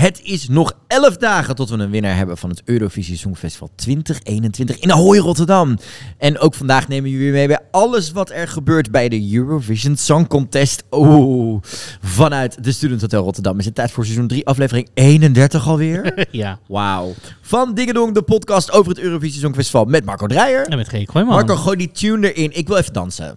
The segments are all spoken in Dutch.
Het is nog 11 dagen tot we een winnaar hebben van het Eurovisie Songfestival 2021 in Ahoy, Rotterdam. En ook vandaag nemen we jullie mee bij alles wat er gebeurt bij de Eurovision Song Contest. Vanuit de Student Hotel Rotterdam is het tijd voor seizoen 3, aflevering 31 alweer. Ja. Wauw. Van Dingedong, de podcast over het Eurovisie Songfestival met Marco Dreyer. En met G. Kooijman. Marco, gooi die tune erin. Ik wil even dansen.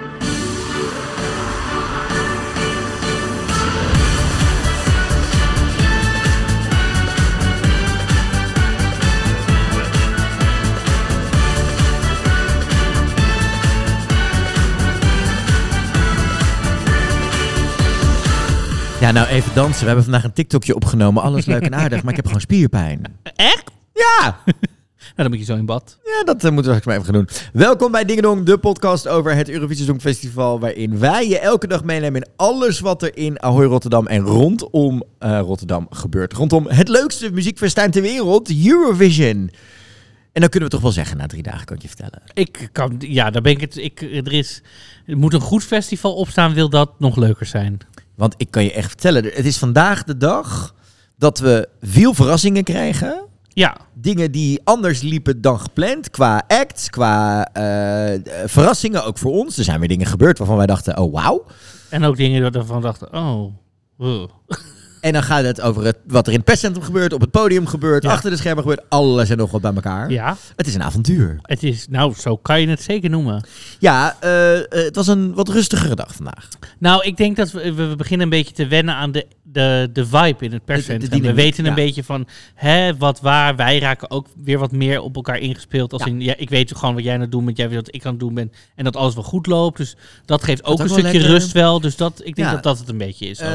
Ja, nou even dansen. We hebben vandaag een TikTokje opgenomen. Alles leuk en aardig, maar ik heb gewoon spierpijn. Echt? Ja! Nou, dan moet je zo in bad. Ja, dat moeten we straks maar even gaan doen. Welkom bij Dingedong, de podcast over het Eurovisie Songfestival, waarin wij je elke dag meenemen in alles wat er in Ahoy Rotterdam en rondom Rotterdam gebeurt. Rondom het leukste muziekfestijn ter wereld, Eurovision. En dan kunnen we toch wel zeggen, na 3 dagen kan ik je vertellen. Daar ben ik het. Er moet een goed festival opstaan, wil dat nog leuker zijn. Want ik kan je echt vertellen, het is vandaag de dag dat we veel verrassingen krijgen. Ja. Dingen die anders liepen dan gepland. Qua acts, qua verrassingen, ook voor ons. Er zijn weer dingen gebeurd waarvan wij dachten, oh wauw. En ook dingen waarvan we dachten, oh. En dan gaat het over wat er in het perscentrum gebeurt, op het podium gebeurt, achter de schermen gebeurt. Alles en nog wat bij elkaar. Ja. Het is een avontuur. Het is, zo kan je het zeker noemen. Ja, het was een wat rustigere dag vandaag. Nou, ik denk dat we beginnen een beetje te wennen aan de vibe in het perscentrum. We weten een beetje van, wat waar. Wij raken ook weer wat meer op elkaar ingespeeld. Ik weet gewoon wat jij aan het doen bent, jij weet wat ik aan het doen ben. En dat alles wel goed loopt. Dus dat geeft ook een stukje lekker rust wel. Dus ik denk dat het een beetje is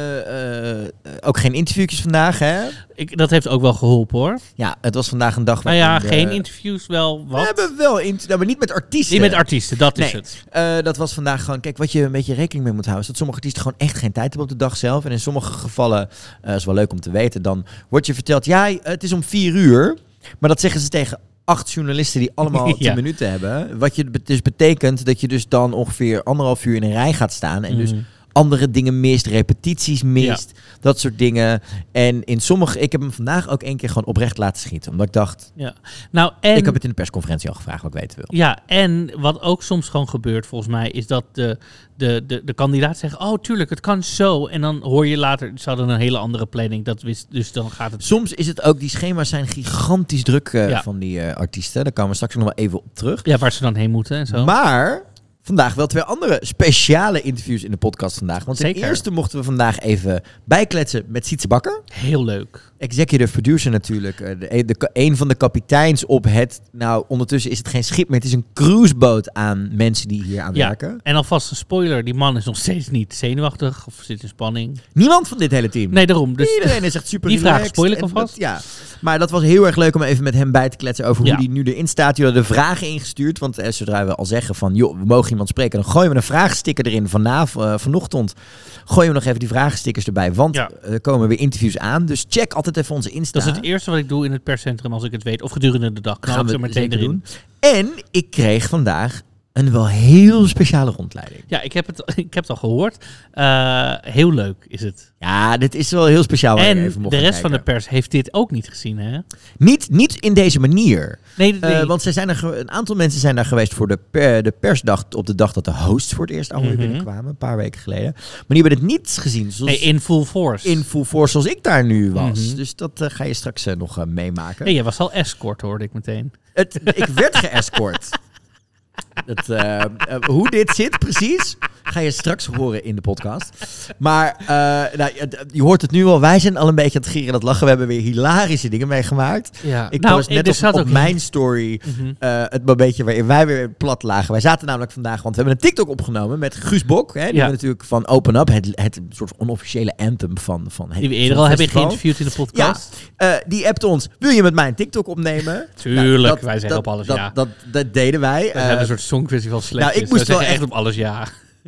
ook. Ook geen interviewtjes vandaag, hè? Dat heeft ook wel geholpen, hoor. Ja, het was vandaag een dag... geen interviews, wel wat. We hebben wel maar niet met artiesten. Niet met artiesten, dat is het. Dat was vandaag gewoon... Kijk, wat je een beetje rekening mee moet houden, is dat sommige artiesten gewoon echt geen tijd hebben op de dag zelf. En in sommige gevallen, is wel leuk om te weten, dan wordt je verteld, het is om 4 uur. Maar dat zeggen ze tegen 8 journalisten die allemaal 10 minuten hebben. Wat je dus betekent dat je dus dan ongeveer 1,5 uur in een rij gaat staan. En dus andere dingen mist, repetities mist, dat soort dingen. En in sommige... Ik heb hem vandaag ook 1 keer gewoon oprecht laten schieten. Omdat ik dacht... Ja. Nou, en ik heb het in de persconferentie al gevraagd wat ik weten wil. Ja, en wat ook soms gewoon gebeurt volgens mij, is dat de kandidaat zegt, oh tuurlijk, het kan zo. En dan hoor je later, ze hadden een hele andere planning. Dus dan gaat het... Soms is het ook, die schema's zijn gigantisch druk van die artiesten. Daar komen we straks nog wel even op terug. Ja, waar ze dan heen moeten en zo. Maar... vandaag wel 2 andere speciale interviews in de podcast vandaag. Want ten eerste mochten we vandaag even bijkletsen met Sietse Bakker. Heel leuk. Executive producer natuurlijk. Een van de kapiteins op het... Nou, ondertussen is het geen schip meer. Het is een cruiseboot aan mensen die hier aan werken. En alvast een spoiler. Die man is nog steeds niet zenuwachtig of zit in spanning. Niemand van dit hele team. Nee, daarom. Dus iedereen is echt super die relaxed. vraag spoiler ik alvast. Ja. Maar dat was heel erg leuk om even met hem bij te kletsen over hoe die nu erin staat. Jullie hadden de vragen ingestuurd. Want zodra we al zeggen van, we mogen iemand spreken, dan gooien we een vraagsticker erin vanochtend. Gooien we nog even die vraagstickers erbij. Want er komen weer interviews aan. Dus check altijd even onze Insta. Dat is het eerste wat ik doe in het perscentrum als ik het weet. Of gedurende de dag. Gaan we meteen erin doen. En ik kreeg vandaag een wel heel speciale rondleiding. Ja, ik heb het al gehoord. Heel leuk is het. Ja, dit is wel heel speciaal. En de rest van de pers heeft dit ook niet gezien, hè? Niet in deze manier. Nee. Want een aantal mensen zijn daar geweest voor de persdag, op de dag dat de hosts voor het eerst alweer binnenkwamen, een paar weken geleden. Maar die hebben het niet gezien. In full force. In full force, zoals ik daar nu was. Dus dat ga je straks nog meemaken. Nee, jij was al escort, hoorde ik meteen. Ik werd geëscort. Hoe dit zit precies, ga je straks horen in de podcast. Maar je hoort het nu al. Wij zijn al een beetje aan het gieren en het lachen. We hebben weer hilarische dingen meegemaakt. Ja. Ik post net op mijn story het momentje waarin wij weer plat lagen. Wij zaten namelijk vandaag, want we hebben een TikTok opgenomen met Guus Bok. Hè, die we natuurlijk van Open Up, het soort onofficiële anthem van het die we eerder al hebben geïnterviewd in de podcast. Ja, die appte ons, wil je met mij een TikTok opnemen? Tuurlijk, wij zeggen op alles ja. Dat deden wij. We hebben een soort songfestival sletjes. Nou, ik moest wel echt op alles ja.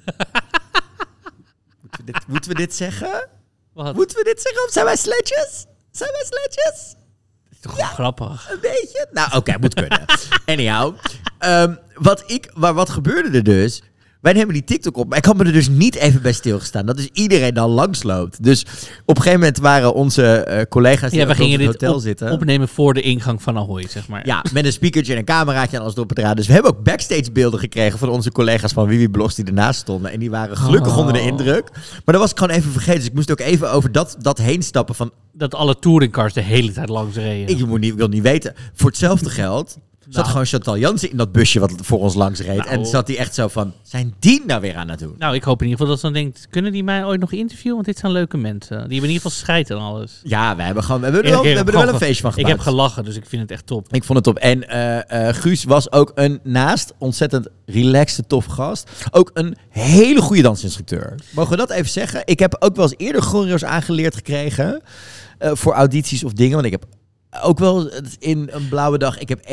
Moeten we dit zeggen? Wat? Moeten we dit zeggen? Of zijn wij sletjes? Zijn wij sletjes? Dat is toch gewoon grappig? Een beetje? Nou, oké, moet kunnen. Anyhow. Wat gebeurde er dus? Wij nemen die TikTok op, maar ik had me er dus niet even bij stilgestaan. Dat dus iedereen dan langsloopt. Dus op een gegeven moment waren onze collega's die we gingen op het hotel zitten. Opnemen voor de ingang van Ahoy, zeg maar. Ja, met een speakertje en een cameraatje en alles erop en eraan. Dus we hebben ook backstage beelden gekregen van onze collega's van Wiwi Blogs die ernaast stonden. En die waren gelukkig onder de indruk. Maar dat was ik gewoon even vergeten. Dus ik moest ook even over dat heen stappen van... Dat alle touringcars de hele tijd langs reden. Ik wil niet weten. Voor hetzelfde geld... zat gewoon Chantal Jansen in dat busje wat voor ons langs reed. En zat hij echt zo van, zijn die nou weer aan het doen? Nou, ik hoop in ieder geval dat ze dan denkt, kunnen die mij ooit nog interviewen? Want dit zijn leuke mensen. Die hebben in ieder geval scheid en alles. Ja, we hebben er wel een feestje van gemaakt. Ik heb gelachen, dus ik vind het echt top. Ik vond het top. En Guus was ook naast ontzettend relaxed, tof gast, ook een hele goede dansinstructeur. Mogen we dat even zeggen? Ik heb ook wel eens eerder choreo's aangeleerd gekregen voor audities of dingen. Want ik heb ook wel in een blauwe dag. Ik heb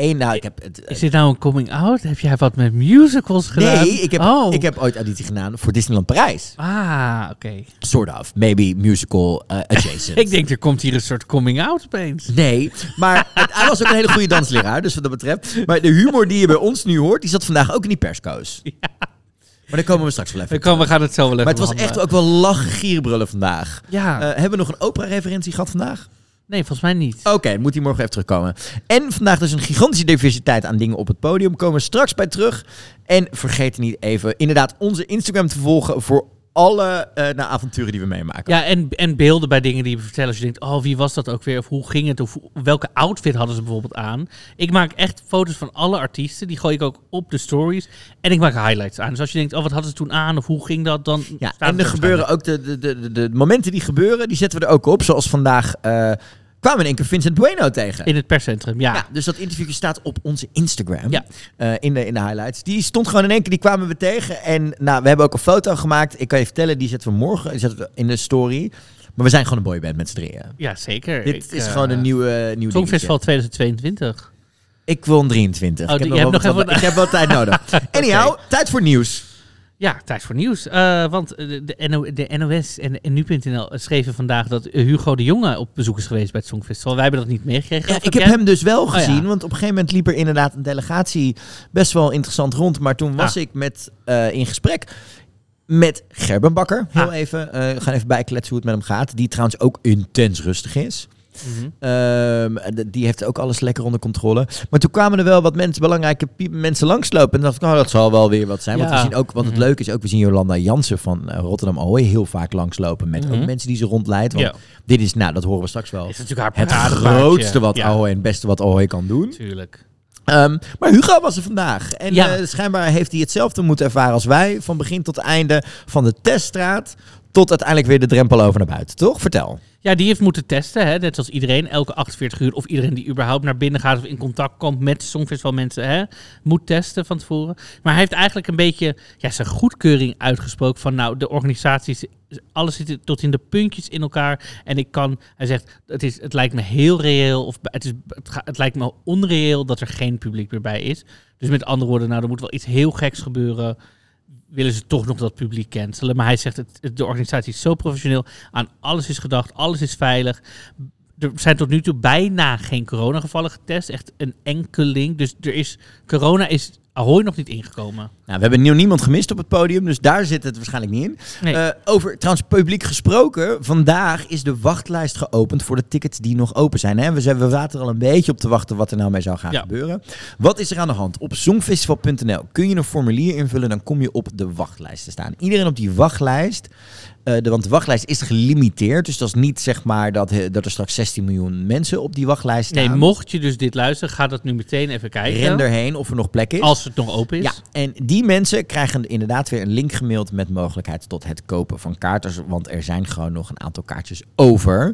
Is dit nou een coming out? Heb jij wat met musicals gedaan? Nee, ik heb ooit auditie gedaan voor Disneyland Parijs. Ah, oké. Sort of. Maybe musical adjacent. Ik denk, er komt hier een soort coming out opeens. Nee, maar hij was ook een hele goede dansleraar, dus wat dat betreft. Maar de humor die je bij ons nu hoort, die zat vandaag ook in die perskoos. Ja. Maar daar komen we straks wel even. We gaan het zo wel even. Maar het was echt ook wel lachen, gierenbrullen vandaag. Ja. Hebben we nog een opera-referentie gehad vandaag? Nee, volgens mij niet. Oké, moet hij morgen even terugkomen. En vandaag dus een gigantische diversiteit aan dingen op het podium. Komen we straks bij terug. En vergeet niet even inderdaad onze Instagram te volgen voor alle avonturen die we meemaken. Ja, en beelden bij dingen die we vertellen. Als je denkt, oh, wie was dat ook weer? Of hoe ging het? Of welke outfit hadden ze bijvoorbeeld aan? Ik maak echt foto's van alle artiesten. Die gooi ik ook op de stories. En ik maak highlights aan. Dus als je denkt, oh, wat hadden ze toen aan? Of hoe ging dat? Dan ja, en er gebeuren ook de momenten die gebeuren, die zetten we er ook op. Zoals vandaag... kwamen in één keer Vincent Bueno tegen. In het perscentrum, ja. Dus dat interviewje staat op onze Instagram. Ja. In de highlights. Die stond gewoon in één keer, die kwamen we tegen. En nou, we hebben ook een foto gemaakt. Ik kan je vertellen, die zetten we morgen in de story. Maar we zijn gewoon een boyband met z'n drieën. Ja, zeker. Dit is gewoon een nieuw Songfestival 2022. Ik wil een 23. Ik heb wel tijd nodig. Anyhow, tijd voor nieuws. Ja, tijd voor nieuws. Want de NOS en Nu.nl schreven vandaag dat Hugo de Jonge op bezoek is geweest bij het Songfestival. Wij hebben dat niet meegekregen. Ja, ik heb hem dus wel gezien, want op een gegeven moment liep er inderdaad een delegatie best wel interessant rond. Maar toen was ik in gesprek met Gerben Bakker. Heel even. We gaan even bijkletsen hoe het met hem gaat. Die trouwens ook intens rustig is. Mm-hmm. Die heeft ook alles lekker onder controle. Maar toen kwamen er wel wat belangrijke mensen langslopen. En dacht ik, dat zal wel weer wat zijn. Want we zien ook, wat het leuke is, ook we zien Jolanda Jansen van Rotterdam Ahoy heel vaak langslopen. Met ook mensen die ze rondleidt. Want dit is, dat horen we straks wel. Is natuurlijk het grootste wat Ahoy en het beste wat Ahoy kan doen. Tuurlijk. Maar Hugo was er vandaag. En schijnbaar heeft hij hetzelfde moeten ervaren als wij. Van begin tot einde van de teststraat tot uiteindelijk weer de drempel over naar buiten. Toch? Vertel. Ja, die heeft moeten testen, hè? Net zoals iedereen, elke 48 uur. Of iedereen die überhaupt naar binnen gaat of in contact komt met Songfestivalmensen, hè? Moet testen van tevoren. Maar hij heeft eigenlijk een beetje zijn goedkeuring uitgesproken van, nou, de organisaties, alles zit tot in de puntjes in elkaar. En hij zegt, het lijkt me heel reëel, of het lijkt me onreëel dat er geen publiek meer bij is. Dus met andere woorden, nou, er moet wel iets heel geks gebeuren. Willen ze toch nog dat publiek cancelen. Maar hij zegt, de organisatie is zo professioneel. Aan alles is gedacht, alles is veilig. Er zijn tot nu toe bijna geen coronagevallen getest. Echt een enkeling. Dus corona is Ahoy nog niet ingekomen. Nou, we hebben niemand gemist op het podium, dus daar zit het waarschijnlijk niet in. Nee. Over trouwens publiek gesproken, vandaag is de wachtlijst geopend voor de tickets die nog open zijn. Hè? We zaten er al een beetje op te wachten wat er nou mee zou gaan gebeuren. Wat is er aan de hand? Op songfestival.nl kun je een formulier invullen, dan kom je op de wachtlijst te staan. Iedereen op die wachtlijst, want de wachtlijst is gelimiteerd, dus dat is niet zeg maar dat er straks 16 miljoen mensen op die wachtlijst staan. Nee, mocht je dus dit luisteren, ga dat nu meteen even kijken. Ren erheen of er nog plek is. Als het nog open is. Ja, en die mensen krijgen inderdaad weer een link gemaild met mogelijkheid tot het kopen van kaarten. Want er zijn gewoon nog een aantal kaartjes over.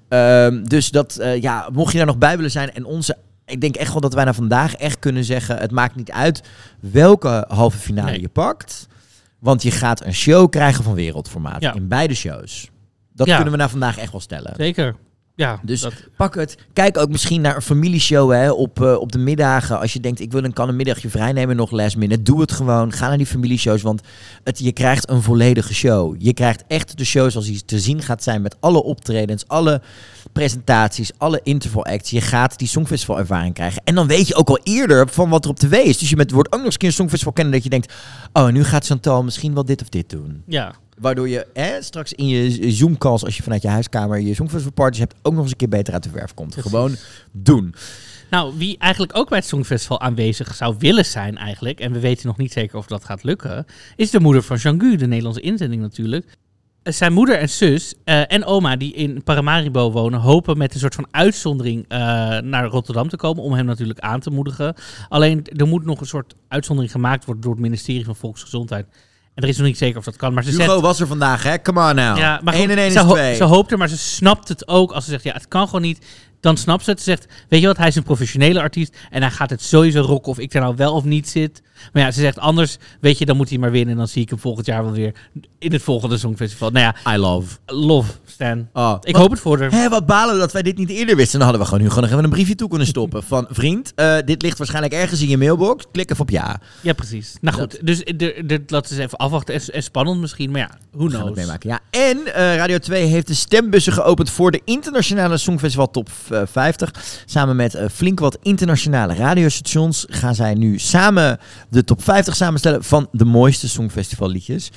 Dus dat, mocht je daar nog bij willen zijn en ik denk echt wel dat wij naar vandaag echt kunnen zeggen, het maakt niet uit welke halve finale je pakt. Want je gaat een show krijgen van wereldformaat in beide shows. Dat kunnen we naar vandaag echt wel stellen. Zeker. Ja, dus pak het. Kijk ook misschien naar een familieshow hè, op de middagen. Als je denkt, kan een middagje vrij nemen nog last minute. Doe het gewoon. Ga naar die familieshows, want je krijgt een volledige show. Je krijgt echt de show zoals die te zien gaat zijn met alle optredens, alle presentaties, alle interval acts. Je gaat die Songfestival ervaring krijgen. En dan weet je ook al eerder van wat er op tv is. Dus je wordt ook nog eens een keer een Songfestival kennen dat je denkt, oh, nu gaat Chantal misschien wel dit of dit doen. Ja. Waardoor je straks in je Zoom-calls, als je vanuit je huiskamer je Songfestival-parties hebt, ook nog eens een keer beter uit de verf komt. Precies. Gewoon doen. Nou, wie eigenlijk ook bij het Songfestival aanwezig zou willen zijn eigenlijk, en we weten nog niet zeker of dat gaat lukken, is de moeder van Jean-Gu, de Nederlandse inzending natuurlijk. Zijn moeder en zus en oma die in Paramaribo wonen, hopen met een soort van uitzondering naar Rotterdam te komen, om hem natuurlijk aan te moedigen. Alleen, er moet nog een soort uitzondering gemaakt worden door het ministerie van Volksgezondheid. En er is nog niet zeker of dat kan. Maar ze Hugo was er vandaag, hè? Come on now. Ja, maar 1 en 1 is 2. Ze hoopt er, maar ze snapt het ook. Als ze zegt, ja, het kan gewoon niet. Dan snapt ze het. Ze zegt, weet je wat, hij is een professionele artiest. En hij gaat het sowieso rocken of ik er nou wel of niet zit. Maar ja, ze zegt anders, weet je, dan moet hij maar winnen. En dan zie ik hem volgend jaar wel weer in het volgende Songfestival. Nou ja, I love. Stan. Ik hoop het voor haar. Wat balen dat wij dit niet eerder wisten. Dan hadden we gewoon nu nog even een briefje toe kunnen stoppen. Van, vriend, dit ligt waarschijnlijk ergens in je mailbox. Klik even op ja. Ja, precies. Nou goed, dus laten we eens even afwachten. En spannend misschien, maar ja, who knows. Meemaken, ja. En Radio 2 heeft de stembussen geopend voor de internationale Songfestival Top 50. Samen met flink wat internationale radiostations gaan zij nu samen de Top 50 samenstellen van de mooiste Songfestival liedjes.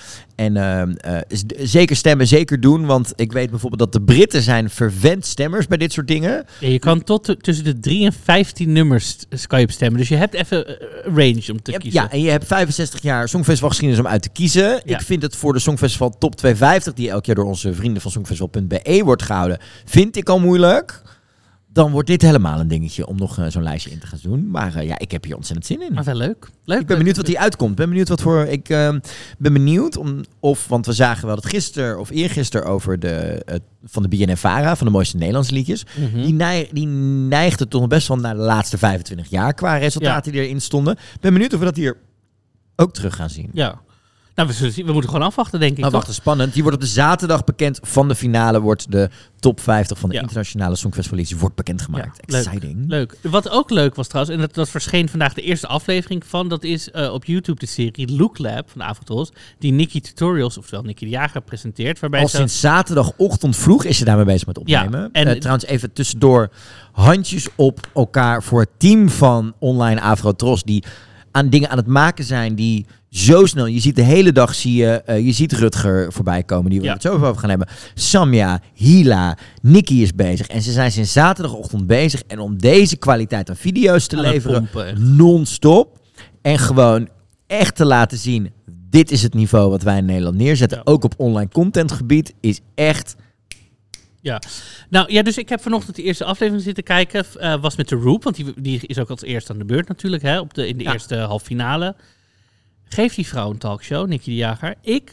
En zeker stemmen, zeker doen. Want ik weet bijvoorbeeld dat de Britten zijn vervent stemmers bij dit soort dingen. Ja, je kan tot tussen de 3 en 15 nummers kan je op stemmen. Dus je hebt even range om te kiezen. Ja, en je hebt 65 jaar Songfestival geschiedenis om uit te kiezen. Ja. Ik vind het voor de Songfestival Top 250, die elk jaar door onze vrienden van Songfestival.be wordt gehouden, vind ik al moeilijk. Dan wordt dit helemaal een dingetje om nog zo'n lijstje in te gaan doen. Maar ik heb hier ontzettend zin in. Maar wel leuk. Ik ben benieuwd wat die uitkomt. Ik ben benieuwd want we zagen wel dat gisteren of eergisteren over van de BNNVARA, van de mooiste Nederlandse liedjes. Mm-hmm. Die neigde toch best wel naar de laatste 25 jaar qua resultaten die erin stonden. Ik ben benieuwd of we dat hier ook terug gaan zien. Ja. Nou, we moeten gewoon afwachten, denk ik. Nou, wachten, spannend. Die wordt op de zaterdag bekend van de finale. Wordt de top 50 van de internationale Songfestival wordt bekendgemaakt. Ja, exciting. Leuk. Wat ook leuk was trouwens, en dat verscheen vandaag de eerste aflevering van, dat is op YouTube de serie Look Lab van de Avotros, die Nikki Tutorials, oftewel Nikki de Jager, presenteert. Waarbij sinds zaterdagochtend vroeg is ze daarmee bezig met opnemen. Ja, en trouwens even tussendoor, handjes op elkaar voor het team van Online Avotros, die aan dingen aan het maken zijn die zo snel. Je ziet de hele dag, je ziet Rutger voorbij komen, die we het zo over gaan hebben. Samia, Hila, Nikki is bezig. En ze zijn sinds zaterdagochtend bezig. En om deze kwaliteit aan video's te leveren, non-stop. En gewoon echt te laten zien, dit is het niveau wat wij in Nederland neerzetten. Ja. Ook op online contentgebied is echt... Ja, nou ja, dus ik heb vanochtend de eerste aflevering zitten kijken. Was met de Roop, want die is ook als eerste aan de beurt natuurlijk, hè, in de eerste halve finale. Geef die vrouw een talkshow, Nikki de Jager.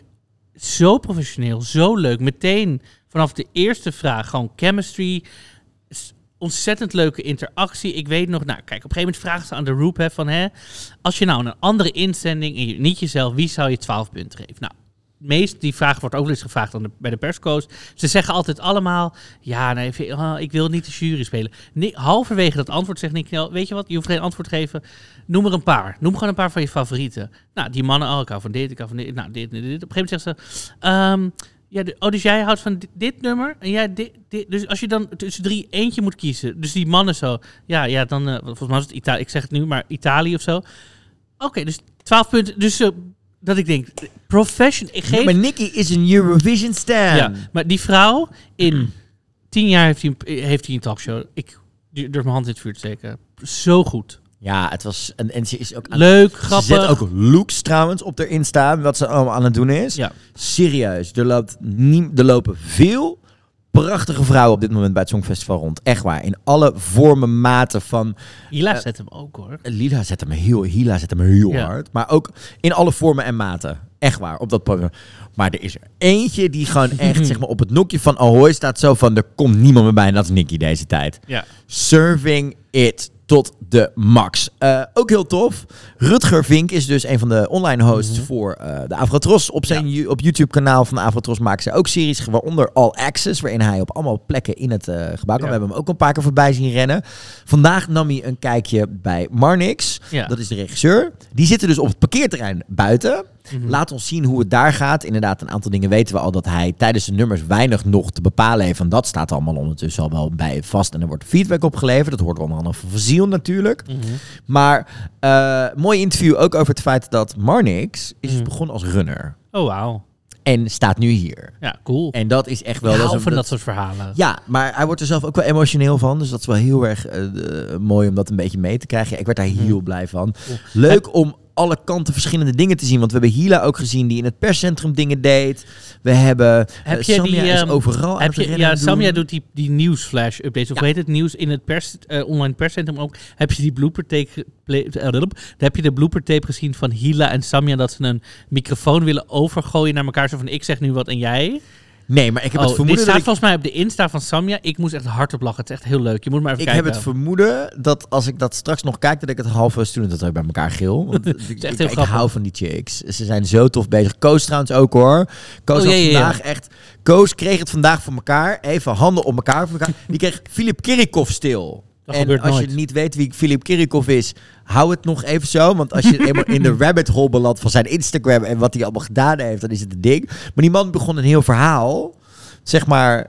Zo professioneel, zo leuk. Meteen vanaf de eerste vraag, gewoon chemistry, ontzettend leuke interactie. Ik weet nog, nou kijk, op een gegeven moment vragen ze aan de Roop, als je nou een andere inzending, en niet jezelf, wie zou je 12 punten geven? Nou, die vraag wordt ook wel eens gevraagd bij de perscoach. Ze zeggen altijd allemaal, ja, nee, ik wil niet de jury spelen. Halverwege dat antwoord zegt Nick, weet je wat, je hoeft geen antwoord te geven. Noem er een paar. Noem gewoon een paar van je favorieten. Nou, die mannen, ik hou van dit, ik hou van dit. Nou, dit. Op een gegeven moment zegt ze, dus jij houdt van dit nummer en jij dit. Dus als je dan tussen 3 eentje moet kiezen, dus die mannen zo, ja, dan, volgens mij was het Italië, ik zeg het nu, maar Italië of zo. Oké, dus 12 punten, dus... dat ik denk, professional. Maar Nikki is een Eurovision star. Ja, maar die vrouw, in 10 jaar heeft hij een talkshow. Ik durf mijn hand in het vuur te steken. Zo goed. Ja, het was... En ze is ook... Leuk, grappig. Ze zet ook looks trouwens op erin staan, wat ze allemaal aan het doen is. Ja. Serieus, er lopen veel prachtige vrouwen op dit moment bij het Songfestival rond. Echt waar. In alle vormen, maten van... Hila zet hem ook, hoor. Hila zet hem heel hard. Maar ook in alle vormen en maten. Echt waar, op dat podium. Maar er is er eentje die gewoon echt zeg maar, op het nokje van Ahoy staat zo van... er komt niemand meer bij en dat is Nicky deze tijd. Ja. Serving it tot de max. Ook heel tof. Rutger Vink is dus een van de online hosts voor de Afrotros. Op zijn op YouTube-kanaal van de Afrotros maken ze ook series, waaronder All Access, waarin hij op allemaal plekken in het gebouw kan. We hebben hem ook een paar keer voorbij zien rennen. Vandaag nam hij een kijkje bij Marnix. Ja. Dat is de regisseur. Die zitten dus op het parkeerterrein buiten. Laat ons zien hoe het daar gaat. Inderdaad, een aantal dingen weten we al, dat hij tijdens de nummers weinig nog te bepalen heeft. En dat staat allemaal ondertussen al wel bij vast. En er wordt feedback op geleverd. Dat hoort onder andere van Faziel natuurlijk. Maar mooi interview ook over het feit dat Marnix is begonnen als runner. Oh, wauw. En staat nu hier. Ja, cool. En dat is echt wel... dat soort verhalen. Ja, maar hij wordt er zelf ook wel emotioneel van. Dus dat is wel heel erg mooi om dat een beetje mee te krijgen. Ja, ik werd daar heel blij van. Cool. Leuk om alle kanten verschillende dingen te zien. Want we hebben Hila ook gezien die in het perscentrum dingen deed. We hebben... Samia is overal aan het rennen. Ja, Samia doet die nieuwsflash updates. Of hoe heet het? Nieuws in het online perscentrum ook. Heb je die blooper tape... heb je de blooper tape gezien van Hila en Samia dat ze een microfoon willen overgooien naar elkaar? Zo van, ik zeg nu wat en jij... Nee, maar ik heb het vermoeden... Dit staat volgens mij op de Insta van Samia. Ik moest echt hardop lachen. Het is echt heel leuk. Je moet maar even kijken. Ik heb het vermoeden dat als ik dat straks nog kijk, dat ik het halve student dat bij elkaar gil. Want ik hou van die chicks. Ze zijn zo tof bezig. Koos trouwens ook hoor. Koos had vandaag echt... Koos kreeg het vandaag voor elkaar. Even handen op elkaar voor elkaar. Die kreeg Filip Kirikov stil. En als je niet weet wie Filip Kirikov is, hou het nog even zo. Want als je eenmaal in de rabbit hole belandt van zijn Instagram en wat hij allemaal gedaan heeft, dan is het een ding. Maar die man begon een heel verhaal. Zeg maar,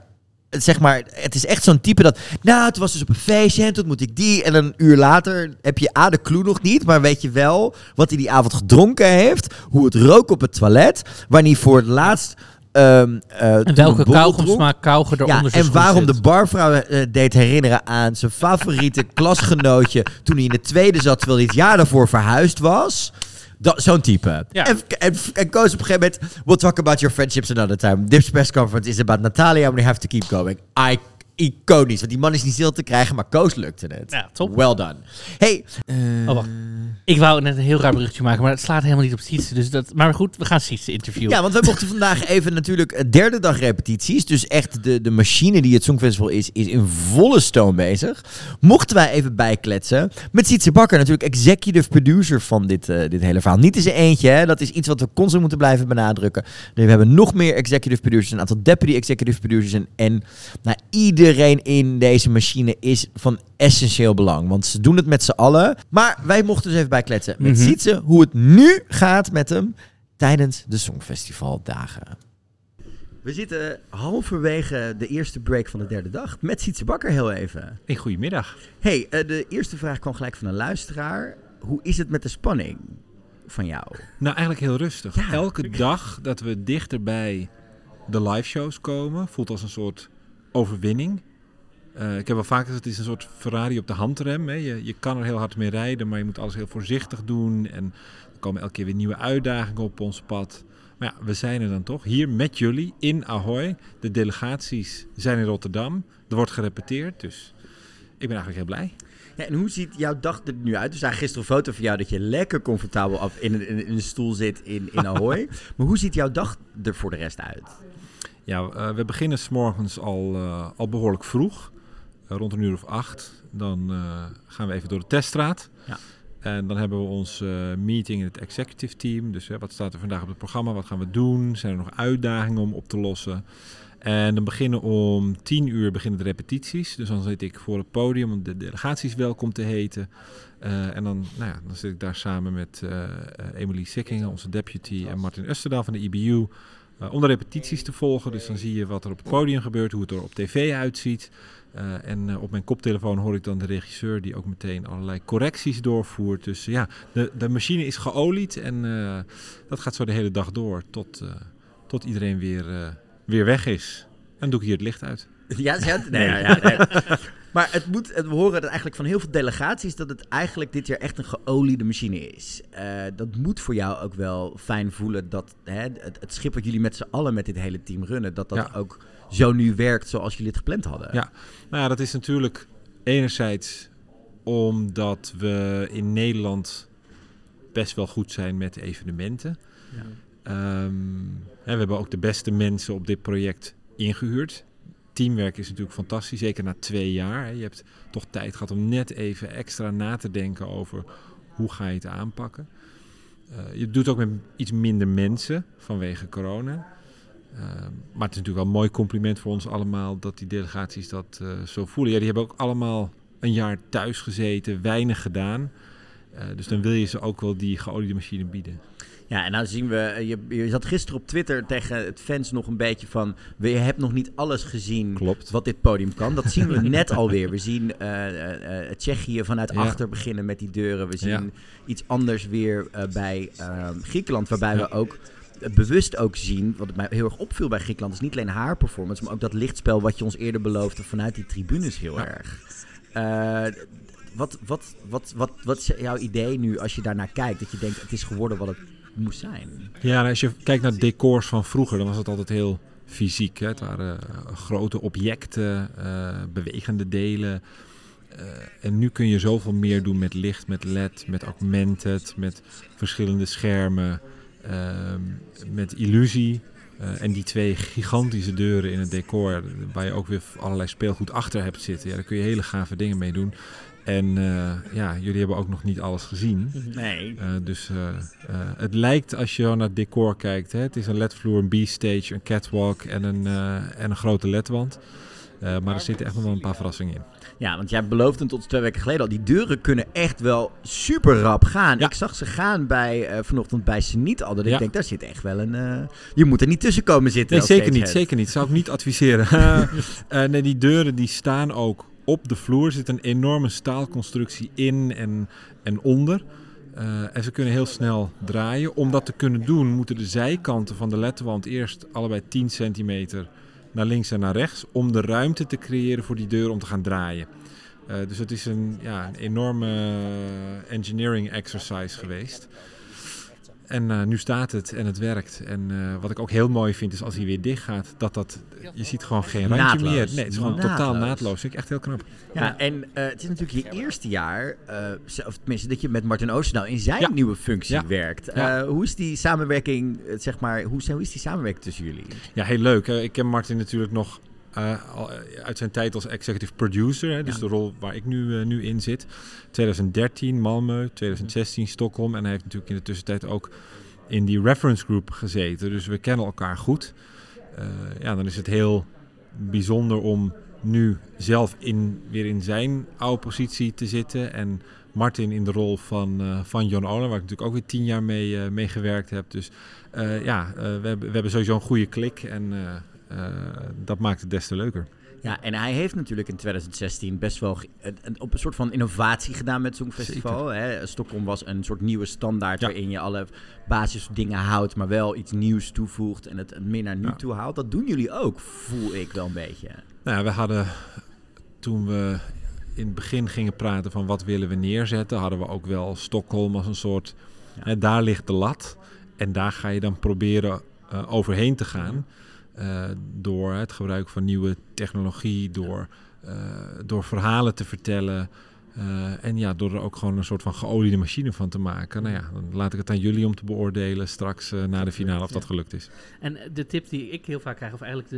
het is echt zo'n type dat... Nou, het was dus op een feestje en toen moet ik die. En een uur later heb je de clue nog niet. Maar weet je wel wat hij die avond gedronken heeft. Hoe het rook op het toilet. Wanneer hij voor het laatst... en welke kauwgomsmaak kauwger eronder en waarom de barvrouw deed herinneren aan zijn favoriete klasgenootje toen hij in de tweede zat, terwijl hij het jaar daarvoor verhuisd was. Zo'n type. Ja. En Koos op een gegeven moment, we'll talk about your friendships another time. This press conference is about Natalia, we have to keep going. Iconisch, want die man is niet stil te krijgen, maar Koos lukte het. Ja, top. Well done. Hey. Wacht. Ik wou net een heel raar berichtje maken, maar het slaat helemaal niet op Sietse. Dus maar goed, we gaan Sietse interviewen. Ja, want we mochten vandaag even natuurlijk derde dag repetities. Dus echt de machine die het Songfestival is in volle stoom bezig. Mochten wij even bijkletsen met Sietse Bakker, natuurlijk executive producer van dit hele verhaal. Niet in zijn eentje, hè. Dat is iets wat we constant moeten blijven benadrukken. We hebben nog meer executive producers, een aantal deputy executive producers. En iedereen in deze machine is van essentieel belang. Want ze doen het met z'n allen. Maar wij mochten dus even bijkletsen met Sietse hoe het nu gaat met hem tijdens de Songfestivaldagen. We zitten halverwege de eerste break van de derde dag met Sietse Bakker heel even. Hey, goedemiddag. Hey, de eerste vraag kwam gelijk van een luisteraar. Hoe is het met de spanning van jou? Nou, eigenlijk heel rustig. Ja, elke dag dat we dichter bij de live shows komen, voelt als een soort overwinning. Ik heb wel vaak gezegd, het is een soort Ferrari op de handrem. Hè. Je kan er heel hard mee rijden, maar je moet alles heel voorzichtig doen. En er komen elke keer weer nieuwe uitdagingen op ons pad. Maar ja, we zijn er dan toch. Hier met jullie in Ahoy. De delegaties zijn in Rotterdam. Er wordt gerepeteerd, dus ik ben eigenlijk heel blij. Ja, en hoe ziet jouw dag er nu uit? We zagen gisteren een foto van jou dat je lekker comfortabel in een stoel zit in Ahoy. Maar hoe ziet jouw dag er voor de rest uit? Ja, we beginnen 's morgens al behoorlijk vroeg. Rond 8:00. Dan gaan we even door de teststraat. Ja. En dan hebben we onze meeting in het executive team. Dus wat staat er vandaag op het programma? Wat gaan we doen? Zijn er nog uitdagingen om op te lossen? En dan beginnen om 10:00 beginnen de repetities. Dus dan zit ik voor het podium om de delegaties welkom te heten. En dan zit ik daar samen met Emily Sikkingen, onze deputy, en Martin Österdahl van de EBU. Om de repetities te volgen. Dus dan zie je wat er op het podium gebeurt, hoe het er op tv uitziet. En op mijn koptelefoon hoor ik dan de regisseur die ook meteen allerlei correcties doorvoert. Dus de machine is geolied en dat gaat zo de hele dag door tot iedereen weer weg is. En dan doe ik hier het licht uit. Nee. Maar we horen dat eigenlijk van heel veel delegaties dat het eigenlijk dit jaar echt een geoliede machine is. Dat moet voor jou ook wel fijn voelen dat het schip wat jullie met z'n allen met dit hele team runnen, dat ook zo nu werkt zoals jullie het gepland hadden. Ja, nou ja, dat is natuurlijk enerzijds omdat we in Nederland best wel goed zijn met evenementen. Ja. We hebben ook de beste mensen op dit project ingehuurd. Teamwerk is natuurlijk fantastisch, zeker na 2 jaar. Je hebt toch tijd gehad om net even extra na te denken over hoe ga je het aanpakken. Je doet ook met iets minder mensen vanwege corona. Maar het is natuurlijk wel een mooi compliment voor ons allemaal dat die delegaties dat zo voelen. Ja, die hebben ook allemaal een jaar thuis gezeten, weinig gedaan. Dus dan wil je ze ook wel die geoliede machine bieden. Ja, en nou zien we, je zat gisteren op Twitter tegen het fans nog een beetje van, je hebt nog niet alles gezien. Klopt. Wat dit podium kan. Dat zien we net alweer. We zien Tsjechië vanuit achter beginnen met die deuren. We zien iets anders weer bij Griekenland, waarbij we ook bewust ook zien, wat mij heel erg opviel bij Griekenland, is niet alleen haar performance, maar ook dat lichtspel wat je ons eerder beloofde vanuit die tribunes heel erg. Wat is jouw idee nu als je daarnaar kijkt, dat je denkt het is geworden wat het moest zijn? Ja, als je kijkt naar decors van vroeger, dan was het altijd heel fysiek. Hè? Het waren grote objecten, bewegende delen. En nu kun je zoveel meer doen met licht, met LED, met augmented, met verschillende schermen, met illusie. En die 2 gigantische deuren in het decor, waar je ook weer allerlei speelgoed achter hebt zitten. Ja, daar kun je hele gave dingen mee doen. En jullie hebben ook nog niet alles gezien. Nee. Dus het lijkt, als je naar het decor kijkt, hè, het is een LED-vloer, een B-stage, een catwalk en een grote LED-wand. Maar er zitten echt nog wel een paar verrassingen in. Ja, want jij beloofde tot 2 weken geleden al, die deuren kunnen echt wel super rap gaan. Ja. Ik zag ze gaan vanochtend bij Zenit al. Dat ik denk, daar zit echt wel een... je moet er niet tussen komen zitten. Nee, zeker niet. Zou ik niet adviseren. Nee, die deuren die staan ook op de vloer. Zit een enorme staalconstructie in en onder. En ze kunnen heel snel draaien. Om dat te kunnen doen, moeten de zijkanten van de ledwand eerst allebei 10 centimeter naar links en naar rechts, om de ruimte te creëren voor die deur om te gaan draaien. Dus het is een enorme engineering exercise geweest. En nu staat het en het werkt. En wat ik ook heel mooi vind is als hij weer dicht gaat, je ziet gewoon geen randje meer. Nee, het is gewoon totaal naadloos. Vind ik echt heel knap. Ja, en het is natuurlijk je eerste jaar, of tenminste dat je met Martin Oosterdaal in zijn nieuwe functie werkt. Hoe is die samenwerking, hoe is die samenwerking tussen jullie? Ja, heel leuk. Ik ken Martin natuurlijk nog uit zijn tijd als executive producer, hè, dus de rol waar ik nu in zit. 2013 Malmö, 2016 Stockholm en hij heeft natuurlijk in de tussentijd ook in die reference group gezeten. Dus we kennen elkaar goed. Dan is het heel bijzonder om nu zelf weer in zijn oude positie te zitten en Martin in de rol van Jon Ola, waar ik natuurlijk ook weer 10 jaar mee gewerkt heb. Dus we hebben sowieso een goede klik en dat maakt het des te leuker. Ja, en hij heeft natuurlijk in 2016 best wel op een soort van innovatie gedaan met Songfestival. Stockholm was een soort nieuwe standaard waarin je alle basisdingen houdt, maar wel iets nieuws toevoegt en het meer naar nu toe haalt. Dat doen jullie ook, voel ik wel een beetje. Nou ja, we hadden, toen we in het begin gingen praten van wat willen we neerzetten, hadden we ook wel Stockholm als een soort, daar ligt de lat en daar ga je dan proberen overheen te gaan. Door het gebruik van nieuwe technologie, door verhalen te vertellen en door er ook gewoon een soort van geoliede machine van te maken. Nou ja, dan laat ik het aan jullie om te beoordelen straks na de finale of dat gelukt is. En de tip die ik heel vaak krijg, of eigenlijk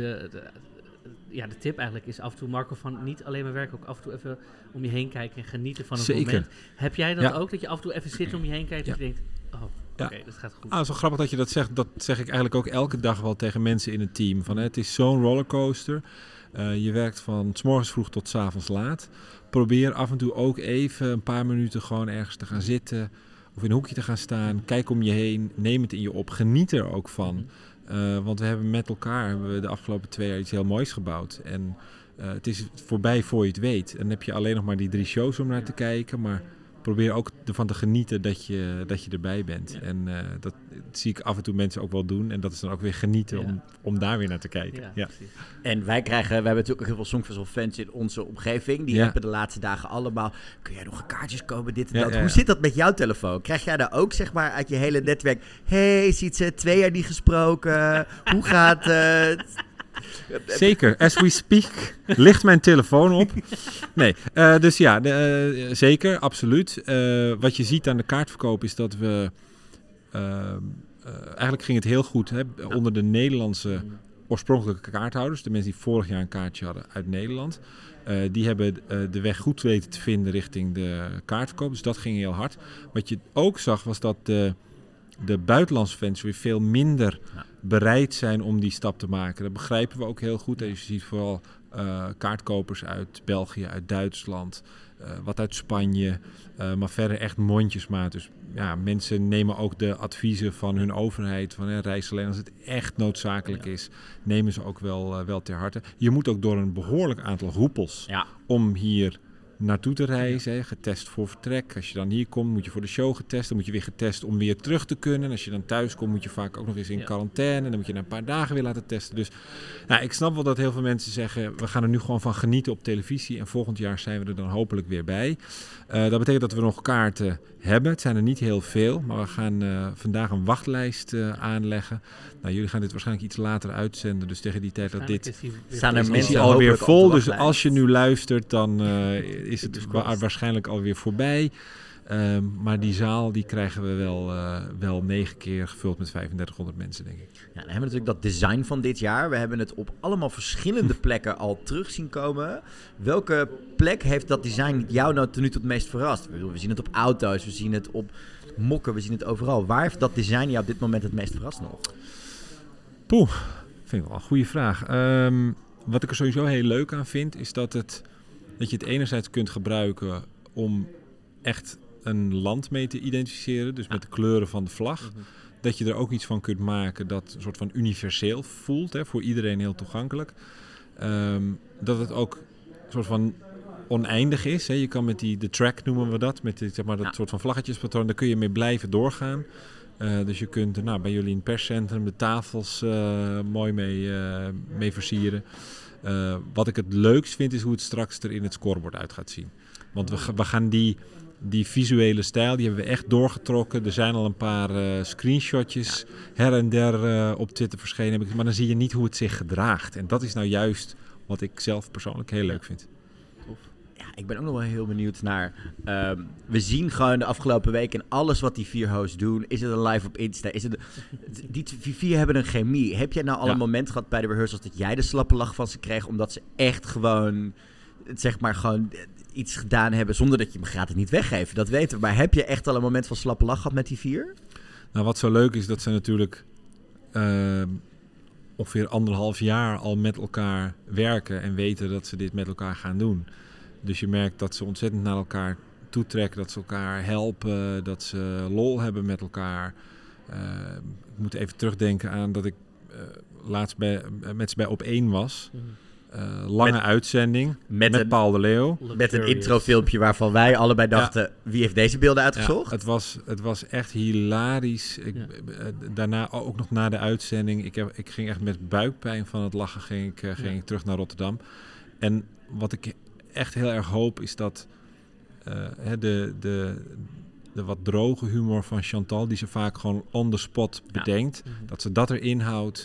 de tip eigenlijk is af en toe, Marco, van niet alleen maar werken, ook af en toe even om je heen kijken en genieten van het moment. Heb jij dat ook, dat je af en toe even zit om je heen kijkt en je denkt, oké, dat gaat goed. Het is wel grappig dat je dat zegt. Dat zeg ik eigenlijk ook elke dag wel tegen mensen in het team. Het is zo'n rollercoaster. Je werkt van 's morgens vroeg tot 's avonds laat. Probeer af en toe ook even een paar minuten gewoon ergens te gaan zitten. Of in een hoekje te gaan staan. Kijk om je heen. Neem het in je op. Geniet er ook van. Want we hebben met elkaar de afgelopen 2 jaar iets heel moois gebouwd. En het is voorbij voor je het weet. En dan heb je alleen nog maar die 3 shows om naar te kijken. Maar probeer ook ervan te genieten dat je erbij bent. Ja. En dat zie ik af en toe mensen ook wel doen. En dat is dan ook weer genieten om daar weer naar te kijken. Ja. En we hebben natuurlijk ook heel veel Songfestival-fans in onze omgeving. Die hebben de laatste dagen allemaal, kun jij nog kaartjes kopen, dit en dat. Hoe zit dat met jouw telefoon? Krijg jij daar ook zeg maar uit je hele netwerk, hey, ziet ze 2 jaar niet gesproken? Hoe gaat het? Zeker, as we speak ligt mijn telefoon op. Nee, dus zeker, absoluut. Wat je ziet aan de kaartverkoop is dat we eigenlijk ging het heel goed hè, onder de Nederlandse oorspronkelijke kaarthouders. De mensen die vorig jaar een kaartje hadden uit Nederland. Die hebben de weg goed weten te vinden richting de kaartverkoop. Dus dat ging heel hard. Wat je ook zag was dat de buitenlandse fans weer veel minder bereid zijn om die stap te maken. Dat begrijpen we ook heel goed. Je ziet vooral kaartkopers uit België, uit Duitsland, wat uit Spanje. Maar verder echt mondjesmaat. Dus ja, mensen nemen ook de adviezen van hun overheid. Van reis alleen als het echt noodzakelijk is. Nemen ze ook wel ter harte. Je moet ook door een behoorlijk aantal hoepels om hier naartoe te reizen. Getest voor vertrek. Als je dan hier komt, moet je voor de show getest. Dan moet je weer getest om weer terug te kunnen. En als je dan thuis komt, moet je vaak ook nog eens in quarantaine. En dan moet je na een paar dagen weer laten testen. Dus ik snap wel dat heel veel mensen zeggen, we gaan er nu gewoon van genieten op televisie. En volgend jaar zijn we er dan hopelijk weer bij. Dat betekent dat we nog kaarten hebben. Het zijn er niet heel veel. Maar we gaan vandaag een wachtlijst aanleggen. Nou, jullie gaan dit waarschijnlijk iets later uitzenden. Dus tegen die tijd dat dit staan er mensen alweer vol. Dus als je nu luistert, dan is het waarschijnlijk alweer voorbij. Maar die zaal die krijgen we wel 9 keer gevuld met 3500 mensen, denk ik. Ja, dan hebben we natuurlijk dat design van dit jaar. We hebben het op allemaal verschillende plekken al terug zien komen. Welke plek heeft dat design jou nou tot nu toe het meest verrast? We zien het op auto's, we zien het op mokken, we zien het overal. Waar heeft dat design jou op dit moment het meest verrast nog? Vind ik wel een goede vraag. Wat ik er sowieso heel leuk aan vind, is dat je het enerzijds kunt gebruiken om echt een land mee te identificeren. Dus met de kleuren van de vlag. Mm-hmm. Dat je er ook iets van kunt maken dat een soort van universeel voelt. Hè, voor iedereen heel toegankelijk. Dat het ook een soort van oneindig is. Hè. Je kan met de track noemen we dat. Met dat soort van vlaggetjespatroon. Daar kun je mee blijven doorgaan. Dus je kunt bij jullie in het perscentrum de tafels mooi mee versieren. Wat ik het leukst vind is hoe het straks er in het scorebord uit gaat zien. Want we gaan die visuele stijl, die hebben we echt doorgetrokken. Er zijn al een paar screenshotjes her en der op Twitter verschenen. Maar dan zie je niet hoe het zich gedraagt. En dat is nou juist wat ik zelf persoonlijk heel leuk vind. Ja, ik ben ook nog wel heel benieuwd naar... we zien gewoon de afgelopen week en alles wat die 4 hosts doen. Is het een live op Insta? Die 4 hebben een chemie. Heb jij nou al een moment gehad bij de rehearsals dat jij de slappe lach van ze kreeg? Omdat ze echt gewoon, zeg maar, gewoon iets gedaan hebben zonder dat je me gaat het niet weggeven. Dat weten we. Maar heb je echt al een moment van slappe lach gehad met die 4? Nou, wat zo leuk is, dat ze natuurlijk ongeveer 1,5 jaar al met elkaar werken en weten dat ze dit met elkaar gaan doen. Dus je merkt dat ze ontzettend naar elkaar toetrekken, dat ze elkaar helpen, dat ze lol hebben met elkaar. Ik moet even terugdenken aan dat ik laatst met ze bij Op1 was. Lange uitzending met Paul de Leeuw. Met een introfilmpje waarvan wij allebei dachten, wie heeft deze beelden uitgezocht? Ja, het was echt hilarisch. Daarna, ook nog na de uitzending, ik ging echt met buikpijn van het lachen ging ik terug naar Rotterdam. En wat ik echt heel erg hoop is dat de wat droge humor van Chantal, die ze vaak gewoon on the spot bedenkt, dat ze dat erin houdt.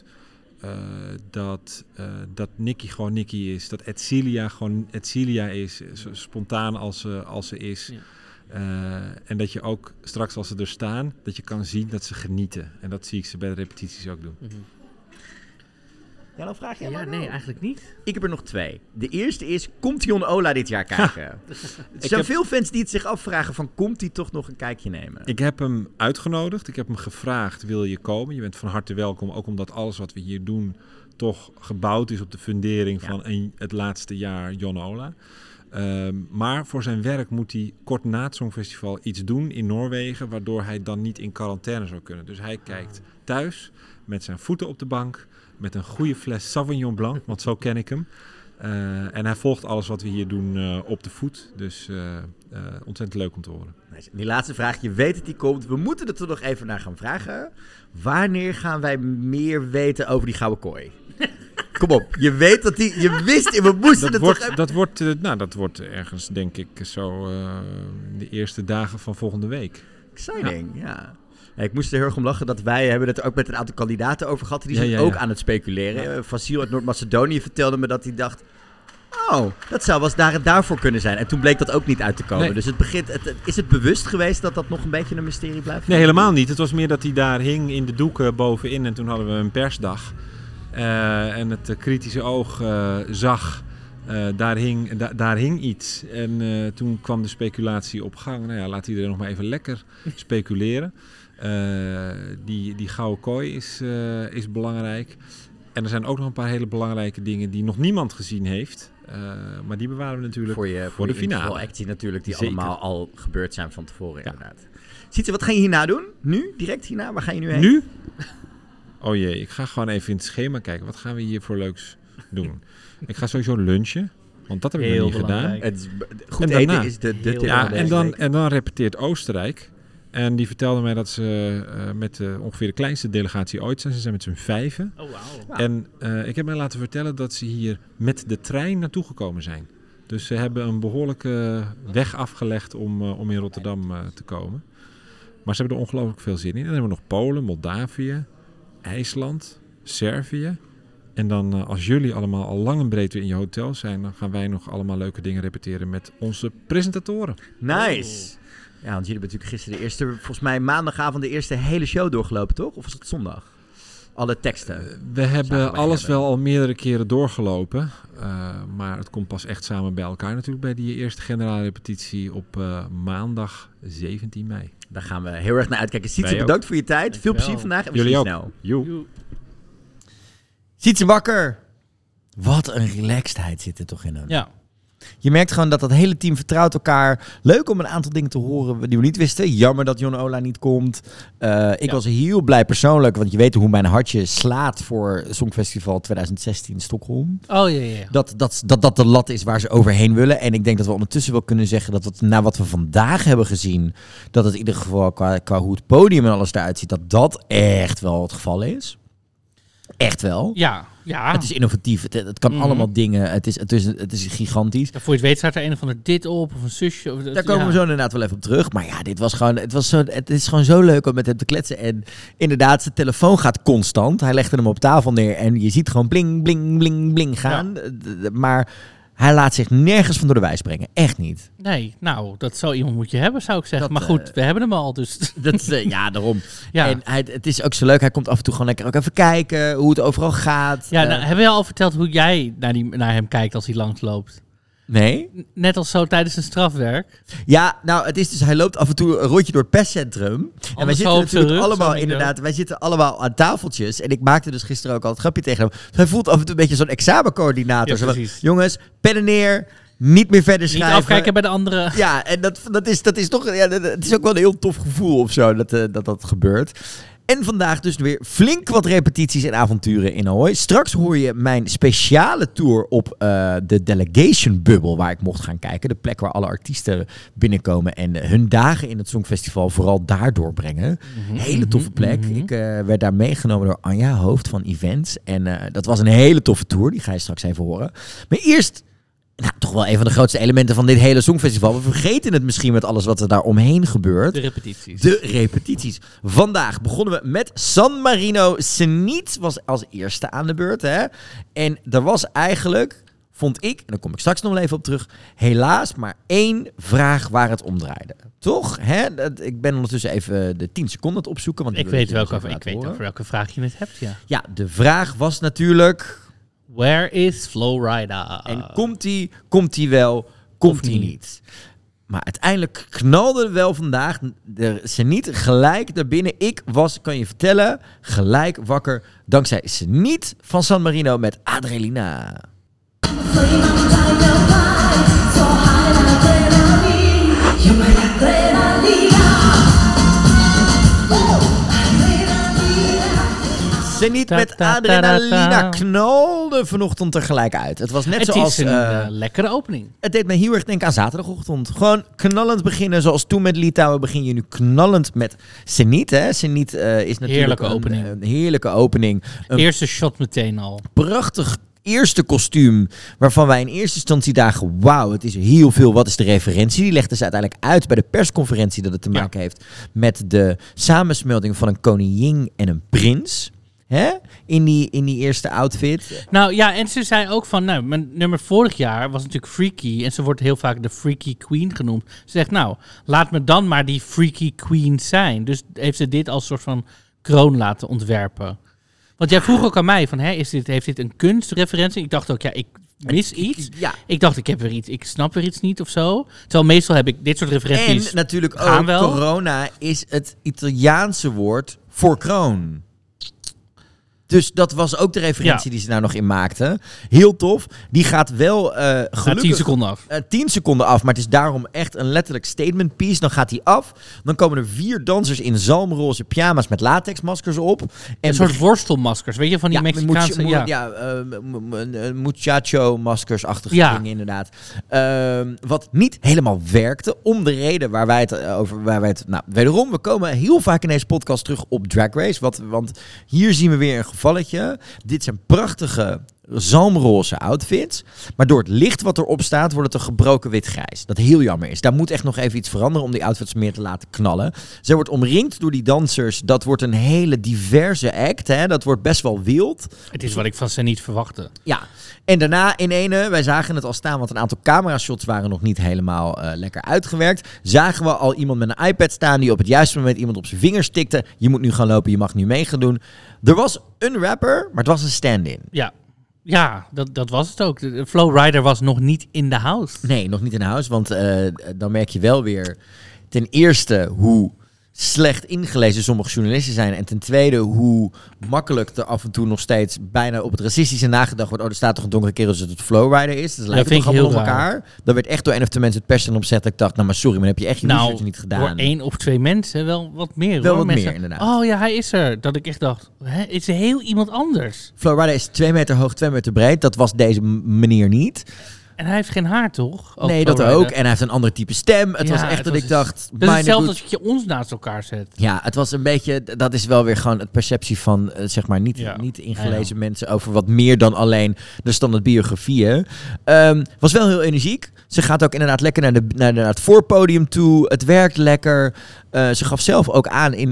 Dat Nikki gewoon Nikki is. Dat Edcilia gewoon Edcilia is. Zo spontaan als ze is. Ja. En dat je ook straks als ze er staan, dat je kan zien dat ze genieten. En dat zie ik ze bij de repetities ook doen. Mm-hmm. Ja, dan vraag je nee, eigenlijk niet. Ik heb er nog 2. De eerste is, komt Jon Ola dit jaar kijken? Er zijn veel fans die het zich afvragen van, komt hij toch nog een kijkje nemen? Ik heb hem uitgenodigd. Ik heb hem gevraagd, wil je komen? Je bent van harte welkom. Ook omdat alles wat we hier doen toch gebouwd is op de fundering van het laatste jaar Jon Ola. Maar voor zijn werk moet hij kort na het Songfestival iets doen in Noorwegen, waardoor hij dan niet in quarantaine zou kunnen. Dus hij kijkt thuis met zijn voeten op de bank, met een goede fles Sauvignon Blanc, want zo ken ik hem. En hij volgt alles wat we hier doen op de voet. Dus ontzettend leuk om te horen. Die laatste vraag, je weet dat die komt. We moeten er toch nog even naar gaan vragen. Wanneer gaan wij meer weten over die gouden kooi? Kom op, je weet dat die... Je wist, we moesten het toch... Dat wordt ergens, denk ik, zo de eerste dagen van volgende week. Exciting, ja. Ik moest er heel erg om lachen dat wij hebben het er ook met een aantal kandidaten over gehad. Die zijn ook aan het speculeren. Ja. Vasil uit Noord-Macedonië vertelde me dat hij dacht, Oh, dat zou wel eens daarvoor kunnen zijn. En toen bleek dat ook niet uit te komen. Nee. Dus is het bewust geweest dat dat nog een beetje een mysterie blijft? Nee, helemaal niet. Het was meer dat hij daar hing in de doeken bovenin. En toen hadden we een persdag. En het kritische oog zag... Daar hing iets. En toen kwam de speculatie op gang. Nou ja, laat iedereen nog maar even lekker speculeren. Die gouden kooi is belangrijk. En er zijn ook nog een paar hele belangrijke dingen die nog niemand gezien heeft. Maar die bewaren we natuurlijk voor de finale. Voor actie natuurlijk, die Zeker. Allemaal al gebeurd zijn van tevoren inderdaad. Sietse, wat ga je hierna doen? Nu? Direct hierna? Waar ga je nu heen? Nu? Oh jee, ik ga gewoon even in het schema kijken. Wat gaan we hier voor leuks doen? Ik ga sowieso lunchen. Want dat heb ik nog niet gedaan. Het is, goed en eten is de tip. Ja, en dan repeteert Oostenrijk. En die vertelde mij dat ze met ongeveer de kleinste delegatie ooit zijn. Ze zijn met z'n 5. Oh, wow. En ik heb mij laten vertellen dat ze hier met de trein naartoe gekomen zijn. Dus ze hebben een behoorlijke weg afgelegd om in Rotterdam te komen. Maar ze hebben er ongelooflijk veel zin in. En dan hebben we nog Polen, Moldavië, IJsland, Servië. En dan als jullie allemaal al lang en breed weer in je hotel zijn... dan gaan wij nog allemaal leuke dingen repeteren met onze presentatoren. Nice! Ja, want jullie hebben natuurlijk gisteren de eerste... volgens mij maandagavond de eerste hele show doorgelopen, toch? Of was het zondag? Alle teksten. We hebben alles wel al meerdere keren doorgelopen. Maar het komt pas echt samen bij elkaar natuurlijk... bij die eerste generale repetitie op maandag 17 mei. Daar gaan we heel erg naar uitkijken. Sietse, bedankt voor je tijd. Veel plezier vandaag. En we zien je snel. Joe. Sietse wakker. Wat een relaxedheid zit er toch in hem. Ja. Je merkt gewoon dat hele team vertrouwt elkaar. Leuk om een aantal dingen te horen die we niet wisten. Jammer dat Jon Ola niet komt. Ik was heel blij persoonlijk, want je weet hoe mijn hartje slaat voor Songfestival 2016 Stockholm. Oh ja. Dat de lat is waar ze overheen willen. En ik denk dat we ondertussen wel kunnen zeggen dat na wat we vandaag hebben gezien, dat het in ieder geval qua hoe het podium en alles eruit ziet, dat echt wel het geval is. Echt wel. Ja. Het is innovatief. Het kan allemaal dingen. Het is gigantisch. Ja, voor je het weet staat er een of ander dit op of een zusje. Of daar komen we zo inderdaad wel even op terug. Maar ja, het is gewoon zo leuk om met hem te kletsen. En inderdaad, zijn telefoon gaat constant. Hij legde hem op tafel neer en je ziet gewoon bling, bling, bling, bling gaan. Ja. Maar hij laat zich nergens van door de wijs brengen. Echt niet. Nee, nou, dat zo iemand moet je hebben, zou ik zeggen. Maar goed, we hebben hem al, dus... Ja, daarom. Ja. En het is ook zo leuk. Hij komt af en toe gewoon lekker ook even kijken hoe het overal gaat. Ja, hebben we al verteld hoe jij naar hem kijkt als hij langsloopt? Nee. Net als zo tijdens een strafwerk. Ja, nou, het is dus, hij loopt af en toe een rondje door het perscentrum. En wij zitten natuurlijk allemaal, inderdaad, wij zitten allemaal aan tafeltjes. En ik maakte dus gisteren ook al het grapje tegen hem. Hij voelt af en toe een beetje zo'n examencoördinator. Ja, precies. Jongens, pennen neer, niet meer verder schrijven. Niet afkijken bij de anderen. Ja, en dat is toch, ja, het is ook wel een heel tof gevoel of zo dat gebeurt. En vandaag dus weer flink wat repetities en avonturen in Ahoy. Straks hoor je mijn speciale tour op de Delegation Bubble, waar ik mocht gaan kijken. De plek waar alle artiesten binnenkomen en hun dagen in het Songfestival vooral daar doorbrengen. Hele toffe plek. Ik werd daar meegenomen door Anja, hoofd van events. En dat was een hele toffe tour, die ga je straks even horen. Maar eerst... Nou, toch wel een van de grootste elementen van dit hele Songfestival. We vergeten het misschien met alles wat er daar omheen gebeurt. De repetities. Vandaag begonnen we met San Marino. Zenith was als eerste aan de beurt. Hè? En er was eigenlijk, vond ik, en daar kom ik straks nog wel even op terug, helaas maar 1 vraag waar het om draaide. Toch? Hè? Ik ben ondertussen even de 10 seconden aan het opzoeken. Want ik weet over welke vraag je het hebt, ja. Ja, de vraag was natuurlijk... Where is Flowrider? En komt hij wel, komt hij niet? Maar uiteindelijk knalde wel vandaag de Zenith gelijk naar binnen. Ik was, kan je vertellen, gelijk wakker dankzij Zenith van San Marino met Adrenalina. Zenith met Adrenalina knalde vanochtend tegelijk uit. Het was net zoals... Het is een lekkere opening. Het deed me heel erg denken aan zaterdagochtend. Gewoon knallend beginnen, zoals toen met Litouwen begin je nu knallend met Zenith. Hè? Zenith is natuurlijk een heerlijke opening. Eerste shot meteen al. Prachtig eerste kostuum, waarvan wij in eerste instantie dachten, wauw, het is heel veel, wat is de referentie? Die legden ze uiteindelijk uit bij de persconferentie dat het te maken heeft met de samensmelting van een koningin en een prins. Hè? In die eerste outfit. Nou ja, en ze zei ook van, mijn nummer vorig jaar was natuurlijk Freaky. En ze wordt heel vaak de Freaky Queen genoemd. Ze zegt, laat me dan maar die Freaky Queen zijn. Dus heeft ze dit als soort van kroon laten ontwerpen. Want jij vroeg ook aan mij van, heeft dit een kunstreferentie? Ik dacht ook, ik mis iets. Ja. Ik dacht, ik snap weer iets niet of zo. Terwijl meestal heb ik dit soort referenties. En natuurlijk ook, corona is het Italiaanse woord voor kroon. Dus dat was ook de referentie die ze nou nog in maakten. Heel tof. Die gaat wel gelukkig 10 seconden af. 10 seconden af, maar het is daarom echt een letterlijk statement piece. Dan gaat die af. Dan komen er 4 dansers in zalmroze pyjama's met latexmaskers op. En een soort worstelmaskers, weet je, van die Mexicaanse... muchacho-maskers-achtige dingen inderdaad. Wat niet helemaal werkte, om de reden waar wij het over... wederom, we komen heel vaak in deze podcast terug op Drag Race. Want hier zien we weer een gevalletje. Dit zijn prachtige zalmroze outfits. Maar door het licht wat erop staat, wordt het een gebroken wit-grijs. Dat heel jammer is. Daar moet echt nog even iets veranderen om die outfits meer te laten knallen. Zij wordt omringd door die dansers. Dat wordt een hele diverse act. Hè? Dat wordt best wel wild. Het is wat ik van ze niet verwachtte. Ja. En daarna wij zagen het al staan, want een aantal camera-shots waren nog niet helemaal lekker uitgewerkt. Zagen we al iemand met een iPad staan die op het juiste moment iemand op zijn vingers tikte. Je moet nu gaan lopen, je mag nu mee gaan doen. Er was een rapper, maar het was een stand-in. Ja, dat was het ook. De Flow Rider was nog niet in de house. Nee, nog niet in de house, want dan merk je wel weer ten eerste hoe slecht ingelezen sommige journalisten zijn. En ten tweede hoe makkelijk er af en toe nog steeds bijna op het racistische nagedacht wordt. Er staat toch een donkere kerel dat het Flow Rider is. Dat lijkt toch allemaal op elkaar. Dat werd echt door een of twee mensen het persen opzet. Dat ik dacht, maar sorry, maar heb je echt je research niet gedaan. Door 1 of 2 mensen wel wat meer. Wel hoor. wat mensen, meer, inderdaad. Oh ja, hij is er. Dat ik echt dacht, is heel iemand anders. Flow Rider is 2 meter hoog, 2 meter breed. Dat was deze meneer niet. En hij heeft geen haar, toch? Nee, dat ook. En hij heeft een ander type stem. Het was echt dat ik dacht... Dat is hetzelfde als je ons naast elkaar zet. Ja, het was een beetje... Dat is wel weer gewoon het perceptie van, zeg maar, niet ingelezen mensen over wat meer dan alleen de standaard biografieën. Was wel heel energiek. Ze gaat ook inderdaad lekker naar het voorpodium toe. Het werkt lekker. Ze gaf zelf ook aan in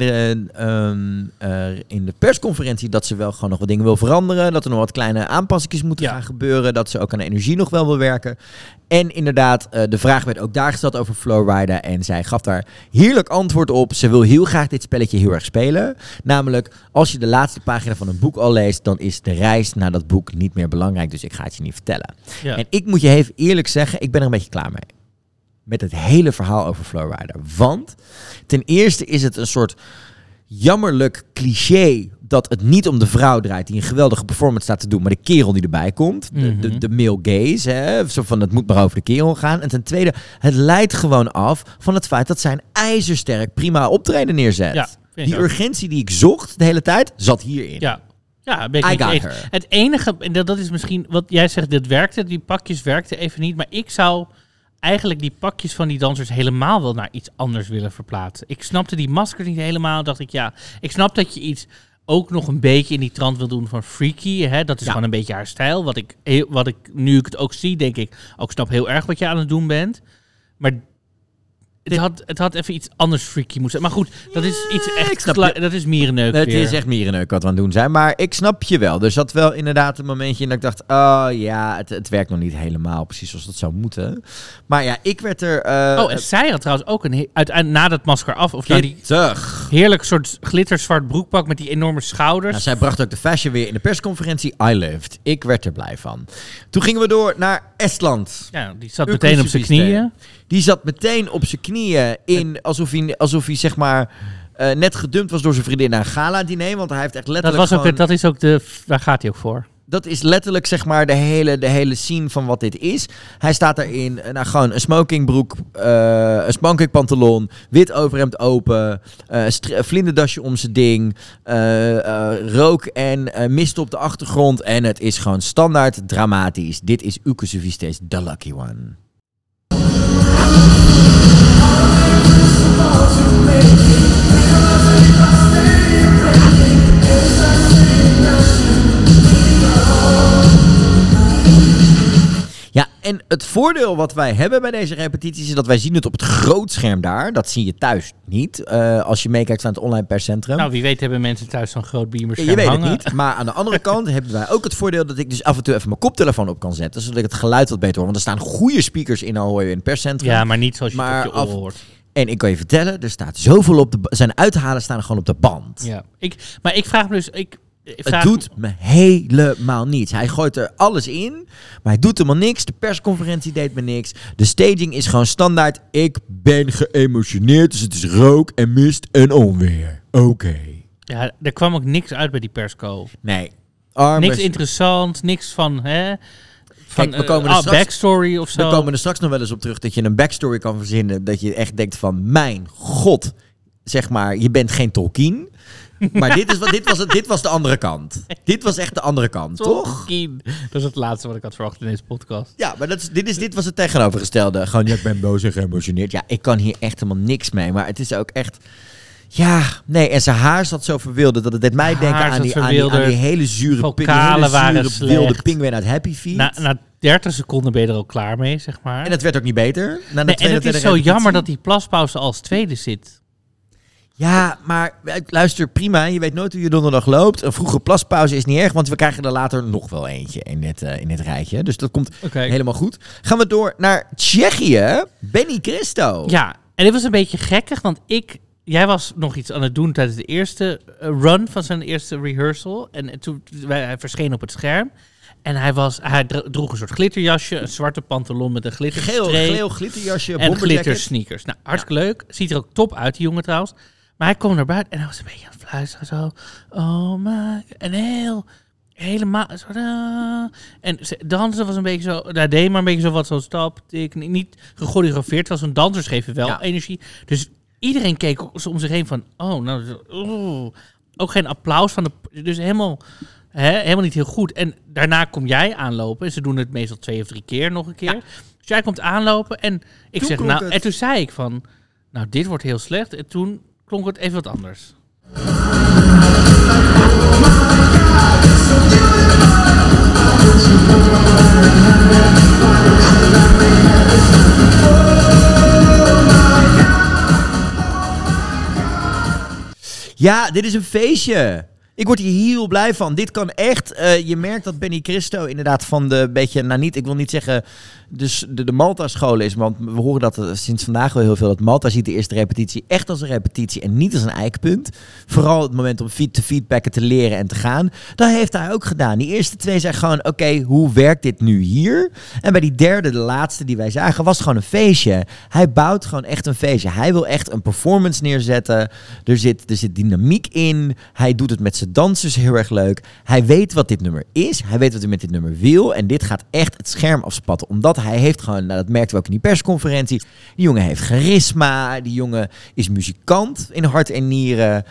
de persconferentie dat ze wel gewoon nog wat dingen wil veranderen. Dat er nog wat kleine aanpassingen moeten gaan gebeuren. Dat ze ook aan de energie nog wel wil werken. En inderdaad, de vraag werd ook daar gesteld over Flow Rider. En zij gaf daar heerlijk antwoord op. Ze wil heel graag dit spelletje heel erg spelen. Namelijk, als je de laatste pagina van een boek al leest, dan is de reis naar dat boek niet meer belangrijk. Dus ik ga het je niet vertellen. Ja. En ik moet je even eerlijk zeggen, ik ben er een beetje klaar mee. Met het hele verhaal over Flow Rider. Want ten eerste is het een soort jammerlijk cliché dat het niet om de vrouw draait die een geweldige performance staat te doen, maar de kerel die erbij komt. De male gaze. Hè? Zo van, het moet maar over de kerel gaan. En ten tweede, het leidt gewoon af van het feit dat zij een ijzersterk prima optreden neerzet. Ja, die urgentie die ik zocht de hele tijd, zat hierin. Ja. Ja, het enige, en dat is misschien wat jij zegt, dit werkte, die pakjes werkten even niet, maar ik zou eigenlijk die pakjes van die dansers helemaal wel naar iets anders willen verplaatsen. Ik snapte die maskers niet helemaal, dacht ik, ik snap dat je iets ook nog een beetje in die trant wil doen van Freaky, hè? Dat is gewoon een beetje haar stijl, wat ik, nu ik het ook zie, denk ik, ook snap heel erg wat je aan het doen bent, maar het had even iets anders freaky moeten zijn. Maar goed, dat is iets echt... Dat is mierenneuk. Het is echt mierenneuk wat we aan het doen zijn. Maar ik snap je wel. Er zat wel inderdaad een momentje in dat ik dacht, oh ja, het werkt nog niet helemaal precies zoals dat zou moeten. Maar ja, ik werd er... en zij had trouwens ook na dat masker af, of die heerlijk soort glitterzwart broekpak met die enorme schouders. Nou, zij bracht ook de fashion weer in de persconferentie. I lived. Ik werd er blij van. Toen gingen we door naar Estland. Ja, die zat meteen op zijn knieën. Die zat meteen op zijn knieën in alsof hij zeg maar net gedumpt was door zijn vriendin naar een gala-diner. Want hij heeft echt letterlijk dat is ook daar gaat hij ook voor. Dat is letterlijk zeg maar de hele scene van wat dit is. Hij staat daarin, gewoon een smokingbroek, een smokingpantalon, wit overhemd open, vlinderdasje om zijn ding, rook en mist op de achtergrond. En het is gewoon standaard dramatisch. Dit is Uke Suviste, The Lucky One. Ja, en het voordeel wat wij hebben bij deze repetities is dat wij zien het op het grootscherm daar. Dat zie je thuis niet. Als je meekijkt van het online perscentrum. Nou, wie weet hebben mensen thuis zo'n groot beamerscherm Je weet hangen. het niet. Maar aan de andere kant hebben wij ook het voordeel dat ik dus af en toe even mijn koptelefoon op kan zetten. Zodat ik het geluid wat beter hoor. Want er staan goede speakers in Ahoy in het perscentrum. Ja, maar niet zoals je het op je oren hoort. En ik kan je vertellen, er staat zoveel op zijn uithalen staan gewoon op de band. Ja, maar ik vraag me dus... Het doet me helemaal niets. Hij gooit er alles in, maar hij doet helemaal niks. De persconferentie deed me niks. De staging is gewoon standaard. Ik ben geëmotioneerd, dus het is rook en mist en onweer. Oké. Ja, er kwam ook niks uit bij die persco. Nee. Niks interessant, niks van... Van Kijk, we komen er straks, backstory of zo. We komen er straks nog wel eens op terug dat je een backstory kan verzinnen. Dat je echt denkt van, mijn god, zeg maar, je bent geen Tolkien. Maar dit was de andere kant. Dit was echt de andere kant, toch? Dat is het laatste wat ik had verwacht in deze podcast. Ja, maar dit was het tegenovergestelde. Gewoon, ja, ik ben boos en geëmotioneerd. Ja, ik kan hier echt helemaal niks mee. Maar het is ook echt... Ja, nee, en zijn haar zat zo verwilderd dat het deed mij denken aan die hele zure wilde pinguïn uit Happy Feet. Na 30 seconden ben je er al klaar mee, zeg maar. En het werd ook niet beter. En het is zo jammer dat die plaspauze als tweede zit. Ja, maar luister, prima. Je weet nooit hoe je donderdag loopt. Een vroege plaspauze is niet erg, want we krijgen er later nog wel eentje in dit rijtje. Dus dat komt helemaal goed. Gaan we door naar Tsjechië. Benny Christo. Ja, en dit was een beetje gekkig, want jij was nog iets aan het doen tijdens de eerste run van zijn eerste rehearsal. En toen hij verscheen op het scherm. En hij droeg een soort glitterjasje, een zwarte pantalon met een glitterstreep. Geel glitterjasje, en glittersneakers. Nou, hartstikke leuk. Ziet er ook top uit, die jongen trouwens. Maar hij kwam naar buiten en hij was een beetje aan het fluisteren. Zo, oh my... En helemaal... En dansen was een beetje zo... Daar deed maar een beetje zo wat zo'n stap. Niet gechoreografeerd, was een dansers geven wel energie. Dus iedereen keek om zich heen van... Ook geen applaus van de... Dus helemaal niet heel goed. En daarna kom jij aanlopen. En ze doen het meestal 2 of 3 keer nog een keer. Ja. Dus jij komt aanlopen en en toen zei ik van... Nou, dit wordt heel slecht. En toen klonk het even wat anders. Ja, dit is een feestje. Ik word hier heel blij van. Dit kan echt... je merkt dat Benny Christo inderdaad van de beetje... Nou niet, ik wil niet zeggen... Dus de Malta-school is... Want we horen dat sinds vandaag wel heel veel... Dat Malta ziet de eerste repetitie echt als een repetitie... En niet als een eikpunt. Vooral het moment om te feedbacken, te leren en te gaan. Dat heeft hij ook gedaan. Die eerste 2 zijn gewoon... Oké, hoe werkt dit nu hier? En bij die derde, de laatste die wij zagen... Was gewoon een feestje. Hij bouwt gewoon echt een feestje. Hij wil echt een performance neerzetten. Er zit dynamiek in. Hij doet het met zijn dansers heel erg leuk. Hij weet wat dit nummer is. Hij weet wat hij met dit nummer wil. En dit gaat echt het scherm afspatten. Omdat hij heeft gewoon, dat merkten we ook in die persconferentie. Die jongen heeft charisma. Die jongen is muzikant in hart en nieren.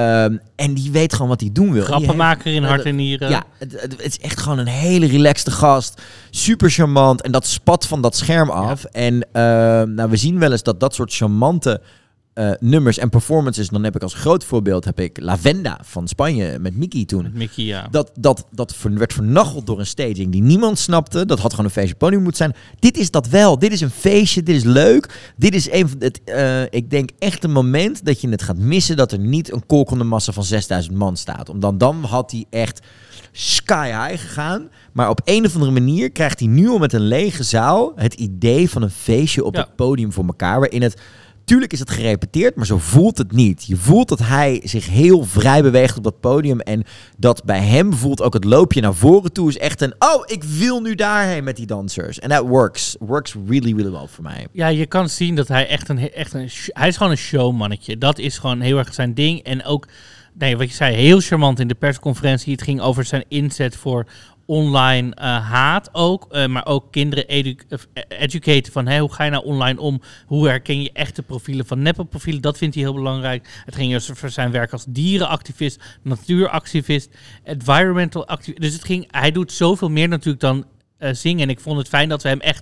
En die weet gewoon wat hij doen wil. Grappenmaker in hart en nieren. Ja, het is echt gewoon een hele relaxte gast. Super charmant. En dat spat van dat scherm af. Ja. En we zien wel eens dat soort charmante nummers en performances. Dan heb ik als groot voorbeeld La Venda van Spanje met Mickey toen. Met Mickey, ja. Dat werd vernacheld door een staging die niemand snapte. Dat had gewoon een feestje podium moeten zijn. Dit is dat wel. Dit is een feestje. Dit is leuk. Dit is ik denk echt een moment dat je het gaat missen dat er niet een kolkende massa van 6000 man staat. Omdat dan had hij echt sky high gegaan. Maar op een of andere manier krijgt hij nu al met een lege zaal het idee van een feestje op het podium voor elkaar. Waarin het... Tuurlijk is het gerepeteerd, maar zo voelt het niet. Je voelt dat hij zich heel vrij beweegt op dat podium. En dat bij hem voelt ook het loopje naar voren toe is echt een... Oh, ik wil nu daarheen met die dansers. En dat works. Works really, really well voor mij. Ja, je kan zien dat hij hij is gewoon een showmannetje. Dat is gewoon heel erg zijn ding. En ook, wat je zei, heel charmant in de persconferentie. Het ging over zijn inzet voor... online haat ook, maar ook kinderen educaten van hoe ga je nou online om? Hoe herken je echte profielen van neppe-profielen? Dat vindt hij heel belangrijk. Het ging over zijn werk als dierenactivist, natuuractivist, environmental activist. Dus hij doet zoveel meer natuurlijk dan zingen. En ik vond het fijn dat we hem echt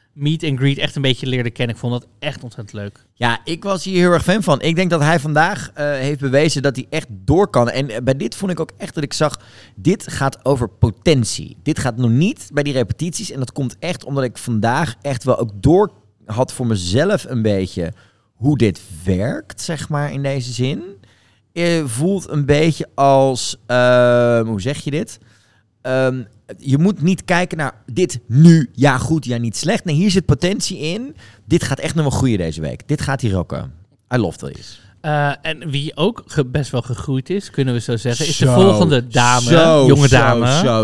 meet and greet echt een beetje leerde kennen. Ik vond dat echt ontzettend leuk. Ja, ik was hier heel erg fan van. Ik denk dat hij vandaag heeft bewezen dat hij echt door kan. En bij dit vond ik ook echt dat ik zag, dit gaat over potentie. Dit gaat nog niet bij die repetities. En dat komt echt omdat ik vandaag echt wel ook door had voor mezelf een beetje hoe dit werkt, zeg maar, in deze zin. Voelt een beetje als, hoe zeg je dit? Je moet niet kijken naar dit nu, ja goed, ja niet slecht. Nee, hier zit potentie in. Dit gaat echt nog wel groeien deze week. Dit gaat hier rocken. I love this. En wie ook best wel gegroeid is, kunnen we zo zeggen, is de volgende dame, jonge dame.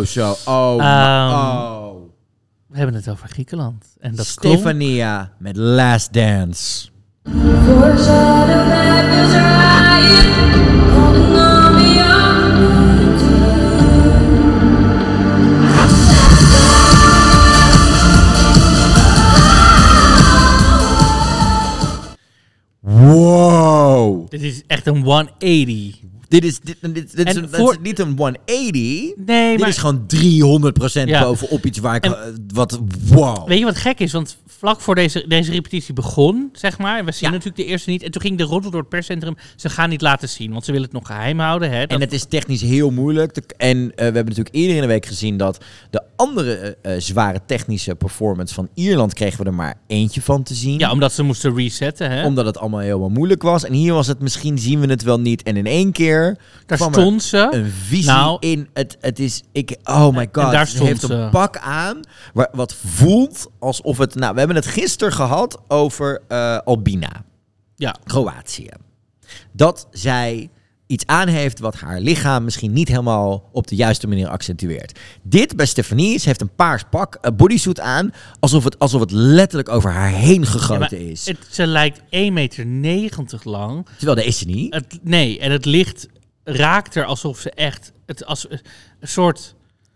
We hebben het over Griekenland. En dat Stefania met Last Dance. Wow. Dit is echt een 180. Dit is niet een 180. Nee, dit is gewoon 300% bovenop iets waar ik... wow. Weet je wat gek is? Want vlak voor deze repetitie begon, zeg maar. We zien natuurlijk de eerste niet. En toen ging de roddel door het perscentrum. Ze gaan niet laten zien, want ze willen het nog geheim houden. Hè? En het is technisch heel moeilijk. En we hebben natuurlijk eerder in de week gezien dat de andere zware technische performance van Ierland kregen we er maar eentje van te zien. Ja, omdat ze moesten resetten. Hè? Omdat het allemaal heel moeilijk was. En hier was het misschien zien we het wel niet. En in één keer daar stond ze. Een visie in. Het is... oh my god. En daar stond ze heeft een pak aan. Wat voelt alsof het... Nou, we hebben het gisteren gehad over Albina. Ja. Kroatië. Dat zij iets aan heeft wat haar lichaam misschien niet helemaal op de juiste manier accentueert. Dit bij Stefanie heeft een paars pak, een bodysuit aan, alsof het letterlijk over haar heen gegoten is. Ze lijkt 1,90 meter lang. Terwijl dat is ze niet. En het licht raakt er alsof ze echt... als een soort...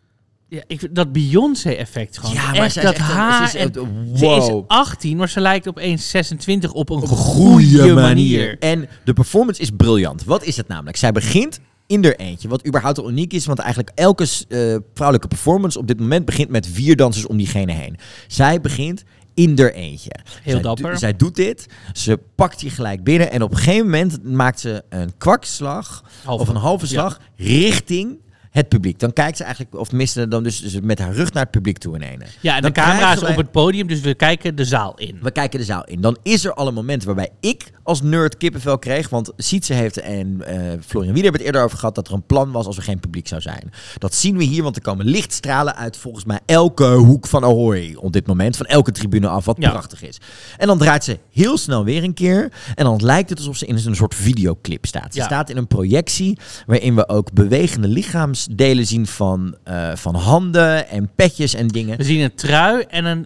Ja, dat Beyoncé-effect gewoon. Ja, maar echt dat haar. Wow. Ze is 18, maar ze lijkt opeens 26 op een goede manier. En de performance is briljant. Wat is het namelijk? Zij begint in haar eentje, wat überhaupt al uniek is, want eigenlijk elke vrouwelijke performance op dit moment begint met 4 dansers om diegene heen. Zij begint in haar eentje. Heel dapper. Zij doet dit, ze pakt die gelijk binnen en op een gegeven moment maakt ze een kwakslag of een halve slag richting het publiek. Dan kijkt ze eigenlijk, of tenminste dan dus met haar rug naar het publiek toe in ene. Ja, en de camera is op het podium, dus we kijken de zaal in. We kijken de zaal in. Dan is er al een moment waarbij ik als nerd kippenvel kreeg, want Sietse heeft en Florian Wieder hebben het eerder over gehad dat er een plan was als er geen publiek zou zijn. Dat zien we hier, want er komen lichtstralen uit volgens mij elke hoek van Ahoy op dit moment, van elke tribune af, wat prachtig is. En dan draait ze heel snel weer een keer en dan lijkt het alsof ze in een soort videoclip staat. Ze staat in een projectie waarin we ook bewegende lichaamsdelen zien van handen en petjes en dingen. We zien een trui en een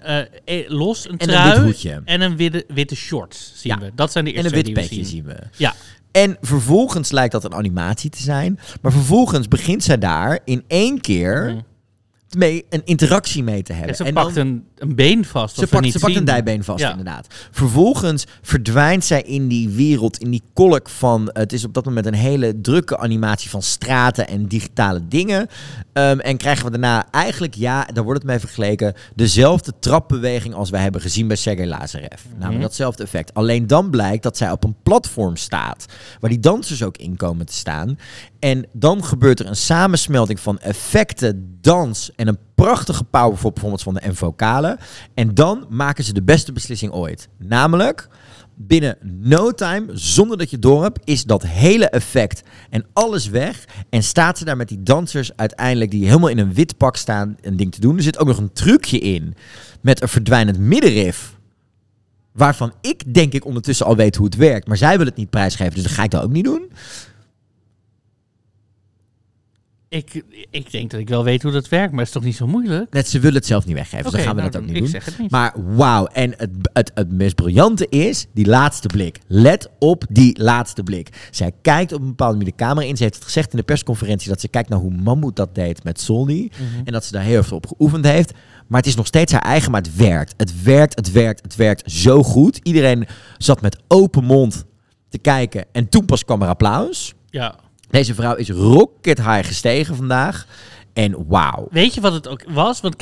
trui een wit hoedje. En een witte shorts zien we. Dat zijn de eerste en een wit petje zien we. Ja. En vervolgens lijkt dat een animatie te zijn. Maar vervolgens begint zij daar in één keer een interactie mee te hebben. En ze pakt een been vast. Ze pakt een dijbeen vast, inderdaad. Vervolgens verdwijnt zij in die wereld, in die kolk van... Het is op dat moment een hele drukke animatie van straten en digitale dingen. En krijgen we daarna eigenlijk, daar wordt het mee vergeleken, dezelfde trapbeweging als wij hebben gezien bij Sergej Lazarev. Namelijk datzelfde effect. Alleen dan blijkt dat zij op een platform staat, waar die dansers ook in komen te staan. En dan gebeurt er een samensmelting van effecten, dans en een prachtige powerful performance van de vocalen. En dan maken ze de beste beslissing ooit. Namelijk, binnen no time, zonder dat je door hebt, is dat hele effect en alles weg. En staat ze daar met die dansers uiteindelijk, die helemaal in een wit pak staan, een ding te doen. Er zit ook nog een trucje in met een verdwijnend middenrif, waarvan ik denk ik ondertussen al weet hoe het werkt. Maar zij wil het niet prijsgeven, dus dat ga ik dat ook niet doen. Ik denk dat ik wel weet hoe dat werkt, maar het is toch niet zo moeilijk? Net, ze willen het zelf niet weggeven, dus dan gaan we dat ook niet doen. Zeg het niet. Maar wauw, en het meest briljante is die laatste blik. Let op die laatste blik. Zij kijkt op een bepaalde manier de camera in. Ze heeft het gezegd in de persconferentie dat ze kijkt naar hoe Mammoet dat deed met Solny. En dat ze daar heel veel op geoefend heeft. Maar het is nog steeds haar eigen, maar het werkt. Het werkt zo goed. Iedereen zat met open mond te kijken en toen pas kwam er applaus. Ja. Deze vrouw is rocket high gestegen vandaag. En wauw. Weet je wat het ook was? Want kijk,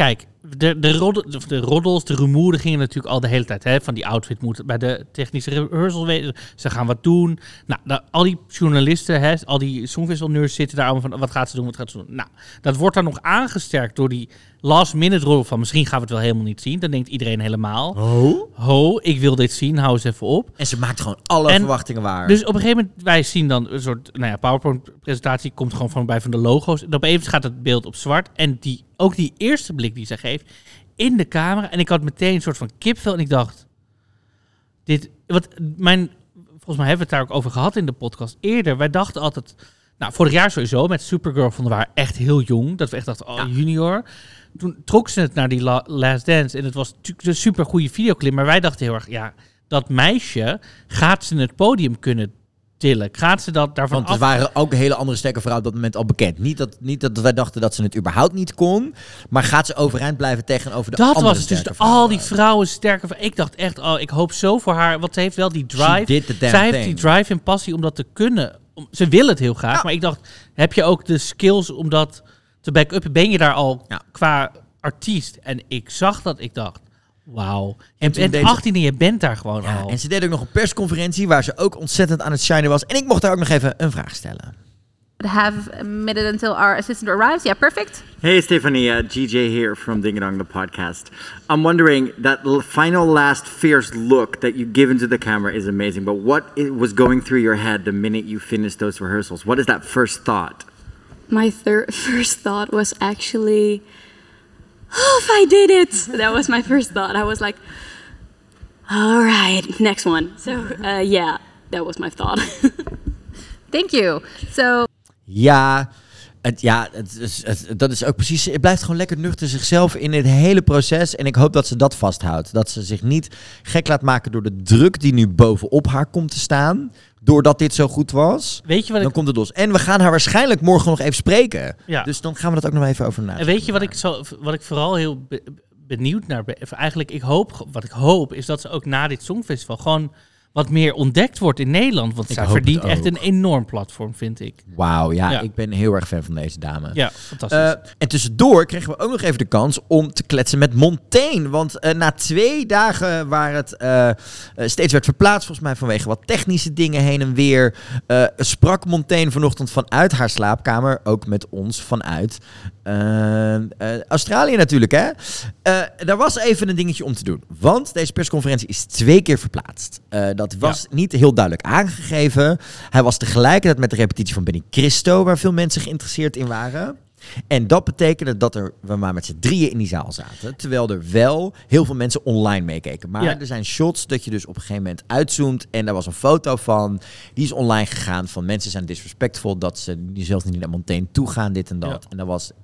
de roddels, de rumoeren gingen natuurlijk al de hele tijd. Hè, van die outfit moet bij de technische rehearsal weten. Ze gaan wat doen. Nou, al die journalisten, hè, al die Songfestival-nerds zitten daar allemaal van, wat gaat ze doen, wat gaat ze doen? Nou, dat wordt dan nog aangesterkt door die last-minute roddel van, misschien gaan we het wel helemaal niet zien. Dan denkt iedereen helemaal, ik wil dit zien, hou eens even op. En ze maakt gewoon alle verwachtingen waar. Dus op een gegeven moment, wij zien dan een soort PowerPoint-presentatie, komt gewoon van de logo's. En opeens gaat het beeld op zwart. En ook die eerste blik die zij geeft in de camera. En ik had meteen een soort van kipvel. En ik dacht, volgens mij hebben we het daar ook over gehad in de podcast eerder. Wij dachten altijd, vorig jaar sowieso, met Supergirl vonden we haar echt heel jong. Dat we echt dachten, junior. Toen trok ze het naar die Last Dance. En het was natuurlijk een super goede videoclip. Maar wij dachten heel erg, dat meisje, gaat ze het podium kunnen tillen? Gaat ze dat daarvan Want er waren ook hele andere sterke vrouwen op dat moment al bekend. Niet dat wij dachten dat ze het überhaupt niet kon. Maar gaat ze overeind blijven tegenover de andere sterke vrouwen? Dat was dus al die vrouwen sterke vrouwen. Ik dacht echt, ik hoop zo voor haar. Want ze heeft wel die drive. Zij heeft die drive en passie om dat te kunnen. Ze wil het heel graag. Ja. Maar ik dacht, heb je ook de skills om dat te back-uppen? Ben je daar al qua artiest? En ik zag dat, ik dacht, wauw. Je bent 18 en je bent daar gewoon al. En ze deed ook nog een persconferentie waar ze ook ontzettend aan het shinen was. En ik mocht daar ook nog even een vraag stellen. Have a minute until our assistant arrives. Yeah, perfect. Hey, Stephanie, GJ here from Ding Dong, the podcast. I'm wondering, that final last fierce look that you give into the camera is amazing, but what was going through your head the minute you finished those rehearsals? What is that first thought? My first thought was actually, if I did it. That was my first thought. I was like, all right, next one. So, that was my thought. Thank you. So... Dat is ook precies. Het blijft gewoon lekker nuchter zichzelf in het hele proces. En ik hoop dat ze dat vasthoudt. Dat ze zich niet gek laat maken door de druk die nu bovenop haar komt te staan. Doordat dit zo goed was. Weet je wat dan komt het los. En we gaan haar waarschijnlijk morgen nog even spreken. Ja. Dus dan gaan we dat ook nog even over nadenken. En weet je wat ik vooral heel benieuwd naar ben? Eigenlijk, wat ik hoop is dat ze ook na dit Songfestival gewoon wat meer ontdekt wordt in Nederland. Want zij verdient echt een enorm platform, vind ik. Wauw, ik ben heel erg fan van deze dame. Ja, fantastisch. En tussendoor kregen we ook nog even de kans om te kletsen met Montaigne. Want na 2 dagen waar het steeds werd verplaatst, volgens mij vanwege wat technische dingen heen en weer, sprak Montaigne vanochtend vanuit haar slaapkamer, ook met ons vanuit Australië natuurlijk, hè. Daar was even een dingetje om te doen. Want deze persconferentie is 2 keer verplaatst. Dat was niet heel duidelijk aangegeven. Hij was tegelijkertijd met de repetitie van Benny Cristo, waar veel mensen geïnteresseerd in waren. En dat betekende dat we maar met z'n 3 in die zaal zaten. Terwijl er wel heel veel mensen online meekeken. Maar er zijn shots dat je dus op een gegeven moment uitzoomt. En daar was een foto van. Die is online gegaan van mensen zijn disrespectful. Dat ze zelfs niet naar Montaigne toe gaan, dit en dat. Ja. En dat was...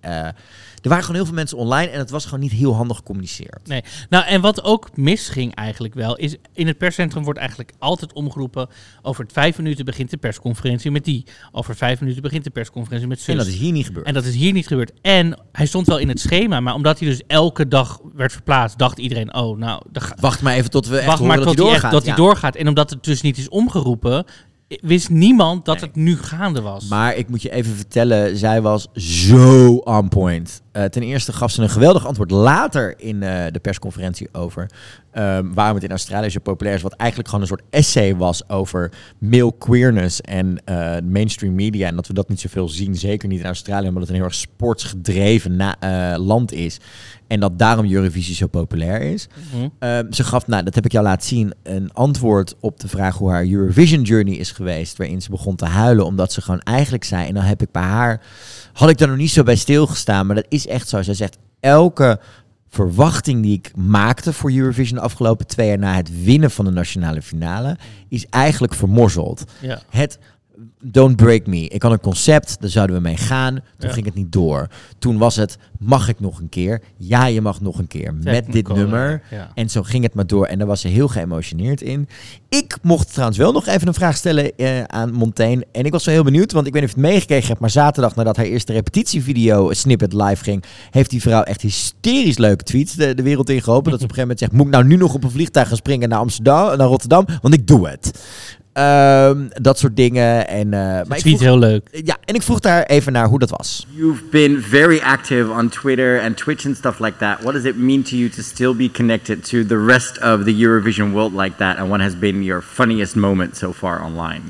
er waren gewoon heel veel mensen online en het was gewoon niet heel handig gecommuniceerd. Nee. Nou, en wat ook misging eigenlijk wel, is in het perscentrum wordt eigenlijk altijd omgeroepen, over 5 minuten begint de persconferentie met die. Over 5 minuten begint de persconferentie met zus. En dat is hier niet gebeurd. En dat is hier niet gebeurd. En hij stond wel in het schema, maar omdat hij dus elke dag werd verplaatst, dacht iedereen, wacht maar even tot we echt horen dat hij doorgaat. En omdat het dus niet is omgeroepen, wist niemand dat het nu gaande was. Maar ik moet je even vertellen, zij was zo on point. Ten eerste gaf ze een geweldig antwoord later in de persconferentie over waarom het in Australië zo populair is. Wat eigenlijk gewoon een soort essay was over male queerness en mainstream media. En dat we dat niet zoveel zien, zeker niet in Australië, omdat het een heel erg sportsgedreven land is. En dat daarom Eurovisie zo populair is. Mm-hmm. Ze gaf, dat heb ik jou laten zien, een antwoord op de vraag hoe haar Eurovision journey is geweest. Waarin ze begon te huilen, omdat ze gewoon eigenlijk zei, en dan heb ik bij haar, had ik daar nog niet zo bij stilgestaan, maar dat is echt zo. Zij zegt, elke verwachting die ik maakte voor Eurovision de afgelopen 2 jaar na het winnen van de nationale finale, is eigenlijk vermorzeld. Ja. Het Don't Break Me. Ik had een concept, daar zouden we mee gaan. Toen ging het niet door. Toen was het, mag ik nog een keer? Ja, je mag nog een keer. Met dit nummer. Ja. En zo ging het maar door. En daar was ze heel geëmotioneerd in. Ik mocht trouwens wel nog even een vraag stellen aan Montaigne. En ik was zo heel benieuwd, want ik weet niet of je het meegekregen hebt, maar zaterdag nadat haar eerste repetitievideo snippet live ging, heeft die vrouw echt hysterisch leuke tweets de wereld ingeholpen. Dat ze op een gegeven moment zegt, moet ik nou nu nog op een vliegtuig gaan springen naar Rotterdam? Want ik doe het. Dat soort dingen. En, maar ik vroeg, heel leuk. Ja, en ik vroeg daar even naar hoe dat was. You've been very active on Twitter and Twitch and stuff like that. What does it mean to you to still be connected to the rest of the Eurovision world like that? And what has been your funniest moment so far online?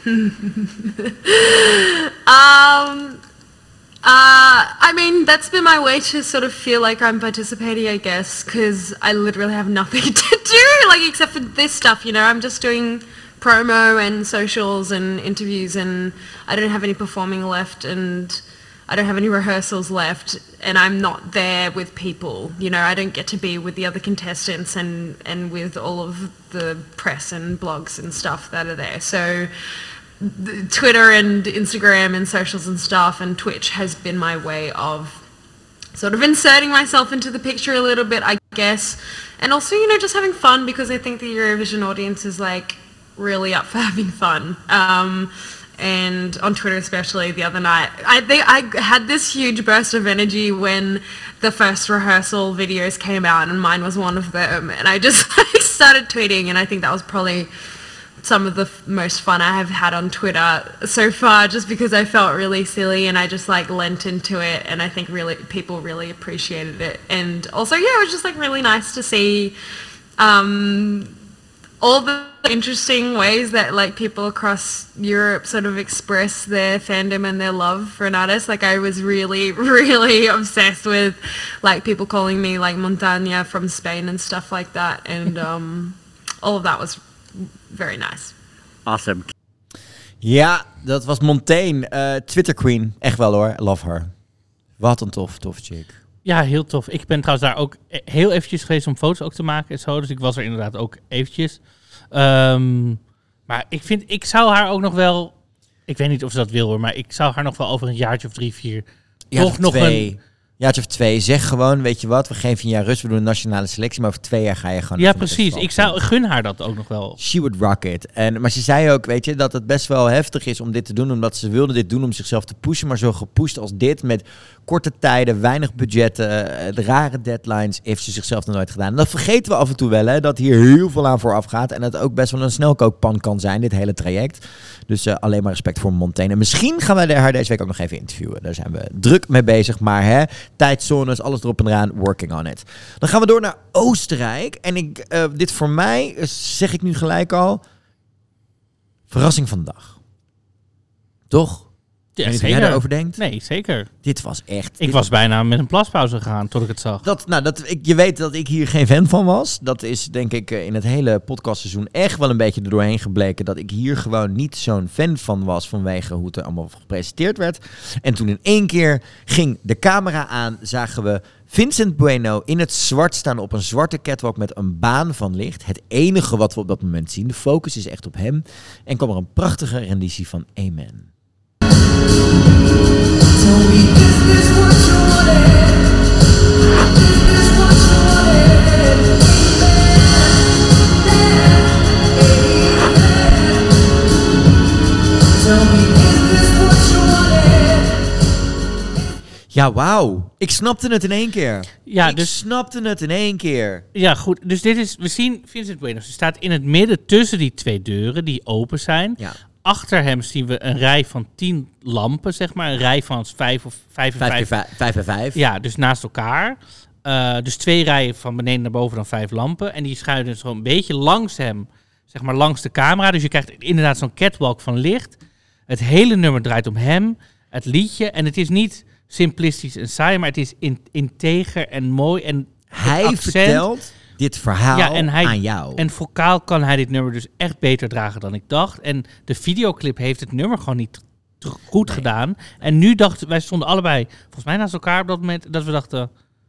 I mean, that's been my way to sort of feel like I'm participating, I guess, because I literally have nothing to do, like, except for this stuff, you know. I'm just doing promo and socials and interviews, and I don't have any performing left, and I don't have any rehearsals left, and I'm not there with people, you know. I don't get to be with the other contestants and with all of the press and blogs and stuff that are there. So Twitter and Instagram and socials and stuff and Twitch has been my way of sort of inserting myself into the picture a little bit, I guess. And also, you know, just having fun, because I think the Eurovision audience is like really up for having fun. And on Twitter especially the other night, I had this huge burst of energy when the first rehearsal videos came out, and mine was one of them. And I just started tweeting, and I think that was probably some of the most fun I have had on Twitter so far, just because I felt really silly and I just like lent into it, and I think really people really appreciated it. And also, yeah, it was just like really nice to see all the interesting ways that like people across Europe sort of express their fandom and their love for an artist. Like I was really, really obsessed with like people calling me like Montaña from Spain and stuff like that. And all of that was very nice. Awesome. Ja, dat was Montaigne, Twitter Queen. Echt wel hoor, love her. Wat een tof chick. Ja, heel tof. Ik ben trouwens daar ook heel eventjes geweest om foto's ook te maken en zo. Dus ik was er inderdaad ook eventjes. Maar ik zou haar ook nog wel... Ik weet niet of ze dat wil hoor, maar ik zou haar nog wel over een jaartje of 3, 4... toch nog een... Jaartje of 2, zeg gewoon, weet je wat, we geven een jaar rust, we doen een nationale selectie, maar over 2 jaar ga je gewoon... Ja, precies. Ik gun haar dat ook nog wel. She would rock it. Maar ze zei ook, weet je, dat het best wel heftig is om dit te doen, omdat ze wilde dit doen om zichzelf te pushen, maar zo gepusht als dit, met korte tijden, weinig budgetten, rare deadlines, heeft ze zichzelf nog nooit gedaan. En dat vergeten we af en toe wel, hè, dat hier heel veel aan vooraf gaat en het ook best wel een snelkookpan kan zijn, dit hele traject. Dus alleen maar respect voor Montaigne. En misschien gaan we haar deze week ook nog even interviewen. Daar zijn we druk mee bezig, maar hè, tijdzones, alles erop en eraan, working on it. Dan gaan we door naar Oostenrijk. En dit voor mij, zeg ik nu gelijk al, verrassing van de dag. Toch? Ja, weet je wat jij daarover denkt? Nee, zeker. Dit was echt... Ik was bijna met een plaspauze gegaan tot ik het zag. Je weet dat ik hier geen fan van was. Dat is denk ik in het hele podcastseizoen echt wel een beetje er doorheen gebleken. Dat ik hier gewoon niet zo'n fan van was vanwege hoe het er allemaal gepresenteerd werd. En toen in één keer ging de camera aan, zagen we Vincent Bueno in het zwart staan op een zwarte catwalk met een baan van licht. Het enige wat we op dat moment zien. De focus is echt op hem. En kwam er een prachtige renditie van Amen. Ja, wauw. Ik snapte het in één keer. Ja, snapte het in één keer. Ja, goed. Dus we zien Vincent Bueno. Ze staat in het midden tussen die 2 deuren die open zijn. Ja. Achter hem zien we een rij van 10 lampen, zeg maar. Een rij van 5 of 5 en 5. Ja, dus naast elkaar. Dus 2 rijen van beneden naar boven dan 5 lampen. En die schuiven zo een beetje langs hem, zeg maar langs de camera. Dus je krijgt inderdaad zo'n catwalk van licht. Het hele nummer draait om hem, het liedje. En het is niet simplistisch en saai, maar het is integer en mooi. En hij vertelt dit verhaal aan jou. En vocaal kan hij dit nummer dus echt beter dragen dan ik dacht. En de videoclip heeft het nummer gewoon niet goed gedaan. En nu wij stonden allebei volgens mij naast elkaar op dat moment, dat we dachten,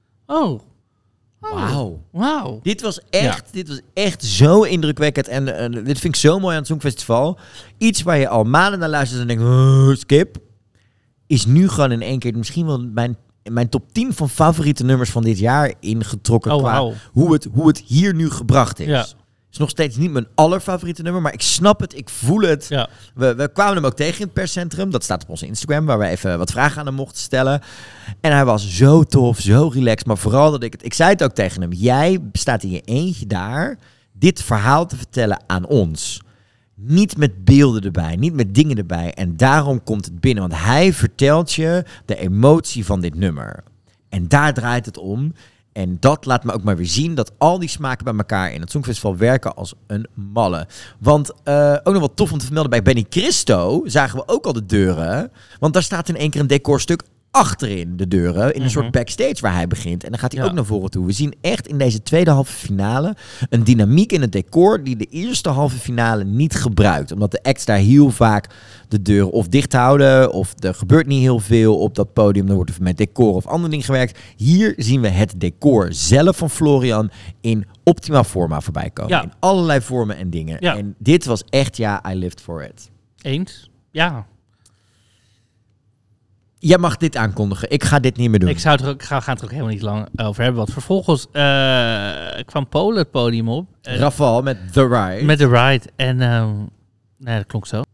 wauw. Dit was echt zo indrukwekkend. En dit vind ik zo mooi aan het Songfestival. Iets waar je al maanden naar luistert en denkt, skip, is nu gewoon in één keer misschien wel mijn top 10 van favoriete nummers van dit jaar ingetrokken qua hoe het hier nu gebracht is. Ja. Is nog steeds niet mijn allerfavoriete nummer, maar ik snap het, ik voel het. Ja. We kwamen hem ook tegen in het perscentrum. Dat staat op onze Instagram, waar we even wat vragen aan hem mochten stellen. En hij was zo tof, zo relaxed. Maar vooral dat ik zei het ook tegen hem. Jij staat in je eentje daar dit verhaal te vertellen aan ons. Niet met beelden erbij, niet met dingen erbij. En daarom komt het binnen. Want hij vertelt je de emotie van dit nummer. En daar draait het om. En dat laat me ook maar weer zien dat al die smaken bij elkaar in het Songfestival werken als een malle. Want ook nog wat tof om te vermelden, bij Benny Cristo zagen we ook al de deuren. Want daar staat in één keer een decorstuk achterin de deuren, in een soort backstage waar hij begint. En dan gaat hij ook naar voren toe. We zien echt in deze tweede halve finale een dynamiek in het decor die de eerste halve finale niet gebruikt. Omdat de acts daar heel vaak de deuren of dicht houden, of er gebeurt niet heel veel op dat podium. Dan wordt er met decor of andere dingen gewerkt. Hier zien we het decor zelf van Florian in optima forma voorbij komen. Ja. In allerlei vormen en dingen. Ja. En dit was echt, I lived for it. Eens? Ja. Jij mag dit aankondigen. Ik ga dit niet meer doen. Ik ga het er ook helemaal niet lang over hebben. Want vervolgens kwam Polen het podium op. Rafal met The Ride. Met The Ride. En dat klonk zo.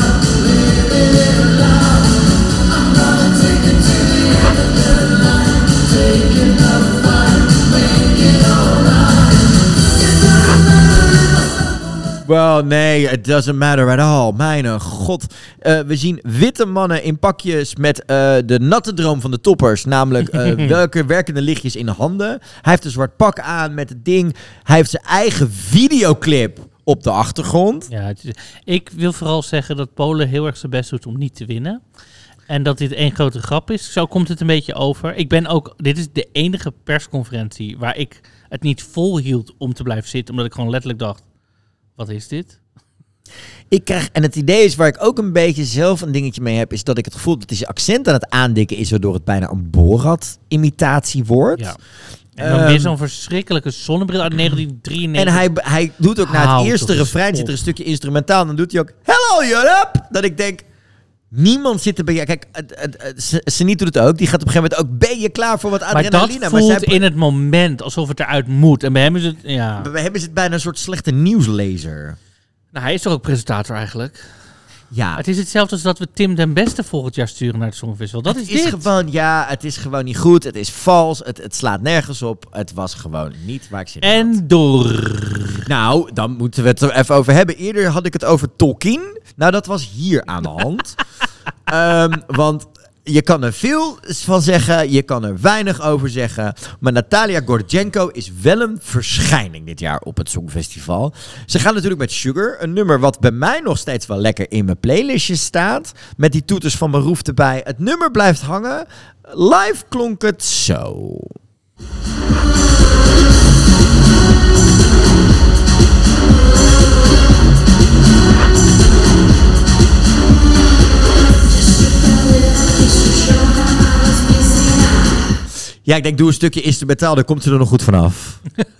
Well, nee, it doesn't matter at all. Mijn god. We zien witte mannen in pakjes met de natte droom van de toppers. Namelijk welke werkende lichtjes in de handen. Hij heeft een zwart pak aan met het ding. Hij heeft zijn eigen videoclip op de achtergrond. Ja, ik wil vooral zeggen dat Polen heel erg zijn best doet om niet te winnen. En dat dit één grote grap is. Zo komt het een beetje over. Dit is de enige persconferentie waar ik het niet volhield om te blijven zitten. Omdat ik gewoon letterlijk dacht, wat is dit? En het idee is waar ik ook een beetje zelf een dingetje mee heb, is dat ik het gevoel dat hij zijn accent aan het aandikken is, waardoor het bijna een Borat-imitatie wordt. Ja. En dan weer zo'n verschrikkelijke zonnebril uit 1993. En hij doet ook na het eerste refrein, zit er een stukje instrumentaal, dan doet hij ook Hello Europe! Dat ik denk, niemand zit er bij je. Kijk, Seniet doet het ook. Die gaat op een gegeven moment ook, ben je klaar voor wat adrenaline? Maar dat voelt in het moment alsof het eruit moet. En bij hem is het, Bij hem is het bijna een soort slechte nieuwslezer. Nou, hij is toch ook presentator eigenlijk? Ja. Het is hetzelfde als dat we Tim den Beste volgend jaar sturen naar het Songfestival. Dat is dit. Het is gewoon niet goed. Het is vals. Het slaat nergens op. Het was gewoon niet waar ik zin in had. En door. Nou, dan moeten we het er even over hebben. Eerder had ik het over Tolkien. Nou, dat was hier aan de hand. Want je kan er veel van zeggen, je kan er weinig over zeggen. Maar Natalia Gordjenko is wel een verschijning dit jaar op het Songfestival. Ze gaan natuurlijk met Sugar, een nummer wat bij mij nog steeds wel lekker in mijn playlistje staat. Met die toeters van Marouf erbij. Het nummer blijft hangen. Live klonk het zo. Ja, ik denk, doe een stukje instrumentaal, dan komt ze er nog goed vanaf.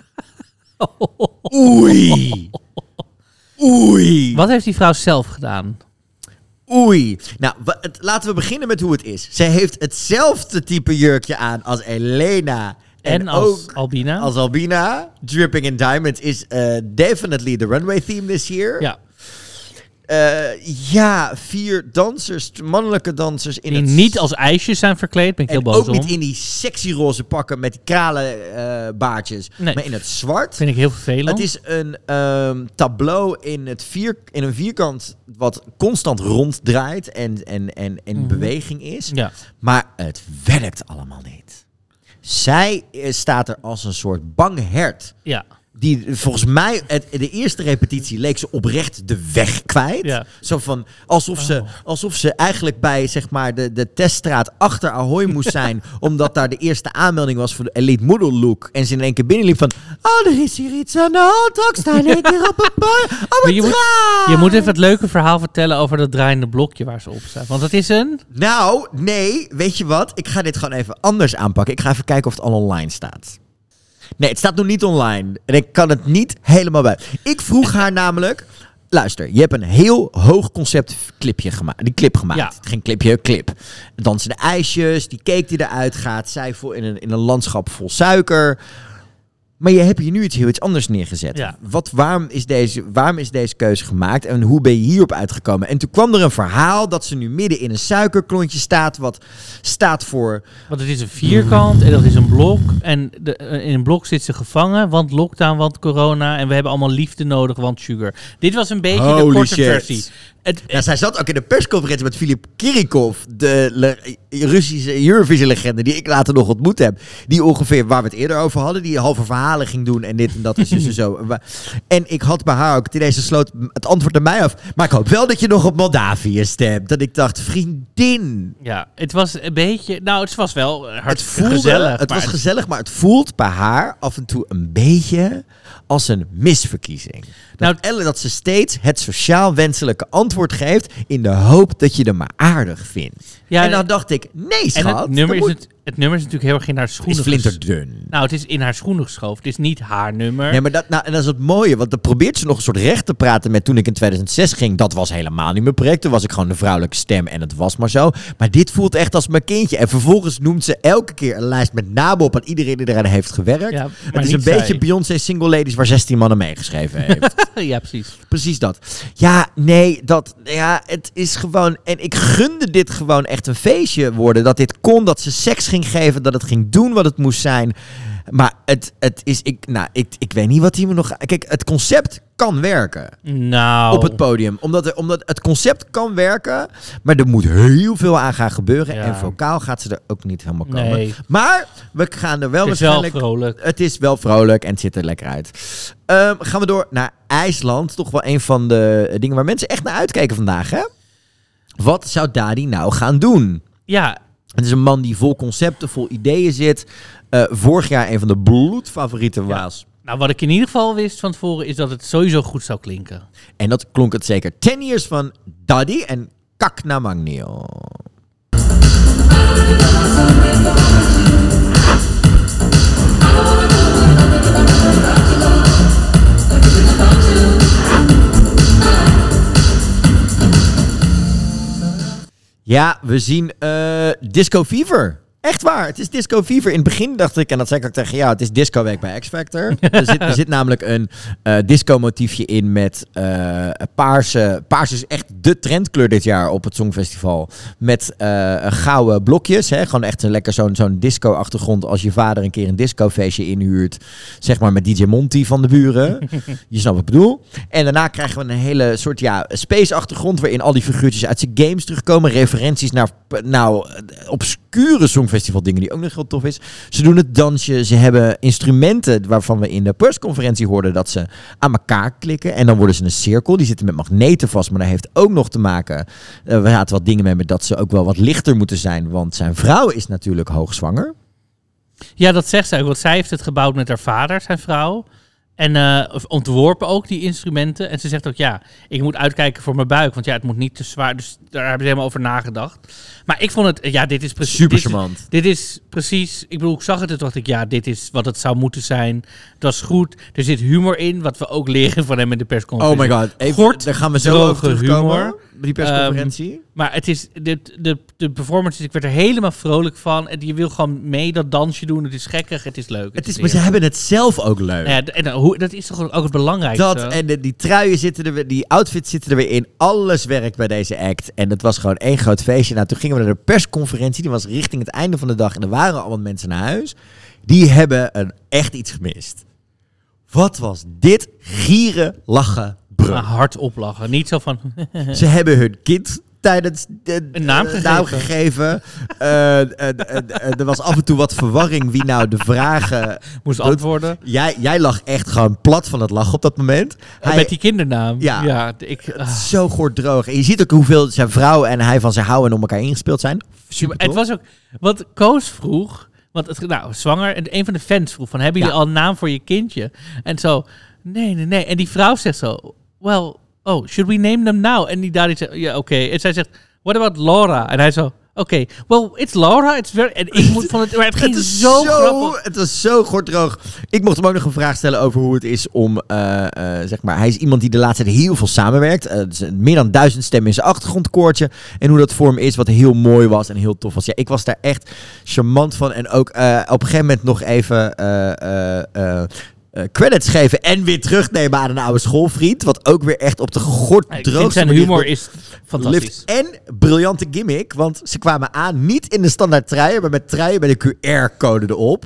Oei. Oei. Wat heeft die vrouw zelf gedaan? Oei. Nou, laten we beginnen met hoe het is. Zij heeft hetzelfde type jurkje aan als Elena. En als Albina. Als Albina. Dripping in Diamonds is definitely the runway theme this year. Ja. 4 dansers, mannelijke dansers. Die niet als ijsjes zijn verkleed, ben ik heel boos om. Ook niet in die sexy roze pakken met die kale baardjes, maar in het zwart. Vind ik heel vervelend. Het is een tableau in een vierkant wat constant ronddraait en in beweging is. Ja. Maar het werkt allemaal niet. Zij staat er als een soort bang hert. Ja. Die volgens mij, de eerste repetitie leek ze oprecht de weg kwijt. Ja. Zo van, alsof ze eigenlijk bij zeg maar de teststraat achter Ahoy moest zijn. Omdat daar de eerste aanmelding was voor de Elite Model Look. En ze in één keer binnenliep van, er is hier iets aan de hand. Ik sta in één keer op een podium. Je moet even het leuke verhaal vertellen over dat draaiende blokje waar ze op staat. Want dat is een... Nou, nee, weet je wat? Ik ga dit gewoon even anders aanpakken. Ik ga even kijken of het al online staat. Nee, het staat nog niet online. En ik kan het niet helemaal bij. Ik vroeg haar namelijk... Luister, je hebt een heel hoog concept clip gemaakt. Ja. Geen clipje, clip. Dansende ijsjes, die cake die eruit gaat. Zij in een landschap vol suiker. Maar je hebt hier nu iets anders neergezet. Ja. Waarom is deze keuze gemaakt en hoe ben je hierop uitgekomen? En toen kwam er een verhaal dat ze nu midden in een suikerklontje staat, wat staat voor... Want het is een vierkant en dat is een blok. En in een blok zit ze gevangen, want lockdown, want corona. En we hebben allemaal liefde nodig, want sugar. Dit was een beetje de korte versie. Zij zat ook in de persconferentie met Filip Kirikov, de Russische Eurovisie-legende die ik later nog ontmoet heb. Die ongeveer, waar we het eerder over hadden, die halve verhalen ging doen en dit en dat is dus zo. En ik had bij haar ook, deze sloot het antwoord naar mij af. Maar ik hoop wel dat je nog op Moldavië stemt. Dat ik dacht, vriendin. Ja, het was een beetje, het was wel hartstikke gezellig. Het was gezellig, maar het voelt bij haar af en toe een beetje als een misverkiezing. Dat ze steeds het sociaal wenselijke antwoord geeft in de hoop dat je hem maar aardig vindt. Ja, en dan dacht ik, nee schat. En het nummer is natuurlijk heel erg in haar schoenen. Het is flinterdun. Het is in haar schoenen geschoven. Het is niet haar nummer. Nee, maar en dat is het mooie. Want dan probeert ze nog een soort recht te praten met toen ik in 2006 ging. Dat was helemaal niet mijn project. Toen was ik gewoon de vrouwelijke stem en het was maar zo. Maar dit voelt echt als mijn kindje. En vervolgens noemt ze elke keer een lijst met namen op aan iedereen die eraan heeft gewerkt. Ja, het is een beetje Beyoncé Single Ladies waar 16 mannen meegeschreven heeft. Ja, precies. Precies dat. Ja, nee, het is gewoon... En ik gunde dit gewoon echt een feestje worden. Dat dit kon, dat ze seks ging geven, dat het ging doen wat het moest zijn. Maar het is... Ik weet niet wat hier nog... Kijk, het concept kan werken. Op het podium. Omdat het concept kan werken, maar er moet heel veel aan gaan gebeuren. Ja. En vocaal gaat ze er ook niet helemaal komen. Nee. Maar we gaan er wel waarschijnlijk... Het is wel vrolijk en het ziet er lekker uit. Gaan we door naar IJsland. Toch wel een van de dingen waar mensen echt naar uitkijken vandaag, hè? Wat zou Dadi nou gaan doen? Ja. Het is een man die vol concepten, vol ideeën zit. Vorig jaar een van de bloedfavorieten was. Nou, wat ik in ieder geval wist van tevoren is dat het sowieso goed zou klinken. En dat klonk het zeker. 10 Years van Dadi en Kakna Magnio. Ja, we zien Disco Fever. Echt waar, het is Disco Fever. In het begin dacht ik, en dat zei ik ook tegen jou, het is Disco Week bij X Factor. Er zit namelijk een disco motiefje in met paarse. Paars is echt de trendkleur dit jaar op het Songfestival. Met gouden blokjes. Hè? Gewoon echt lekker zo'n disco-achtergrond als je vader een keer een discofeestje inhuurt. Zeg maar met DJ Monty van de buren. Je snapt wat ik bedoel. En daarna krijgen we een hele soort space-achtergrond waarin al die figuurtjes uit zijn games terugkomen. Referenties naar obscure Songfestival dingen die ook nog heel tof is. Ze doen het dansje. Ze hebben instrumenten waarvan we in de persconferentie hoorden dat ze aan elkaar klikken. En dan worden ze een cirkel. Die zitten met magneten vast. Maar daar heeft ook nog te maken. We hadden wat dingen mee met dat ze ook wel wat lichter moeten zijn. Want zijn vrouw is natuurlijk hoogzwanger. Ja, dat zegt ze ook. Want zij heeft het gebouwd met haar vader, zijn vrouw. En ontworpen ook die instrumenten. En ze zegt ook, ik moet uitkijken voor mijn buik. Want het moet niet te zwaar. Dus daar hebben ze helemaal over nagedacht. Maar ik vond het, dit is precies... Super charmant. Dit is precies... Ik bedoel, ik zag het en dacht ik, dit is wat het zou moeten zijn. Dat is goed. Er zit humor in, wat we ook leren van hem in de persconferentie. Oh my god. Even, daar gaan we zo over terugkomen. Humor. Die persconferentie. Maar het is de performance, ik werd er helemaal vrolijk van. En je wil gewoon mee dat dansje doen. Het is gekkig, het is leuk. Maar ze hebben het zelf ook leuk. Ja, dat is toch ook het belangrijkste. En die truien zitten er weer, die outfits zitten er weer in. Alles werkt bij deze act. En het was gewoon één groot feestje. Nou, toen gingen we naar de persconferentie. Die was richting het einde van de dag. En er waren allemaal mensen naar huis. Die hebben echt iets gemist. Wat was dit? Gieren, lachen, brullen. Hard oplachen. Niet zo van... Ze hebben hun kind tijdens een naam gegeven. Er was af en toe wat verwarring wie nou de vragen moest antwoorden. Jij lag echt gewoon plat van het lachen op dat moment. Met die kindernaam. Zo gorddroog. En je ziet ook hoeveel zijn vrouw en hij van zijn houden om elkaar ingespeeld zijn. Super het was ook... Wat Koos vroeg... Want zwanger. En een van de fans vroeg van... Hebben jullie al een naam voor je kindje? En zo... Nee. En die vrouw zegt zo... Well... Oh, should we name them now? En die daddy zegt, oké. En zij zegt, what about Laura? En hij zo, oké. Well, it's Laura. It's very... En ik vond het... Maar het ging zo grappig. Het was zo gorddroog. Ik mocht hem ook nog een vraag stellen over hoe het is om... hij is iemand die de laatste tijd heel veel samenwerkt. Meer dan 1000 stemmen in zijn achtergrondkoortje. En hoe dat voor hem is, wat heel mooi was en heel tof was. Ja, ik was daar echt charmant van. En ook op een gegeven moment nog even... credits geven en weer terugnemen aan een oude schoolvriend. Wat ook weer echt op de droogste zijn humor is fantastisch. En briljante gimmick, want ze kwamen aan niet in de standaard truien, maar met truien met een QR-code erop.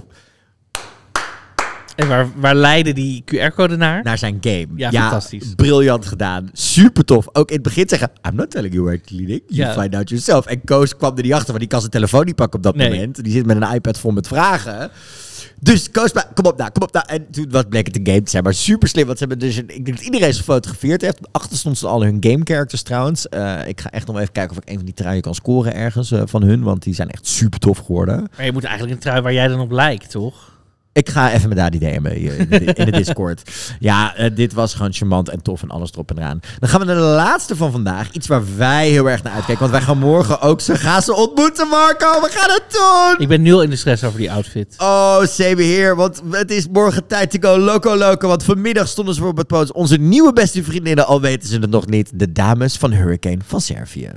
En waar leidde die QR-code naar? Naar zijn game. Ja, fantastisch. Briljant gedaan. Super tof. Ook in het begin zeggen, I'm not telling you where to leading. You find out yourself. En Koos kwam er niet achter, want die kan zijn telefoon niet pakken op dat moment. Die zit met een iPad vol met vragen. Dus Koos, kom op nou. En toen bleek het een game te zijn, maar super slim. Want ze hebben dus, ik denk dat iedereen ze gefotografeerd heeft. Achter stonden ze al hun game characters trouwens. Ik ga echt nog even kijken of ik een van die truien kan scoren ergens van hun. Want die zijn echt super tof geworden. Maar je moet eigenlijk een trui waar jij dan op lijkt, toch? Ik ga even met Dadi DM'en in de Discord. Ja, dit was gewoon charmant en tof en alles erop en eraan. Dan gaan we naar de laatste van vandaag. Iets waar wij heel erg naar uitkijken. Want wij gaan morgen ook ze ontmoeten, Marco. We gaan het doen! Ik ben nul in de stress over die outfit. Oh, same here. Want het is morgen tijd to go loco. Want vanmiddag stonden ze voor op het podium. Onze nieuwe beste vriendinnen, al weten ze het nog niet. De dames van Hurricane van Servië.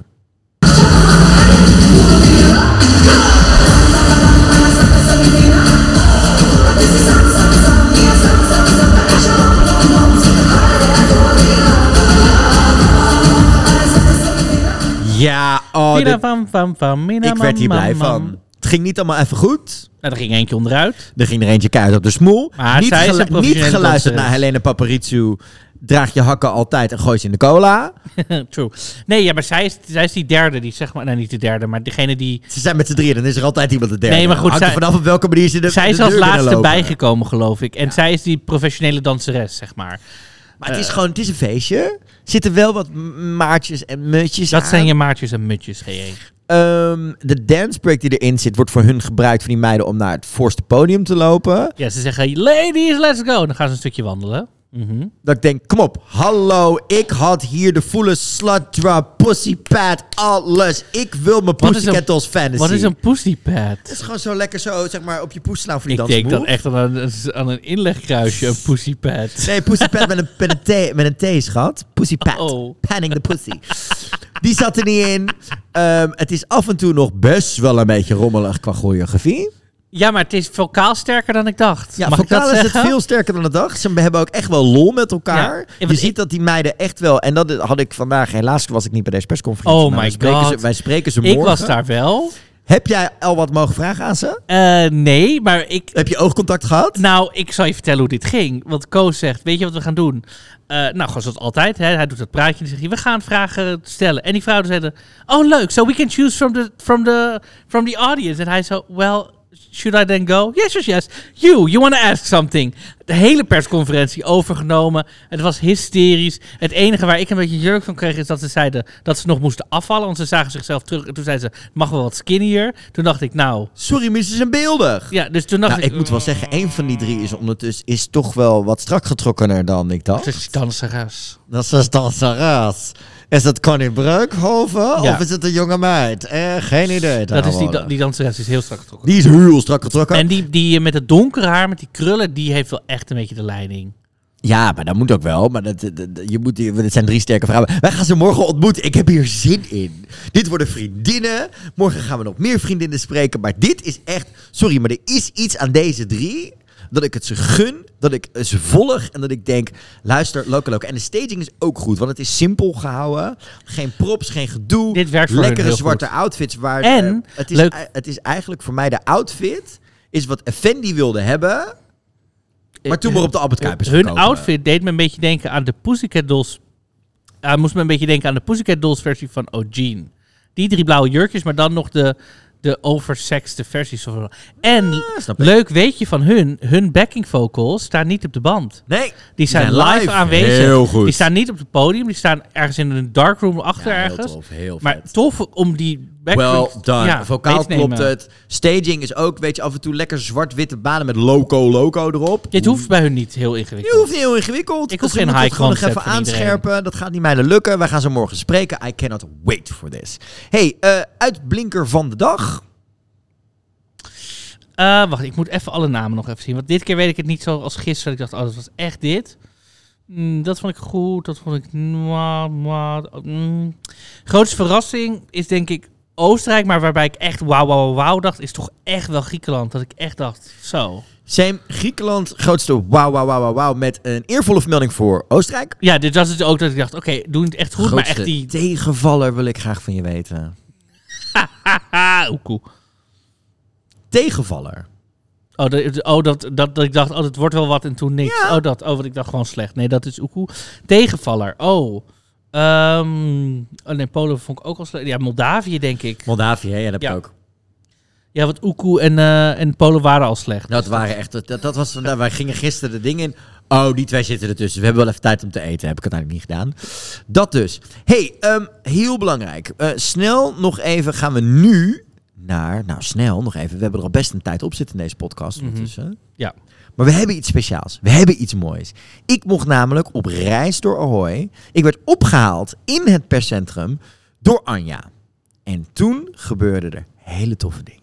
Ja, ik werd hier blij van. Het ging niet allemaal even goed. Nou, er ging eentje onderuit. Er ging er eentje keihard op de smoel. Maar niet geluisterd naar Helene Paparizou. Draag je hakken altijd en gooi ze in de cola. True. Nee, ja, maar zij is die derde. Die zeg maar, nou niet de derde, maar degene die... Ze zijn met z'n drieën, dan is er altijd iemand de derde. Nee, maar goed. Hangt er vanaf op welke manier ze zij is als laatste bijgekomen, geloof ik. En zij is die professionele danseres, zeg maar. Maar het is een feestje. Zitten wel wat maartjes en mutjes aan. Dat zijn je maartjes en mutjes, G.E. De dancebreak die erin zit, wordt voor hun gebruikt van die meiden om naar het voorste podium te lopen. Ja, ze zeggen, ladies, let's go. Dan gaan ze een stukje wandelen. Mm-hmm. Dat ik denk, kom op, hallo, ik had hier de volle slut drop, pussypat, alles. Ik wil mijn Pussycat Dolls fantasy. Wat is een pussypat? Het is gewoon zo lekker zo, zeg maar, op je poes slaan voor die dans. Ik denk dan echt aan een inlegkruisje, een pussypat. Nee, pussypat met een T, schat. Pussypat. Oh. Panning the pussy. Die zat er niet in. Het is af en toe nog best wel een beetje rommelig qua choreografie. Ja, maar het is vocaal sterker dan ik dacht. Ja, mag vocaal ik dat is het veel sterker dan ik dacht. Ze hebben ook echt wel lol met elkaar. Ja, je ziet dat die meiden echt wel... En dat had ik vandaag... Helaas was ik niet bij deze persconferentie. Oh my god. Wij spreken ze morgen. Ik was daar wel. Heb jij al wat mogen vragen aan ze? Nee, maar ik... Heb je oogcontact gehad? Nou, ik zal je vertellen hoe dit ging. Want Koos zegt, weet je wat we gaan doen? Nou, gewoon zoals altijd. Hè? Hij doet dat praatje en dan zegt hij, we gaan vragen stellen. En die vrouwen zeiden, oh leuk, so we can choose from the audience. En hij zo, well... Should I then go? Yes. You want to ask something. De hele persconferentie overgenomen. Het was hysterisch. Het enige waar ik een beetje jurk van kreeg is dat ze zeiden dat ze nog moesten afvallen. Want ze zagen zichzelf terug. En toen zeiden ze, mag wel wat skinnier. Toen dacht ik, nou... Sorry, maar ze zijn beeldig. Ja, dus toen dacht ik moet wel zeggen, één van die drie is ondertussen toch wel wat strak getrokkener dan ik dacht. Dat is danseres. Dat is danseres. Is dat Connie Breukhoven of is het een jonge meid? Geen idee. Dat is die danseres is heel strak getrokken. Die is heel strak getrokken. En die met het donkere haar, met die krullen, die heeft wel echt een beetje de leiding. Ja, maar dat moet ook wel. Maar het zijn 3 sterke vrouwen. Wij gaan ze morgen ontmoeten. Ik heb hier zin in. Dit worden vriendinnen. Morgen gaan we nog meer vriendinnen spreken. Maar dit is echt... Sorry, maar er is iets aan deze 3... dat ik het ze gun, dat ik ze volg en dat ik denk, luister, loco. En de staging is ook goed, want het is simpel gehouden. Geen props, geen gedoe. Dit werkt voor lekkere zwarte goed. Outfits. En het is eigenlijk voor mij de outfit, is wat Effendi wilde hebben, maar toen maar op de Albert Kuip is Hun gekomen. Outfit deed me een beetje denken aan de Pussycat Dolls. Moest me een beetje denken aan de Pussycat Dolls versie van O'Gene. Die 3 blauwe jurkjes, maar dan nog de oversexte versies. En leuk weetje van hun backing vocals staan niet op de band. Nee. Die zijn live aanwezig. Heel goed. Die staan niet op het podium. Die staan ergens in een darkroom achter ergens. Heel maar tof om die well done. Ja, vocaal klopt het. Staging is ook, weet je, af en toe lekker zwart-witte banen met loco erop. Dit hoeft bij hun niet heel ingewikkeld. Je hoeft niet heel ingewikkeld. Ik hoef geen high concept nog even aanscherpen. Dat gaat niet mij lukken. Wij gaan ze morgen spreken. I cannot wait for this. Hey, uitblinker van de dag. Wacht, ik moet even alle namen nog even zien. Want dit keer weet ik het niet zo als gisteren. Ik dacht, dat was echt dit. Dat vond ik goed. Dat vond ik... Grootste verrassing is denk ik Oostenrijk. Maar waarbij ik echt wauw dacht, is toch echt wel Griekenland. Dat ik echt dacht, zo. Same, Griekenland, grootste wauw. Met een eervolle vermelding voor Oostenrijk. Ja, dit was het ook dat ik dacht, oké, doen het echt goed. Grootste maar echt die tegenvaller wil ik graag van je weten. Oekoe. Tegenvaller. Dat ik dacht, het wordt wel wat en toen niks. Ja. Want ik dacht gewoon slecht. Nee, dat is Oekoe. Tegenvaller. Nee, Polen vond ik ook al slecht. Ja, Moldavië denk ik. Moldavië, ja, dat heb ik ook. Ja, want Oekoe en Polen waren al slecht. Nou, het waren echt, dat was vandaag. Wij gingen gisteren de dingen in. Oh, die twee zitten ertussen. We hebben wel even tijd om te eten. Heb ik het eigenlijk niet gedaan. Dat dus. Hey, heel belangrijk. Snel nog even gaan we nu naar... Nou, snel nog even. We hebben er al best een tijd op zitten in deze podcast ondertussen. Ja. Maar we hebben iets speciaals. We hebben iets moois. Ik mocht namelijk op reis door Ahoy. Ik werd opgehaald in het perscentrum door Anja. En toen gebeurden er hele toffe dingen.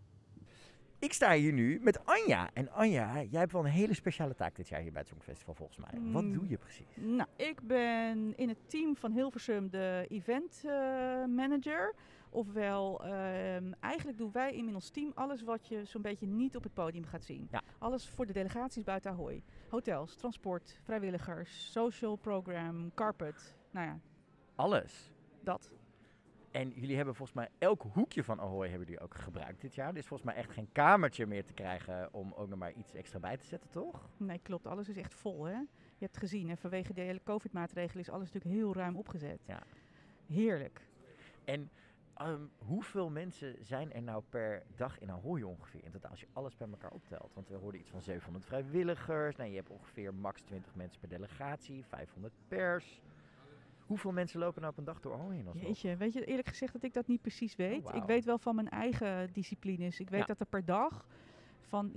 Ik sta hier nu met Anja. En Anja, jij hebt wel een hele speciale taak dit jaar hier bij het Songfestival volgens mij. Wat doe je precies? Nou, ik ben in het team van Hilversum de event manager. Ofwel, eigenlijk doen wij in ons team alles wat je zo'n beetje niet op het podium gaat zien. Ja. Alles voor de delegaties buiten Ahoy. Hotels, transport, vrijwilligers, social program, carpet. Nou ja. Alles? Dat. En jullie hebben volgens mij elk hoekje van Ahoy hebben jullie ook gebruikt dit jaar. Er is volgens mij echt geen kamertje meer te krijgen om ook nog maar iets extra bij te zetten, toch? Nee, klopt. Alles is echt vol, hè. Je hebt gezien, hè, vanwege de hele COVID-maatregelen is alles natuurlijk heel ruim opgezet. Ja. Heerlijk. En hoeveel mensen zijn er nou per dag in Ahoy ongeveer in totaal, als je alles bij elkaar optelt? Want we hoorden iets van 700 vrijwilligers. Nou, je hebt ongeveer max 20 mensen per delegatie, 500 pers. Hoeveel mensen lopen nou op een dag door Ahoy in? Jeetje, weet je eerlijk gezegd dat ik dat niet precies weet. Oh, wow. Ik weet wel van mijn eigen disciplines. Ik weet dat er per dag van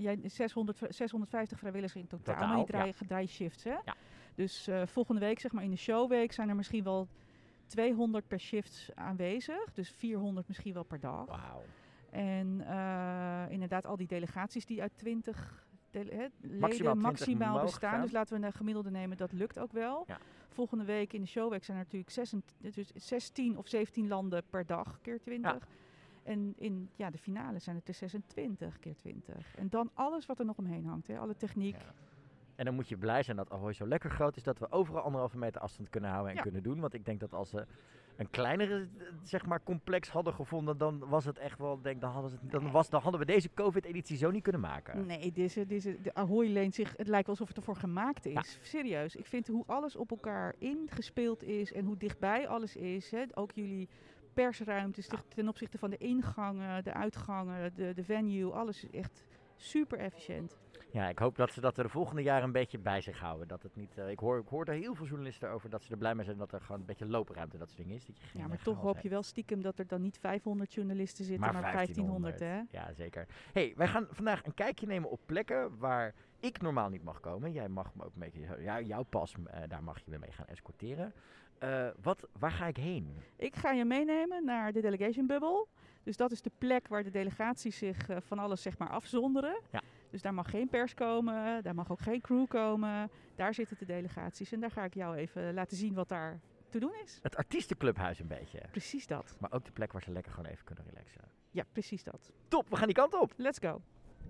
650 vrijwilligers in totaal. Maar die draaien shifts, hè? Ja. Dus volgende week, zeg maar in de showweek, zijn er misschien wel 200 per shift aanwezig. Dus 400 misschien wel per dag. Wauw. En inderdaad al die delegaties die uit 20 leden maximaal bestaan. Gaan. Dus laten we een gemiddelde nemen, dat lukt ook wel. Ja. Volgende week in de showweek zijn er natuurlijk 16 of 17 landen per dag keer 20. Ja. En in de finale zijn het er 26 keer 20. En dan alles wat er nog omheen hangt, hè? Alle techniek. Ja. En dan moet je blij zijn dat Ahoy zo lekker groot is dat we overal 1,5 meter afstand kunnen houden en kunnen doen. Want ik denk dat als ze een kleinere complex hadden gevonden, dan was het echt wel, dan hadden we deze COVID-editie zo niet kunnen maken. Nee, de Ahoy leent zich, het lijkt wel alsof het ervoor gemaakt is. Ja. Serieus, ik vind hoe alles op elkaar ingespeeld is en hoe dichtbij alles is. Hè. Ook jullie persruimtes ten opzichte van de ingangen, de uitgangen, de venue, alles is echt super efficiënt. Ja, ik hoop dat ze dat er de volgende jaren een beetje bij zich houden. Dat het niet, ik hoor er heel veel journalisten over dat ze er blij mee zijn dat er gewoon een beetje loopruimte, dat soort dingen is. Dat je maar toch hoop je wel stiekem dat er dan niet 500 journalisten zitten, maar 1500, hè? Ja, zeker. Hey, wij gaan vandaag een kijkje nemen op plekken waar ik normaal niet mag komen. Jij mag me ook een beetje, jouw pas, daar mag je me mee gaan escorteren. Waar ga ik heen? Ik ga je meenemen naar de delegation bubble. Dus dat is de plek waar de delegaties zich van alles afzonderen. Ja. Dus daar mag geen pers komen, daar mag ook geen crew komen. Daar zitten de delegaties en daar ga ik jou even laten zien wat daar te doen is. Het artiestenclubhuis een beetje. Precies dat. Maar ook de plek waar ze lekker gewoon even kunnen relaxen. Ja, precies dat. Top, we gaan die kant op. Let's go.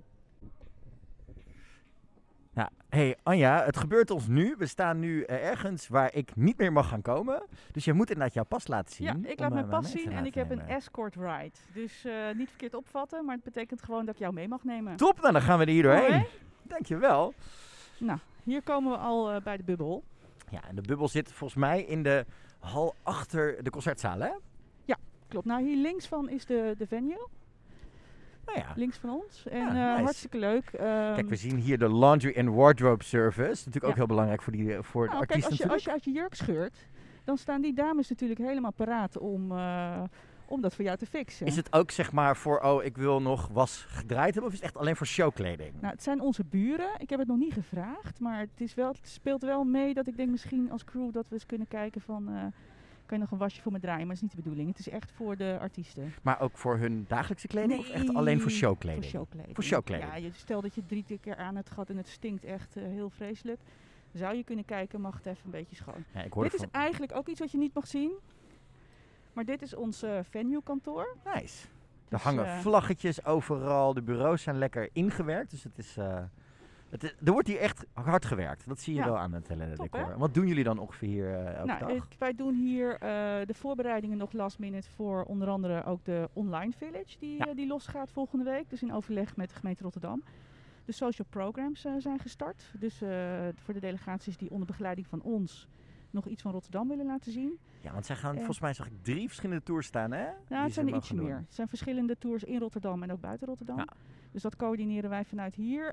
Nou, hey Anja, het gebeurt ons nu. We staan nu ergens waar ik niet meer mag gaan komen. Dus je moet inderdaad jouw pas laten zien. Ja, ik laat mijn pas zien en ik heb een escort ride. Dus niet verkeerd opvatten, maar het betekent gewoon dat ik jou mee mag nemen. Top, nou dan gaan we er hier doorheen. Dankjewel. Nou, hier komen we al bij de bubbel. Ja, en de bubbel zit volgens mij in de hal achter de concertzaal, hè? Ja, klopt. Nou, hier links van is de venue. Nou ja. Links van ons. En nice. Hartstikke leuk. Kijk, we zien hier de laundry and wardrobe service. Natuurlijk ook heel belangrijk voor de artiesten. Kijk, als je uit je jurk scheurt, dan staan die dames natuurlijk helemaal paraat om dat voor jou te fixen. Is het ook voor, ik wil nog was gedraaid hebben, of is het echt alleen voor showkleding? Nou, het zijn onze buren. Ik heb het nog niet gevraagd, maar het speelt wel mee dat ik denk misschien als crew dat we eens kunnen kijken van... kan je nog een wasje voor me draaien, maar dat is niet de bedoeling. Het is echt voor de artiesten. Maar ook voor hun dagelijkse kleding? Of echt alleen voor showkleding? Voor showkleding. Voor showkleding. Ja, stel dat je 3 keer aan hebt gehad en het stinkt echt heel vreselijk. Zou je kunnen kijken, mag het even een beetje schoon. Ja, dit is eigenlijk ook iets wat je niet mag zien. Maar dit is ons venue kantoor. Nice. Er hangen vlaggetjes overal. De bureaus zijn lekker ingewerkt. Dus het is Er wordt hier echt hard gewerkt. Dat zie je wel aan het hele decor. Wat doen jullie dan ongeveer hier elke dag? Wij doen hier de voorbereidingen nog last minute voor onder andere ook de online village die losgaat volgende week. Dus in overleg met de gemeente Rotterdam. De social programs zijn gestart. Dus voor de delegaties die onder begeleiding van ons nog iets van Rotterdam willen laten zien. Ja, want zij gaan volgens mij zag ik 3 verschillende tours staan, hè? Nou, het zijn er ietsje meer. Het zijn verschillende tours in Rotterdam en ook buiten Rotterdam. Ja. Dus dat coördineren wij vanuit hier.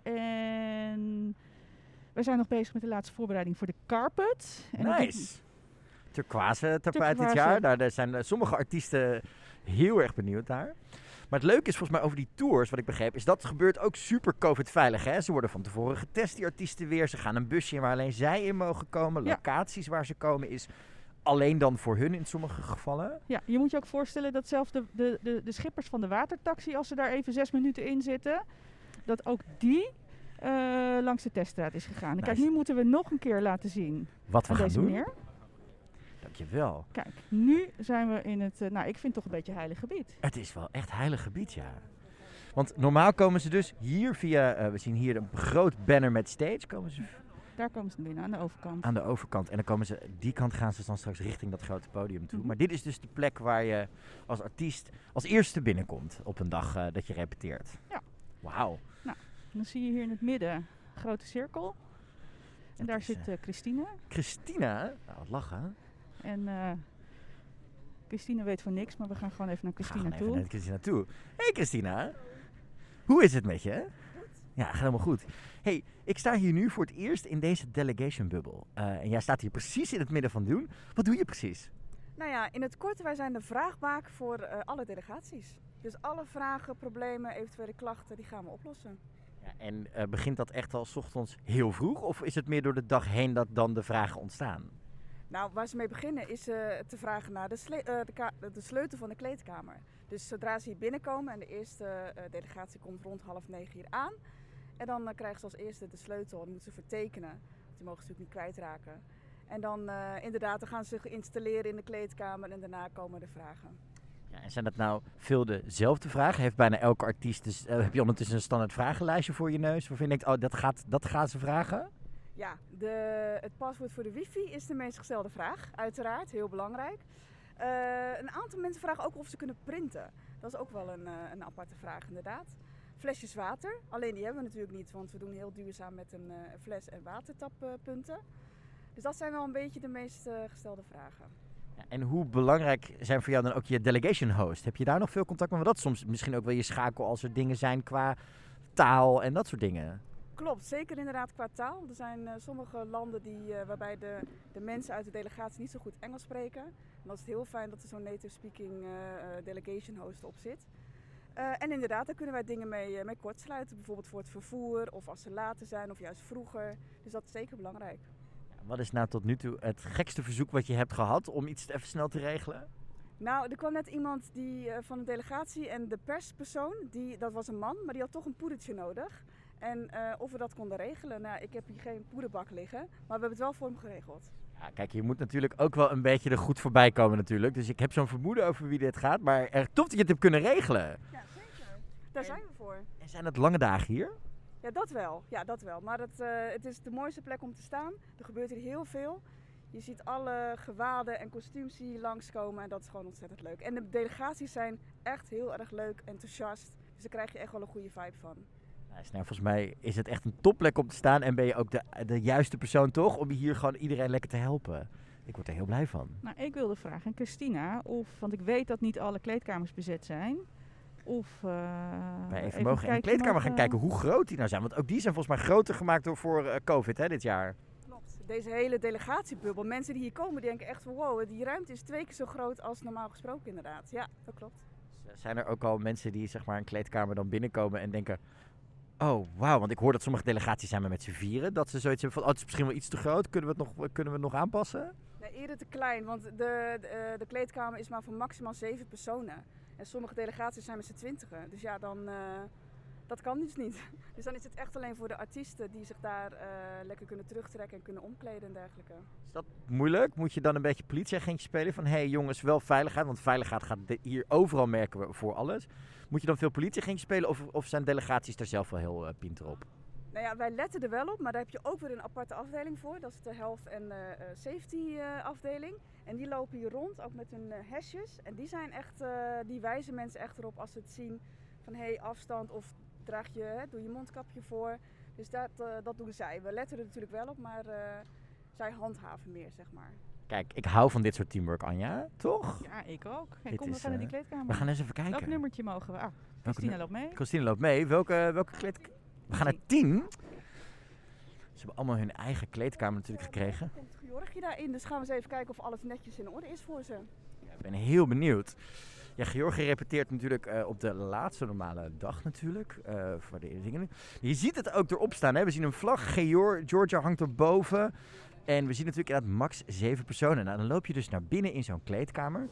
En wij zijn nog bezig met de laatste voorbereiding voor de carpet. En nice! Turquoise tapijt dit jaar. Daar zijn sommige artiesten heel erg benieuwd naar. Maar het leuke is volgens mij over die tours, wat ik begreep, is dat gebeurt ook super COVID-veilig. Hè? Ze worden van tevoren getest, die artiesten weer. Ze gaan een busje in waar alleen zij in mogen komen. Locaties waar ze komen is alleen dan voor hun in sommige gevallen. Ja, je moet je ook voorstellen dat zelfs de schippers van de watertaxi, als ze daar even 6 minuten in zitten, dat ook die langs de teststraat is gegaan. Nice. Kijk, nu moeten we nog een keer laten zien wat we gaan doen. Meneer. Dankjewel. Kijk, nu zijn we in het, ik vind het toch een beetje heilig gebied. Het is wel echt heilig gebied, ja. Want normaal komen ze dus hier via, we zien hier een groot banner met stage. Daar komen ze binnen, aan de overkant. Aan de overkant. En dan komen ze, die kant gaan ze dan straks richting dat grote podium toe. Maar dit is dus de plek waar je als artiest als eerste binnenkomt op een dag dat je repeteert. Ja. Wauw. Nou, dan zie je hier in het midden een grote cirkel. En daar zit Christina. Christina? Nou, wat lachen. En Christina weet van niks, maar we gaan gewoon even naar Christina toe. Hey Christina, hoe is het met je? Ja, gaat helemaal goed. Hey, ik sta hier nu voor het eerst in deze delegation bubbel. En jij staat hier precies in het midden van doen. Wat doe je precies? Nou ja, in het kort, wij zijn de vraagbaak voor alle delegaties. Dus alle vragen, problemen, eventuele klachten, die gaan we oplossen. Ja, en begint dat echt al 's ochtends heel vroeg? Of is het meer door de dag heen dat dan de vragen ontstaan? Nou, waar ze mee beginnen is te vragen naar de sleutel van de kleedkamer. Dus zodra ze hier binnenkomen en de eerste delegatie komt rond 8:30 hier aan. En dan krijgen ze als eerste de sleutel en moeten ze vertekenen. Want die mogen ze natuurlijk niet kwijtraken. En dan inderdaad, dan gaan ze zich installeren in de kleedkamer en daarna komen de vragen. Ja, en zijn dat nou veel dezelfde vragen? Heeft bijna elke artiest, dus, heb je ondertussen een standaard vragenlijstje voor je neus? Waarvan je denkt, dat gaan ze vragen? Ja, het paswoord voor de wifi is de meest gestelde vraag, uiteraard, heel belangrijk. Een aantal mensen vragen ook of ze kunnen printen. Dat is ook wel een aparte vraag inderdaad. Flesjes water, alleen die hebben we natuurlijk niet, want we doen heel duurzaam met een fles- en watertappunten. Dus dat zijn wel een beetje de meest gestelde vragen. Ja, en hoe belangrijk zijn voor jou dan ook je delegation host? Heb je daar nog veel contact mee? Want dat soms misschien ook wel je schakel als er dingen zijn qua taal en dat soort dingen. Klopt, zeker inderdaad qua taal. Er zijn sommige landen waarbij de mensen uit de delegatie niet zo goed Engels spreken. En dan is het heel fijn dat er zo'n native speaking delegation host op zit. En inderdaad, daar kunnen wij dingen mee kortsluiten. Bijvoorbeeld voor het vervoer of als ze later zijn of juist vroeger. Dus dat is zeker belangrijk. Ja, wat is nou tot nu toe het gekste verzoek wat je hebt gehad om iets even snel te regelen? Nou, er kwam net iemand van de delegatie en de perspersoon, dat was een man, maar die had toch een poedertje nodig. En of we dat konden regelen. Nou, ik heb hier geen poederbak liggen, maar we hebben het wel voor hem geregeld. Ja, kijk, je moet natuurlijk ook wel een beetje er goed voorbij komen natuurlijk. Dus ik heb zo'n vermoeden over wie dit gaat, maar erg tof dat je het hebt kunnen regelen. Ja, zeker. Daar zijn we voor. En zijn het lange dagen hier? Ja, dat wel. Maar het is de mooiste plek om te staan. Er gebeurt hier heel veel. Je ziet alle gewaden en kostuums die hier langskomen en dat is gewoon ontzettend leuk. En de delegaties zijn echt heel erg leuk, enthousiast. Dus daar krijg je echt wel een goede vibe van. Nou, volgens mij is het echt een topplek om te staan en ben je ook de juiste persoon toch om hier gewoon iedereen lekker te helpen. Ik word er heel blij van. Nou, ik wilde vragen aan Christina want ik weet dat niet alle kleedkamers bezet zijn. Of wij even mogen in de kleedkamer gaan kijken hoe groot die nou zijn. Want ook die zijn volgens mij groter gemaakt voor COVID dit jaar. Klopt. Deze hele delegatiebubbel. Mensen die hier komen die denken echt van wow, die ruimte is 2 keer zo groot als normaal gesproken inderdaad. Ja, dat klopt. Zijn er ook al mensen die zeg maar een kleedkamer dan binnenkomen en denken... Oh, wauw, want ik hoor dat sommige delegaties zijn met z'n vieren. Dat ze zoiets hebben van, het is misschien wel iets te groot. Kunnen we het nog aanpassen? Nee, eerder te klein, want de kleedkamer is maar voor maximaal 7 personen. En sommige delegaties zijn met z'n 20. Dus ja, dat kan dus niet. Dus dan is het echt alleen voor de artiesten die zich daar lekker kunnen terugtrekken en kunnen omkleden en dergelijke. Is dat moeilijk? Moet je dan een beetje politieagentje spelen van, hé jongens, wel veiligheid. Want veiligheid gaat hier overal merken we voor alles. Moet je dan veel politieagentje spelen of zijn delegaties daar zelf wel heel pinter op? Nou ja, wij letten er wel op, maar daar heb je ook weer een aparte afdeling voor. Dat is de Health and Safety afdeling. En die lopen hier rond, ook met hun hesjes. En die zijn echt, die wijzen mensen echt erop als ze het zien van afstand of doe je mondkapje voor. Dus dat doen zij. We letten er natuurlijk wel op, maar zij handhaven meer, zeg maar. Kijk, ik hou van dit soort teamwork, Anja, toch? Ja, ik ook. Hey, kom, we gaan naar die kleedkamer. We gaan eens even kijken. Welk nummertje mogen we? Christina loopt mee. Christina loopt mee. Welke kleedkamer? We gaan naar 10. Ze hebben allemaal hun eigen kleedkamer natuurlijk gekregen. Er komt Georgie daarin, dus gaan we eens even kijken of alles netjes in orde is voor ze. Ja, ik ben heel benieuwd. Ja, Georgie repeteert natuurlijk op de laatste normale dag natuurlijk. Voor de dingen. Je ziet het ook erop staan. Hè? We zien een vlag. Georgia hangt erboven. En we zien natuurlijk inderdaad max 7 personen. Nou, dan loop je dus naar binnen in zo'n kleedkamer.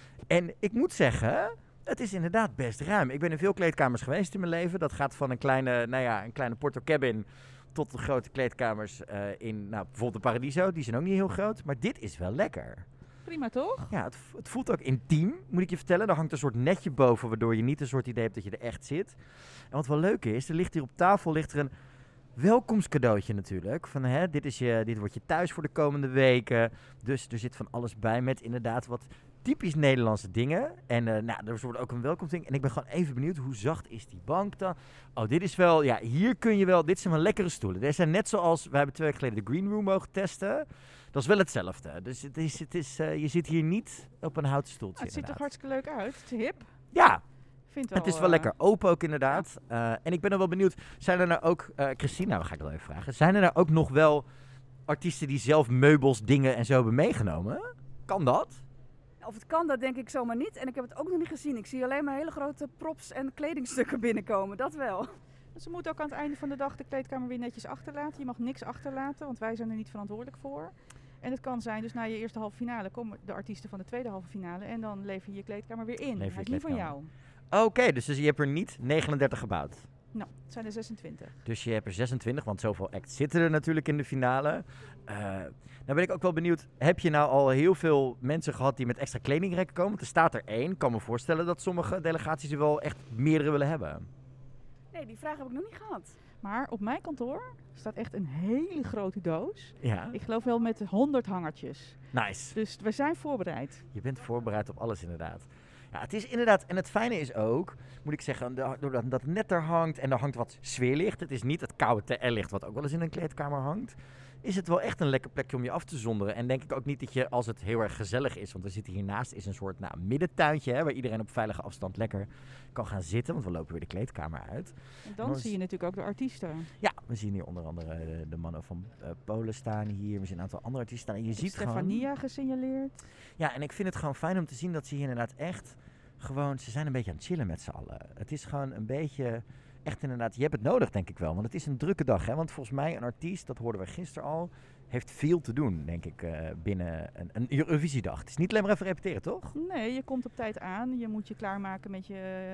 En ik moet zeggen, het is inderdaad best ruim. Ik ben in veel kleedkamers geweest in mijn leven. Dat gaat van een kleine Porto Cabin tot de grote kleedkamers in bijvoorbeeld de Paradiso. Die zijn ook niet heel groot. Maar dit is wel lekker. Prima, toch? Ja, het voelt ook intiem, moet ik je vertellen. Er hangt een soort netje boven, waardoor je niet een soort idee hebt dat je er echt zit. En wat wel leuk is, er ligt hier op tafel een welkomstcadeautje natuurlijk. Van dit wordt je thuis voor de komende weken. Dus er zit van alles bij met inderdaad wat typisch Nederlandse dingen. En er wordt ook een welkomstding. En ik ben gewoon even benieuwd, hoe zacht is die bank dan? Oh, dit is wel, ja, hier kun je wel, dit zijn wel lekkere stoelen. Deze zijn net zoals, we hebben 2 weken geleden de Green Room mogen testen. Dat is wel hetzelfde. Dus het is je zit hier niet op een houten stoeltje. Het ziet er hartstikke leuk uit. Het is hip. Ja. Wel, het is wel lekker open ook inderdaad. Ja. En ik ben er wel benieuwd, zijn er nou ook, Christina, ga ik wel even vragen. Zijn er nou ook nog wel artiesten die zelf meubels, dingen en zo hebben meegenomen? Kan dat? Of het kan, dat denk ik zomaar niet. En ik heb het ook nog niet gezien. Ik zie alleen maar hele grote props en kledingstukken binnenkomen. Dat wel. Ze moeten ook aan het einde van de dag de kleedkamer weer netjes achterlaten. Je mag niks achterlaten, want wij zijn er niet verantwoordelijk voor. En het kan zijn, dus na je eerste halve finale komen de artiesten van de tweede halve finale. En dan lever je je kleedkamer weer in. Hij is niet van jou. Oké, dus je hebt er niet 39 gebouwd? Nou, het zijn er 26. Dus je hebt er 26, want zoveel acts zitten er natuurlijk in de finale. Nou ben ik ook wel benieuwd, heb je nou al heel veel mensen gehad die met extra kledingrekken komen? Want er staat er 1. Ik kan me voorstellen dat sommige delegaties er wel echt meerdere willen hebben. Nee, die vraag heb ik nog niet gehad. Maar op mijn kantoor staat echt een hele grote doos. Ja. Ik geloof wel met 100 hangertjes. Nice. Dus we zijn voorbereid. Je bent voorbereid op alles inderdaad. Ja, het is inderdaad, en het fijne is ook, moet ik zeggen, doordat het net er hangt en er hangt wat sfeerlicht. Het is niet het koude TR-licht wat ook wel eens in een kleedkamer hangt. Is het wel echt een lekker plekje om je af te zonderen. En denk ik ook niet dat je, als het heel erg gezellig is, want we zitten hiernaast, is een soort middentuintje, waar iedereen op veilige afstand lekker kan gaan zitten. Want we lopen weer de kleedkamer uit. En dan zie je natuurlijk ook de artiesten. Ja, we zien hier onder andere de mannen van Polen staan hier. We zien een aantal andere artiesten staan. En je ziet Stefania gesignaleerd. Ja, en ik vind het gewoon fijn om te zien dat ze hier inderdaad echt gewoon, ze zijn een beetje aan het chillen met z'n allen. Het is gewoon een beetje, echt inderdaad, je hebt het nodig denk ik wel. Want het is een drukke dag, hè. Want volgens mij een artiest, dat hoorden we gisteren al, heeft veel te doen, denk ik, binnen een Eurovisiedag. Het is niet alleen maar even repeteren, toch? Nee, je komt op tijd aan. Je moet je klaarmaken met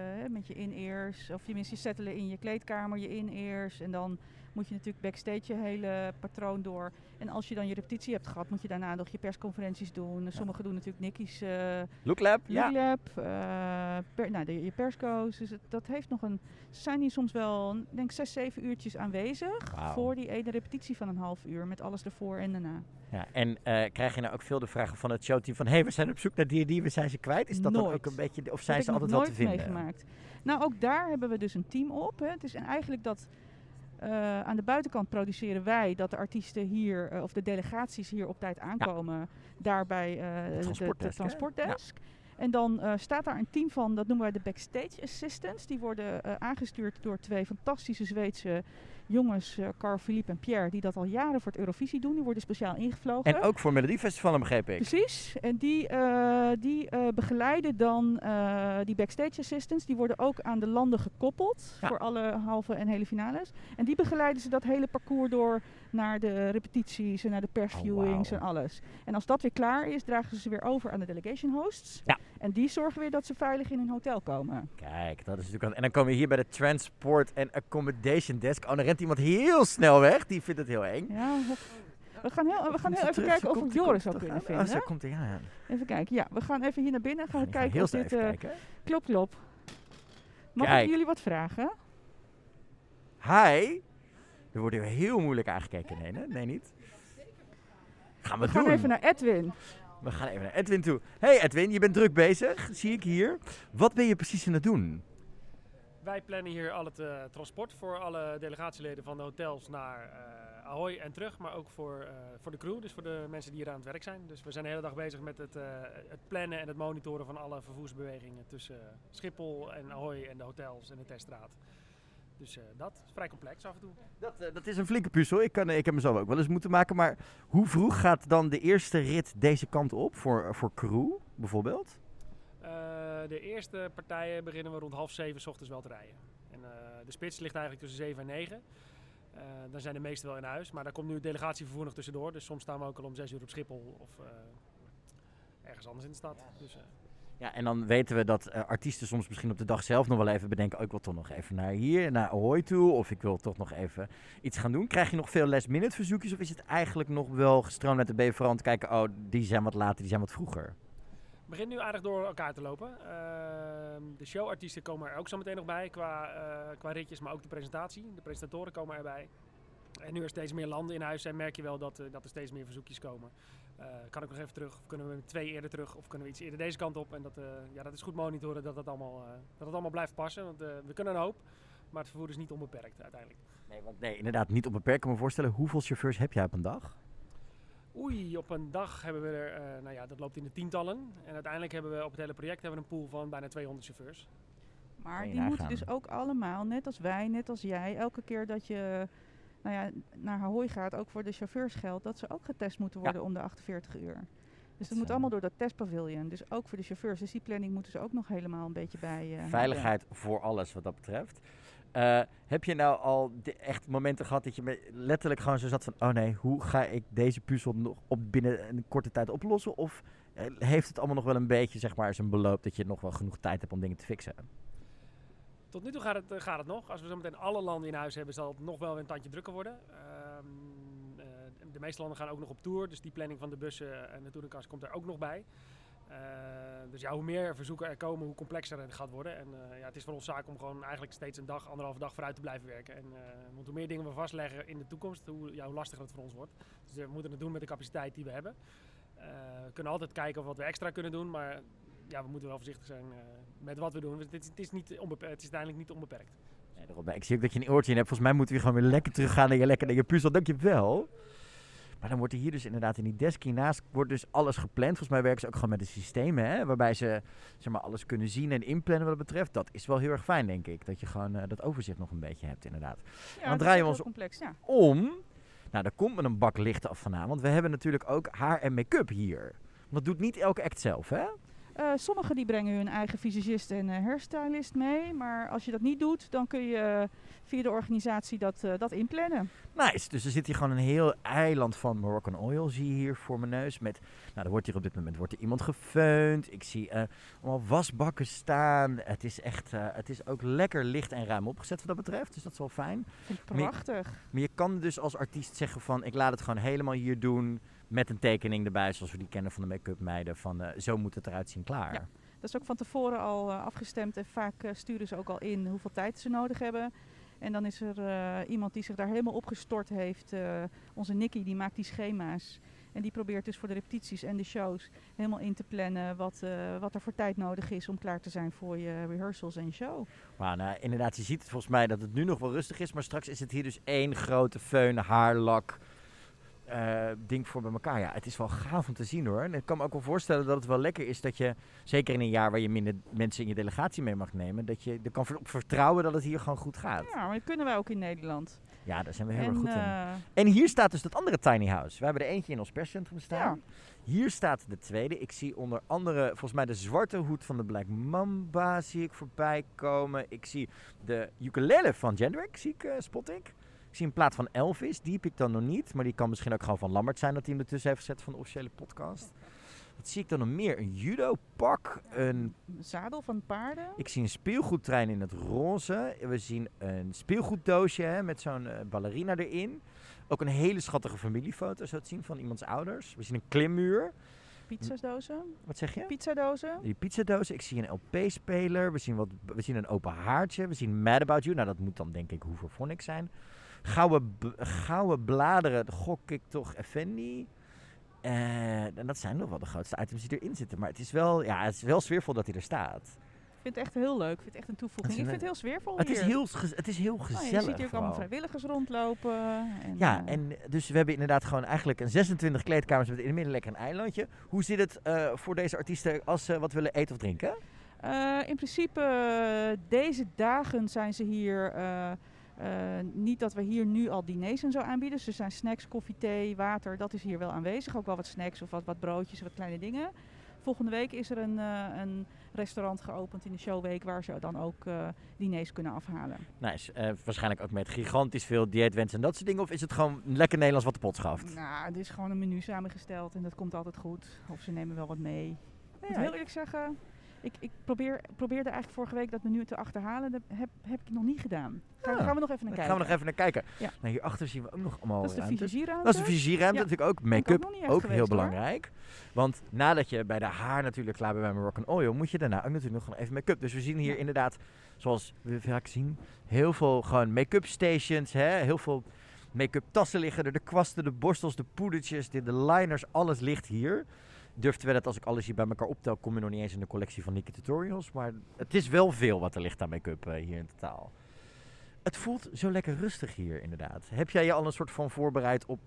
je in-ears. Of tenminste, je settelen in je kleedkamer, je in-ears. En dan moet je natuurlijk backstage je hele patroon door. En als je dan je repetitie hebt gehad, moet je daarna nog je persconferenties doen. Sommigen doen natuurlijk Nicky's Looklab. Je persco's. Dus dat heeft nog een... Ze zijn hier soms wel, denk 6-7 uurtjes aanwezig. Wow. Voor die ene repetitie van een half uur. Met alles ervoor en daarna. Ja, en krijg je nou ook veel de vragen van het showteam van, we zijn op zoek naar die, we zijn ze kwijt? Is dat nooit. Dan ook een beetje, of zijn ze altijd wel te vinden? Meegemaakt. Nou, ook daar hebben we dus een team op. Hè. Het is eigenlijk dat aan de buitenkant produceren wij dat de artiesten hier, of de delegaties hier op tijd aankomen. Daar bij de transportdesk. Ja. En dan staat daar een team van, dat noemen wij de backstage assistants. Die worden aangestuurd door 2 fantastische Zweedse jongens, Carl, Philippe en Pierre, die dat al jaren voor het Eurovisie doen. Die worden speciaal ingevlogen. En ook voor Melodiefestival, begreep ik. Precies. En die begeleiden dan die backstage assistants. Die worden ook aan de landen gekoppeld voor alle halve en hele finales. En die begeleiden ze dat hele parcours door naar de repetities en naar de persviewings en alles. En als dat weer klaar is, dragen ze weer over aan de delegation hosts. Ja. En die zorgen weer dat ze veilig in hun hotel komen. Kijk, dat is natuurlijk... En dan komen we hier bij de Transport and Accommodation Desk. Oh, dan rent iemand heel snel weg. Die vindt het heel eng. Ja, we gaan heel even kijken of we Joris ook kunnen vinden. Oh, zo komt hij, ja. Even kijken. Ja, we gaan even hier naar binnen. Gaan we kijken of dit... Klop. Mag ik jullie wat vragen? Hi. Er wordt heel moeilijk aangekeken. Nee, niet? We gaan even naar Edwin. We gaan even naar Edwin toe. Hey Edwin, je bent druk bezig, zie ik hier. Wat ben je precies aan het doen? Wij plannen hier al het transport voor alle delegatieleden van de hotels naar Ahoy en terug. Maar ook voor de crew, dus voor de mensen die hier aan het werk zijn. Dus we zijn de hele dag bezig met het plannen en het monitoren van alle vervoersbewegingen tussen Schiphol en Ahoy en de hotels en de teststraat. Dus dat is vrij complex af en toe. Dat is een flinke puzzel. Ik heb mezelf ook wel eens moeten maken. Maar hoe vroeg gaat dan de eerste rit deze kant op voor crew bijvoorbeeld? De eerste partijen beginnen we rond 6:30 's ochtends wel te rijden. En de spits ligt eigenlijk tussen 7 en 9. Dan zijn de meesten wel in huis. Maar daar komt nu het delegatievervoer nog tussendoor. Dus soms staan we ook al om 6 uur op Schiphol of ergens anders in de stad. Ja, en dan weten we dat artiesten soms misschien op de dag zelf nog wel even bedenken... Oh, ik wil toch nog even naar Ahoy toe of ik wil toch nog even iets gaan doen. Krijg je nog veel last-minute verzoekjes of is het eigenlijk nog wel gestroomd met de B vooral om te kijken... Oh, die zijn wat later, die zijn wat vroeger? Het begint nu aardig door elkaar te lopen. De showartiesten komen er ook zo meteen nog bij qua ritjes, maar ook de presentatie. De presentatoren komen erbij. En nu er steeds meer landen in huis zijn, merk je wel dat er steeds meer verzoekjes komen. Kan ik nog even terug? Of kunnen we met 2 eerder terug? Of kunnen we iets eerder deze kant op? En dat is goed monitoren dat het allemaal blijft passen. Want we kunnen een hoop, maar het vervoer is niet onbeperkt uiteindelijk. Nee, inderdaad niet onbeperkt. Ik kan me voorstellen, hoeveel chauffeurs heb jij op een dag? Op een dag hebben we er, dat loopt in de tientallen. En uiteindelijk hebben we op het hele project een pool van bijna 200 chauffeurs. Maar die moeten dus ook allemaal, net als wij, net als jij, elke keer dat je naar Ahoy gaat, ook voor de chauffeurs geldt, dat ze ook getest moeten worden om de 48 uur. Dus dat moet allemaal door dat testpavilion. Dus ook voor de chauffeurs. Dus die planning moeten ze ook nog helemaal een beetje bij... Veiligheid voor alles wat dat betreft. Heb je nou al echt momenten gehad dat je letterlijk gewoon zo zat van... Oh nee, hoe ga ik deze puzzel nog binnen een korte tijd oplossen? Of heeft het allemaal nog wel een beetje zeg maar zijn beloop dat je nog wel genoeg tijd hebt om dingen te fixen? Tot nu toe gaat het nog. Als we zo meteen alle landen in huis hebben, zal het nog wel een tandje drukker worden. De meeste landen gaan ook nog op tour, dus die planning van de bussen en de touringcars komt er ook nog bij. Dus hoe meer verzoeken er komen, hoe complexer het gaat worden. En het is voor ons zaak om gewoon eigenlijk steeds een dag, 1,5 dag vooruit te blijven werken. Want hoe meer dingen we vastleggen in de toekomst, hoe lastiger het voor ons wordt. Dus we moeten het doen met de capaciteit die we hebben. We kunnen altijd kijken of wat we extra kunnen doen, maar we moeten wel voorzichtig zijn met wat we doen. Het is uiteindelijk niet onbeperkt. Nee, ik zie ook dat je een oortje in hebt. Volgens mij moeten we gewoon weer lekker teruggaan naar je puzzel. Dank je wel. Maar dan wordt er hier dus inderdaad in die desk hiernaast wordt dus alles gepland. Volgens mij werken ze ook gewoon met de systemen, hè, waarbij ze zeg maar, alles kunnen zien en inplannen wat het betreft. Dat is wel heel erg fijn, denk ik. Dat je gewoon dat overzicht nog een beetje hebt, inderdaad. Ja, en dan draaien we ons complex, ja. om. Nou, daar komt me een bak licht af vandaan. Want we hebben natuurlijk ook haar en make-up hier. Want dat doet niet elke act zelf, hè? Sommigen die brengen hun eigen visagist en hairstylist mee. Maar als je dat niet doet, dan kun je via de organisatie dat inplannen. Nice. Dus er zit hier gewoon een heel eiland van Moroccan Oil, zie je hier voor mijn neus. Er wordt hier op dit moment iemand gefeund. Ik zie allemaal wasbakken staan. Het is ook lekker licht en ruim opgezet wat dat betreft. Dus dat is wel fijn. Vind ik prachtig. Maar je kan dus als artiest zeggen van, ik laat het gewoon helemaal hier doen. Met een tekening erbij, zoals we die kennen van de make-up meiden. Van zo moet het eruit zien, klaar. Ja, dat is ook van tevoren al afgestemd. En vaak sturen ze ook al in hoeveel tijd ze nodig hebben. En dan is er iemand die zich daar helemaal opgestort heeft. Onze Nicky, die maakt die schema's. En die probeert dus voor de repetities en de shows helemaal in te plannen wat er voor tijd nodig is om klaar te zijn voor je rehearsals en show. Nou, inderdaad, je ziet het volgens mij dat het nu nog wel rustig is. Maar straks is het hier dus één grote feun, haarlak... ding voor bij elkaar. Ja, het is wel gaaf om te zien hoor. En ik kan me ook wel voorstellen dat het wel lekker is dat je, zeker in een jaar waar je minder mensen in je delegatie mee mag nemen, dat je er kan vertrouwen dat het hier gewoon goed gaat. Ja, maar dat kunnen wij ook in Nederland. Ja, daar zijn we heel erg goed in. En hier staat dus dat andere tiny house. We hebben er eentje in ons perscentrum staan. Ja. Hier staat de tweede. Ik zie onder andere, volgens mij de zwarte hoed van de Black Mamba zie ik voorbij komen. Ik zie de ukulele van Jendrik, spot ik. Ik zie een plaat van Elvis, die heb ik dan nog niet. Maar die kan misschien ook gewoon van Lambert zijn dat hij hem ertussen heeft gezet van de officiële podcast. Wat zie ik dan nog meer? Een judo-pak, een zadel van paarden. Ik zie een speelgoedtrein in het roze. We zien een speelgoeddoosje met zo'n ballerina erin. Ook een hele schattige familiefoto zo te zien van iemands ouders. We zien een klimmuur. Pizzadozen. Wat zeg je? Pizzadozen. Die pizzadozen. Ik zie een LP-speler. We zien een open haartje. We zien Mad About You. Nou, dat moet dan denk ik Hooverphonic zijn. gouden bladeren, gok ik toch Effendi. En dat zijn nog wel de grootste items die erin zitten. Maar het is wel sfeervol dat hij er staat. Ik vind het echt heel leuk. Ik vind het echt een toevoeging. Ik vind het heel sfeervol het hier. Het is heel gezellig. Je ziet hier ook allemaal vrijwilligers rondlopen. En dus we hebben inderdaad gewoon eigenlijk een 26 kleedkamers met in het midden lekker een eilandje. Hoe zit het voor deze artiesten als ze wat willen eten of drinken? In principe, deze dagen zijn ze hier... niet dat we hier nu al diners en zo aanbieden. Dus er zijn snacks, koffie, thee, water. Dat is hier wel aanwezig. Ook wel wat snacks of wat broodjes, wat kleine dingen. Volgende week is er een restaurant geopend in de showweek waar ze dan ook diners kunnen afhalen. Nice. Waarschijnlijk ook met gigantisch veel dieetwensen en dat soort dingen. Of is het gewoon lekker Nederlands wat de pot schaft? Nou, het is gewoon een menu samengesteld en dat komt altijd goed. Of ze nemen wel wat mee. Ik moet heel eerlijk zeggen, ik probeerde eigenlijk vorige week dat menu te achterhalen. Dat heb ik nog niet gedaan. Gaan we nog even naar kijken. Gaan we nog even naar kijken. Ja. Nou, hierachter zien we ook nog allemaal dat is de visagieruimte. Dat is de visagieruimte. Natuurlijk ook make-up. Ook heel belangrijk. Hoor. Want nadat je bij de haar natuurlijk klaar bent bij Moroccan Oil, moet je daarna ook natuurlijk nog gewoon even make-up. Dus we zien hier inderdaad, zoals we vaak zien, heel veel gewoon make-up stations. Heel veel make-up tassen liggen er. De kwasten, de borstels, de poedertjes, de liners. Alles ligt hier. Durf te wedden dat als ik alles hier bij elkaar optel, kom je nog niet eens in de collectie van Nikki Tutorials. Maar het is wel veel wat er ligt aan make-up hier in totaal. Het voelt zo lekker rustig hier inderdaad. Heb jij je al een soort van voorbereid op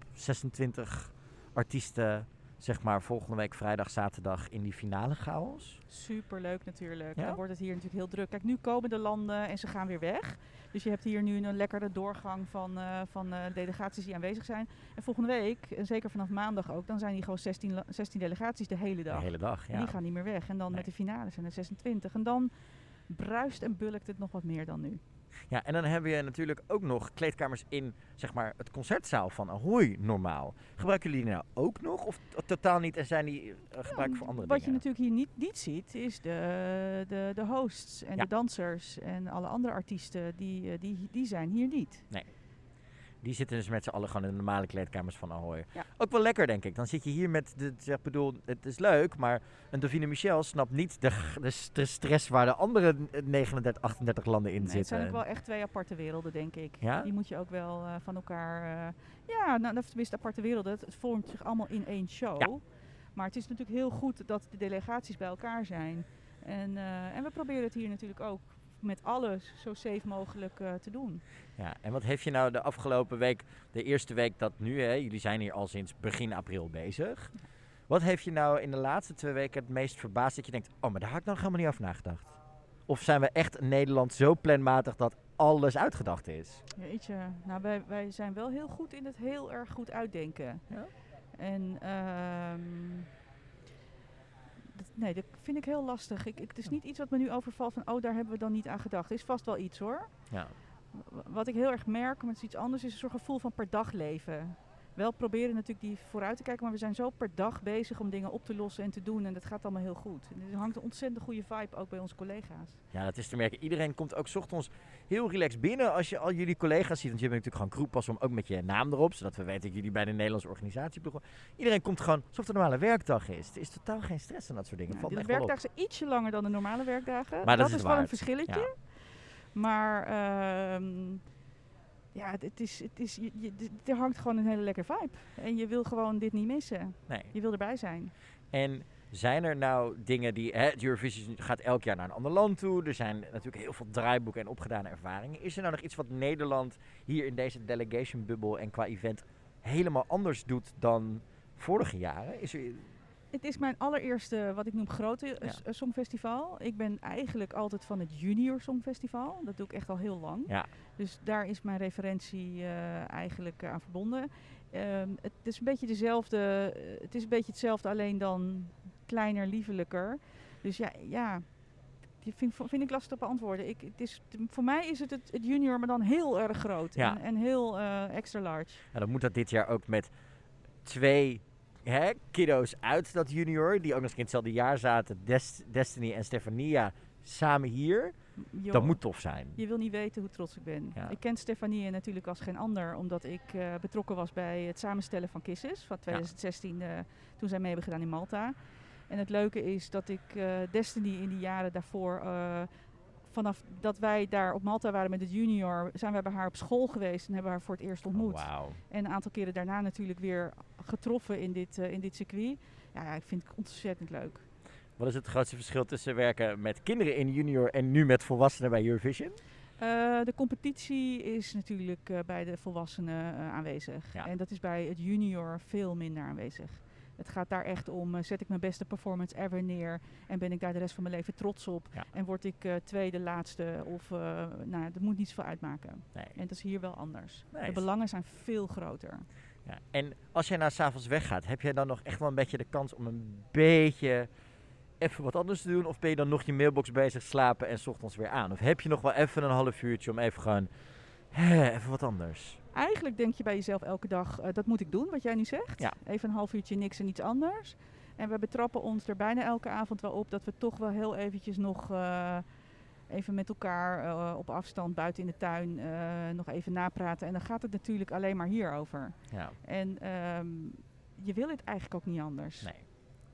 26 artiesten, zeg maar volgende week vrijdag, zaterdag in die finale chaos? Superleuk natuurlijk. Ja? Dan wordt het hier natuurlijk heel druk. Kijk, nu komen de landen en ze gaan weer weg. Dus je hebt hier nu een lekkere doorgang van delegaties die aanwezig zijn. En volgende week, en zeker vanaf maandag ook, dan zijn die gewoon 16 delegaties de hele dag. De hele dag, ja. En die gaan niet meer weg. En dan met de finale zijn er 26. En dan bruist en bulkt het nog wat meer dan nu. Ja, en dan heb je natuurlijk ook nog kleedkamers in, zeg maar, het concertzaal van Ahoy normaal. Gebruiken jullie die nou ook nog of totaal niet en zijn die gebruikt voor andere dingen? Wat je natuurlijk hier niet ziet is de hosts en de dansers en alle andere artiesten, die zijn hier niet. Nee. Die zitten dus met z'n allen gewoon in de normale kleedkamers van Ahoy. Ja. Ook wel lekker, denk ik. Dan zit je hier met, het is leuk, maar een Davina Michel snapt niet de stress waar de andere 39, 38 landen in zitten. Het zijn ook wel echt twee aparte werelden, denk ik. Ja? Die moet je ook wel van elkaar... tenminste aparte werelden. Het vormt zich allemaal in één show. Ja. Maar het is natuurlijk heel goed dat de delegaties bij elkaar zijn. En we proberen het hier natuurlijk ook met alles zo safe mogelijk te doen. Ja, en wat heeft je nou de afgelopen week, de eerste week dat nu, jullie zijn hier al sinds begin april bezig. Wat heeft je nou in de laatste 2 weken het meest verbaasd dat je denkt, oh, maar daar had ik nog helemaal niet over nagedacht? Of zijn we echt in Nederland zo planmatig dat alles uitgedacht is? Jeetje, nou wij zijn wel heel goed in het heel erg goed uitdenken. Ja? En nee, dat vind ik heel lastig. Het is niet iets wat me nu overvalt van, daar hebben we dan niet aan gedacht. Er is vast wel iets hoor. Ja. Wat ik heel erg merk, maar het is iets anders, is een soort gevoel van per dag leven. Wel proberen natuurlijk die vooruit te kijken, maar we zijn zo per dag bezig om dingen op te lossen en te doen. En dat gaat allemaal heel goed. En er hangt een ontzettend goede vibe ook bij onze collega's. Ja, dat is te merken. Iedereen komt ook 's ochtends heel relaxed binnen als je al jullie collega's ziet. Want je hebt natuurlijk gewoon crewpas om ook met je naam erop, zodat we weten dat jullie bij de Nederlandse organisatie begonnen. Iedereen komt gewoon alsof het een normale werkdag is. Er is totaal geen stress en dat soort dingen. De werkdagen zijn ietsje langer dan de normale werkdagen. Maar dat is wel een verschilletje. Ja. Maar er hangt gewoon een hele lekkere vibe. En je wil gewoon dit niet missen. Nee. Je wil erbij zijn. En zijn er nou dingen die... Eurovision gaat elk jaar naar een ander land toe. Er zijn natuurlijk heel veel draaiboeken en opgedane ervaringen. Is er nou nog iets wat Nederland hier in deze delegation bubbel en qua event helemaal anders doet dan vorige jaren? Het is mijn allereerste, wat ik noem, grote songfestival. Ik ben eigenlijk altijd van het Junior Songfestival. Dat doe ik echt al heel lang. Ja. Dus daar is mijn referentie eigenlijk aan verbonden. Het is een beetje dezelfde. Het is een beetje hetzelfde, alleen dan kleiner, liefelijker. Dus ja. Die vind ik lastig te beantwoorden. Voor mij is het Junior, maar dan heel erg groot. Ja. En heel extra large. Ja, dan moet dat dit jaar ook met 2... kiddo's uit dat junior, die ook nog eens in hetzelfde jaar zaten, Destiny en Stefania, samen hier. Jo, dat moet tof zijn. Je wil niet weten hoe trots ik ben. Ja. Ik ken Stefania natuurlijk als geen ander, omdat ik betrokken was bij het samenstellen van Kisses van 2016, toen zij mee hebben gedaan in Malta. En het leuke is dat ik Destiny in die jaren daarvoor vanaf dat wij daar op Malta waren met het junior, zijn wij bij haar op school geweest en hebben haar voor het eerst ontmoet. En een aantal keren daarna natuurlijk weer getroffen in dit circuit. Ja, ik vind het ontzettend leuk. Wat is het grootste verschil tussen werken met kinderen in junior en nu met volwassenen bij Eurovision? De competitie is natuurlijk bij de volwassenen aanwezig. Ja. En dat is bij het junior veel minder aanwezig. Het gaat daar echt om, zet ik mijn beste performance ever neer en ben ik daar de rest van mijn leven trots op. Ja. En word ik tweede, laatste of, dat moet niet zoveel uitmaken. Nee. En dat is hier wel anders. Nice. De belangen zijn veel groter. Ja. En als jij nou 's avonds weggaat, heb jij dan nog echt wel een beetje de kans om een beetje even wat anders te doen? Of ben je dan nog je mailbox bezig, slapen en 's ochtends weer aan? Of heb je nog wel even een half uurtje om even gewoon, even wat anders? Eigenlijk denk je bij jezelf elke dag, dat moet ik doen, wat jij nu zegt. Ja. Even een half uurtje niks en iets anders. En we betrappen ons er bijna elke avond wel op dat we toch wel heel eventjes nog even met elkaar op afstand buiten in de tuin nog even napraten. En dan gaat het natuurlijk alleen maar hierover. Ja. En je wil het eigenlijk ook niet anders. Nee.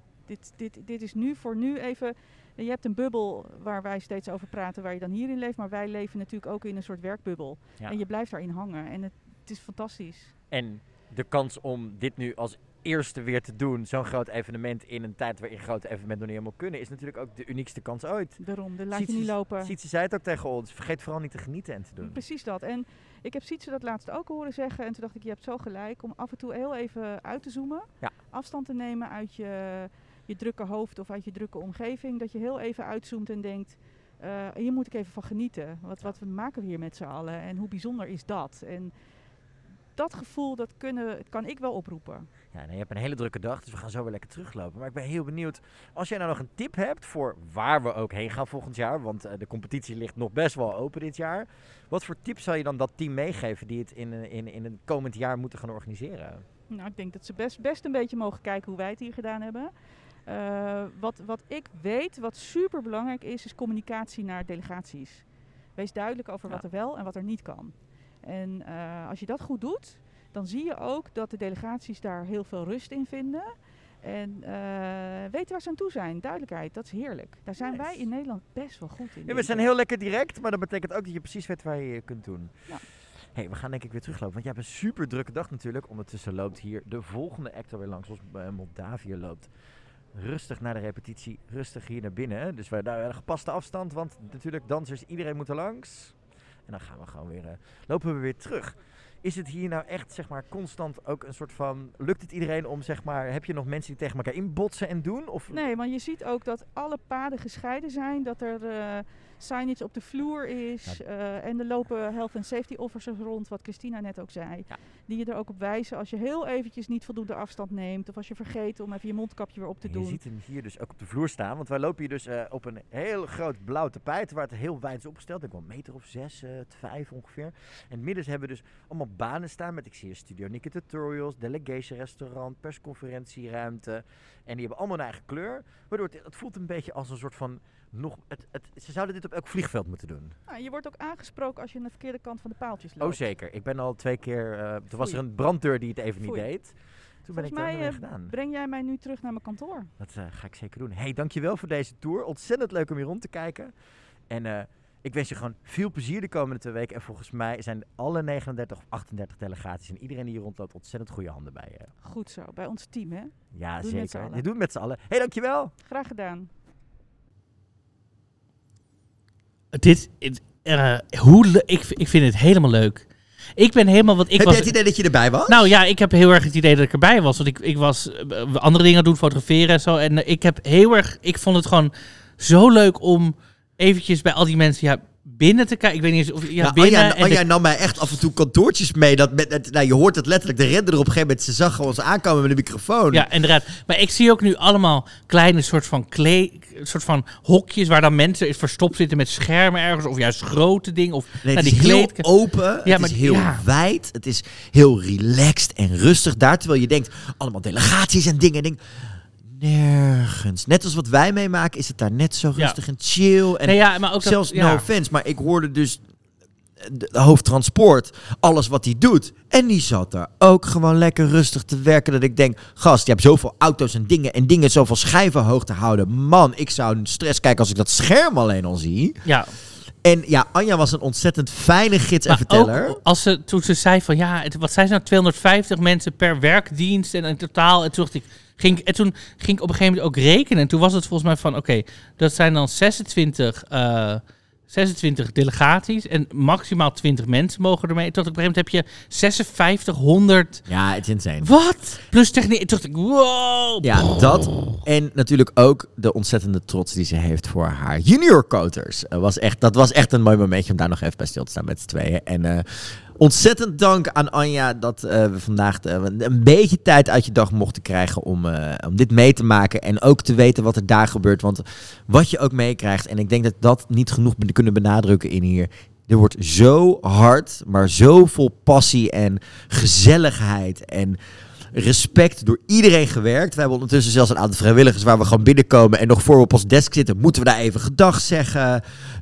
Dit is nu voor nu even. Je hebt een bubbel waar wij steeds over praten, waar je dan hierin leeft. Maar wij leven natuurlijk ook in een soort werkbubbel. Ja. En je blijft daarin hangen. En het is fantastisch. En de kans om dit nu als eerste weer te doen, zo'n groot evenement in een tijd waarin grote evenementen nog niet helemaal kunnen, is natuurlijk ook de uniekste kans ooit. Daarom, laat je niet lopen. Sietse zei het ook tegen ons, vergeet vooral niet te genieten en te doen. Precies dat. En ik heb Sietse dat laatst ook horen zeggen en toen dacht ik, je hebt zo gelijk om af en toe heel even uit te zoomen. Ja. Afstand te nemen uit je drukke hoofd of uit je drukke omgeving. Dat je heel even uitzoomt en denkt, hier moet ik even van genieten. Wat maken we hier met z'n allen en hoe bijzonder is dat? En dat gevoel, dat kan ik wel oproepen. Ja, je hebt een hele drukke dag, dus we gaan zo weer lekker teruglopen. Maar ik ben heel benieuwd, als jij nou nog een tip hebt voor waar we ook heen gaan volgend jaar, want de competitie ligt nog best wel open dit jaar. Wat voor tips zou je dan dat team meegeven die het in het komend jaar moeten gaan organiseren? Nou, ik denk dat ze best een beetje mogen kijken hoe wij het hier gedaan hebben. Wat ik weet, wat super belangrijk is communicatie naar delegaties. Wees duidelijk over wat er wel en wat er niet kan. En als je dat goed doet, dan zie je ook dat de delegaties daar heel veel rust in vinden. En weten waar ze aan toe zijn. Duidelijkheid, dat is heerlijk. Daar zijn wij in Nederland best wel goed in. Ja, we zijn heel lekker direct, maar dat betekent ook dat je precies weet waar je kunt doen. Ja. Hey, we gaan denk ik weer teruglopen, want jij hebt een super drukke dag natuurlijk. Ondertussen loopt hier de volgende act alweer langs, zoals Moldavië loopt. Rustig naar de repetitie, rustig hier naar binnen. Dus we daar een gepaste afstand, want natuurlijk dansers, iedereen moet er langs. En dan gaan we gewoon weer, lopen we weer terug. Is het hier nou echt, zeg maar, constant ook een soort van, lukt het iedereen om, zeg maar, heb je nog mensen die tegen elkaar inbotsen en doen? Of? Nee, maar je ziet ook dat alle paden gescheiden zijn, dat er signage op de vloer is en er lopen health and safety officers rond, wat Christina net ook zei. Ja. Die je er ook op wijzen als je heel eventjes niet voldoende afstand neemt of als je vergeet om even je mondkapje weer op te doen. Je ziet hem hier dus ook op de vloer staan, want wij lopen hier dus op een heel groot blauw tapijt waar het heel wijd is opgesteld. Ik denk wel een meter of 6, 5 ongeveer. En in het midden hebben we dus allemaal banen staan met, ik zie hier Studio Nikke Tutorials, Delegation Restaurant, persconferentieruimte. En die hebben allemaal een eigen kleur, waardoor het voelt een beetje als een soort van ze zouden dit op elk vliegveld moeten doen. Nou, je wordt ook aangesproken als je aan de verkeerde kant van de paaltjes loopt. Oh zeker, ik ben al 2 keer, toen was er een branddeur die het even niet deed. Toen ben ik daar weer gedaan. Breng jij mij nu terug naar mijn kantoor? Dat ga ik zeker doen. Hey, dankjewel voor deze tour. Ontzettend leuk om hier rond te kijken. En ik wens je gewoon veel plezier de komende 2 weken. En volgens mij zijn alle 39 of 38 delegaties en iedereen die hier rondloopt ontzettend goede handen bij je. Goed zo, bij ons team hè? Ja, zeker. Je doet het met z'n allen. Hey, dankjewel. Graag gedaan. Ik vind het helemaal leuk. Ik ben helemaal wat ik Heb was. jij het idee dat je erbij was? Nou ja, ik heb heel erg het idee dat ik erbij was. Want ik was andere dingen aan het doen, fotograferen en zo. En ik vond het gewoon zo leuk om eventjes bij al die mensen binnen te kijken. Ik weet niet eens of binnen. Anja nam mij echt af en toe kantoortjes mee. Je hoort het letterlijk. De render op een gegeven moment. Ze zag ons aankomen met een microfoon. Ja, inderdaad. Maar ik zie ook nu allemaal kleine soort van hokjes waar dan mensen verstopt zitten met schermen ergens. Of juist grote dingen. Of, het is heel open. Het is heel wijd. Het is heel relaxed en rustig. Daar terwijl je denkt, allemaal delegaties en dingen. Nergens. Net als wat wij meemaken is het daar net zo rustig en chill. En maar ook zelfs no offense, maar ik hoorde dus de hoofdtransport, alles wat hij doet. En die zat daar ook gewoon lekker rustig te werken. Dat ik denk, gast, je hebt zoveel auto's en dingen zoveel schijven hoog te houden. Man, ik zou stress kijken als ik dat scherm alleen al zie. Ja. En ja, Anja was een ontzettend fijne gids en verteller. Ook toen ze zei van wat zijn ze nou, 250 mensen per werkdienst en in totaal. En toen dacht ik, ging ik op een gegeven moment ook rekenen. En toen was het volgens mij van, oké, dat zijn dan 26 delegaties en maximaal 20 mensen mogen ermee. Tot op een gegeven moment heb je 5600. Ja, het is insane. Wat? Plus techniek. Toen dacht ik, wow. Ja, dat. En natuurlijk ook de ontzettende trots die ze heeft voor haar junior coaters. Dat was echt een mooi momentje om daar nog even bij stil te staan met z'n tweeën. En ontzettend dank aan Anja dat we vandaag een beetje tijd uit je dag mochten krijgen om dit mee te maken. En ook te weten wat er daar gebeurt. Want wat je ook meekrijgt, en ik denk dat dat niet genoeg kunnen benadrukken in hier. Er wordt zo hard, maar zo vol passie en gezelligheid en respect door iedereen gewerkt. We hebben ondertussen zelfs een aantal vrijwilligers waar we gewoon binnenkomen en nog voor we op ons desk zitten, moeten we daar even gedag zeggen.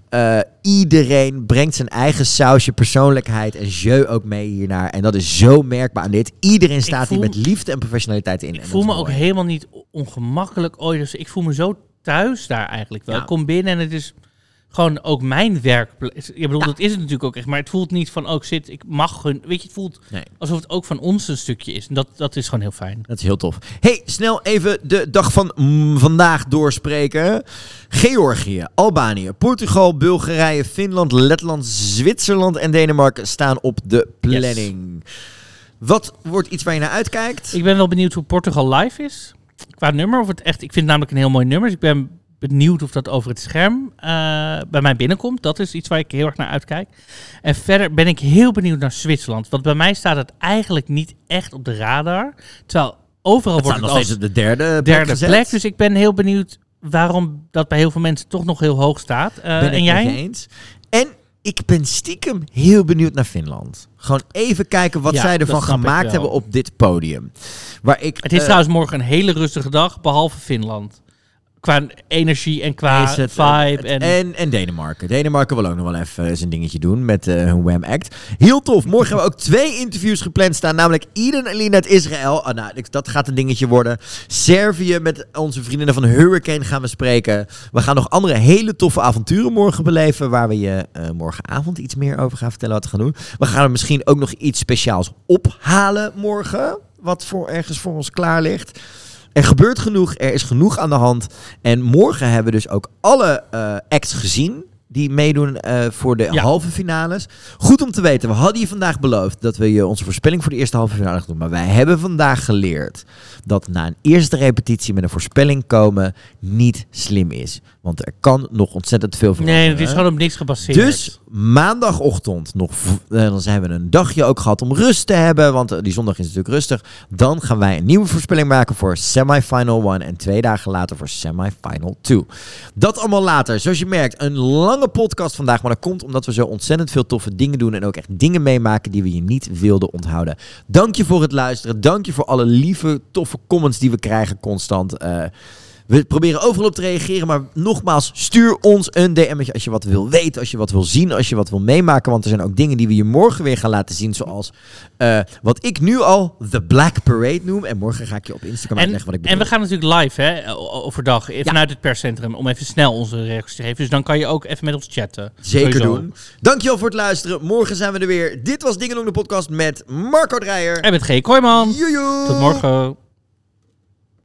Iedereen brengt zijn eigen sausje, persoonlijkheid en jeu ook mee hiernaar. En dat is zo merkbaar aan dit. Iedereen staat hier met liefde en professionaliteit in. Ik voel me ook helemaal niet ongemakkelijk ooit. Dus ik voel me zo thuis daar eigenlijk wel. Ja. Ik kom binnen en het is gewoon ook mijn werk. Ik bedoel, dat is het natuurlijk ook echt. Maar het voelt niet van, ik mag hun. Weet je, het voelt alsof het ook van ons een stukje is. En dat is gewoon heel fijn. Dat is heel tof. Hey, snel even de dag van vandaag doorspreken. Georgië, Albanië, Portugal, Bulgarije, Finland, Letland, Zwitserland en Denemarken staan op de planning. Yes. Wat wordt iets waar je naar uitkijkt? Ik ben wel benieuwd hoe Portugal live is. Qua nummer. Of het echt, ik vind het namelijk een heel mooi nummer. Dus ik ben benieuwd of dat over het scherm bij mij binnenkomt. Dat is iets waar ik heel erg naar uitkijk. En verder ben ik heel benieuwd naar Zwitserland. Want bij mij staat het eigenlijk niet echt op de radar. Terwijl overal wordt het nog steeds op de derde plek. Dus ik ben heel benieuwd waarom dat bij heel veel mensen toch nog heel hoog staat. En jij? Eens. En ik ben stiekem heel benieuwd naar Finland. Gewoon even kijken wat zij ervan gemaakt hebben op dit podium. Het is trouwens morgen een hele rustige dag, behalve Finland. Qua energie en qua vibe. En Denemarken. Denemarken wil ook nog wel even zijn dingetje doen met hun Wham Act. Heel tof. Morgen hebben we ook 2 interviews gepland staan. Namelijk Eden en Lien uit Israël. Dat gaat een dingetje worden. Servië met onze vriendinnen van Hurricane gaan we spreken. We gaan nog andere hele toffe avonturen morgen beleven. Waar we je morgenavond iets meer over gaan vertellen wat we gaan doen. We gaan er misschien ook nog iets speciaals ophalen morgen. Wat ergens voor ons klaar ligt. Er gebeurt genoeg, er is genoeg aan de hand. En morgen hebben we dus ook alle acts gezien die meedoen voor de halve finales. Goed om te weten, we hadden je vandaag beloofd dat we je onze voorspelling voor de eerste halve finale gaan doen. Maar wij hebben vandaag geleerd dat na een eerste repetitie met een voorspelling komen niet slim is. Want er kan nog ontzettend veel veranderen. Nee, het is gewoon op niks gebaseerd. Dus maandagochtend dan zijn we een dagje ook gehad om rust te hebben. Want die zondag is natuurlijk rustig. Dan gaan wij een nieuwe voorspelling maken voor semifinal 1. En 2 dagen later voor semifinal 2. Dat allemaal later. Zoals je merkt, een lange podcast vandaag. Maar dat komt omdat we zo ontzettend veel toffe dingen doen. En ook echt dingen meemaken die we je niet wilden onthouden. Dank je voor het luisteren. Dank je voor alle lieve, toffe comments die we krijgen constant. We proberen overal op te reageren, maar nogmaals, stuur ons een DM'tje als je wat wil weten, als je wat wil zien, als je wat wil meemaken. Want er zijn ook dingen die we je morgen weer gaan laten zien, zoals wat ik nu al The Black Parade noem. En morgen ga ik je op Instagram uitleggen wat ik bedoel. En we gaan natuurlijk live, overdag, vanuit het perscentrum, om even snel onze reacties te geven. Dus dan kan je ook even met ons chatten. Zeker doen. Dankjewel voor het luisteren. Morgen zijn we er weer. Dit was Dingelong de podcast met Marco Dreyer. En met G. Kooijman. Joejoe. Tot morgen.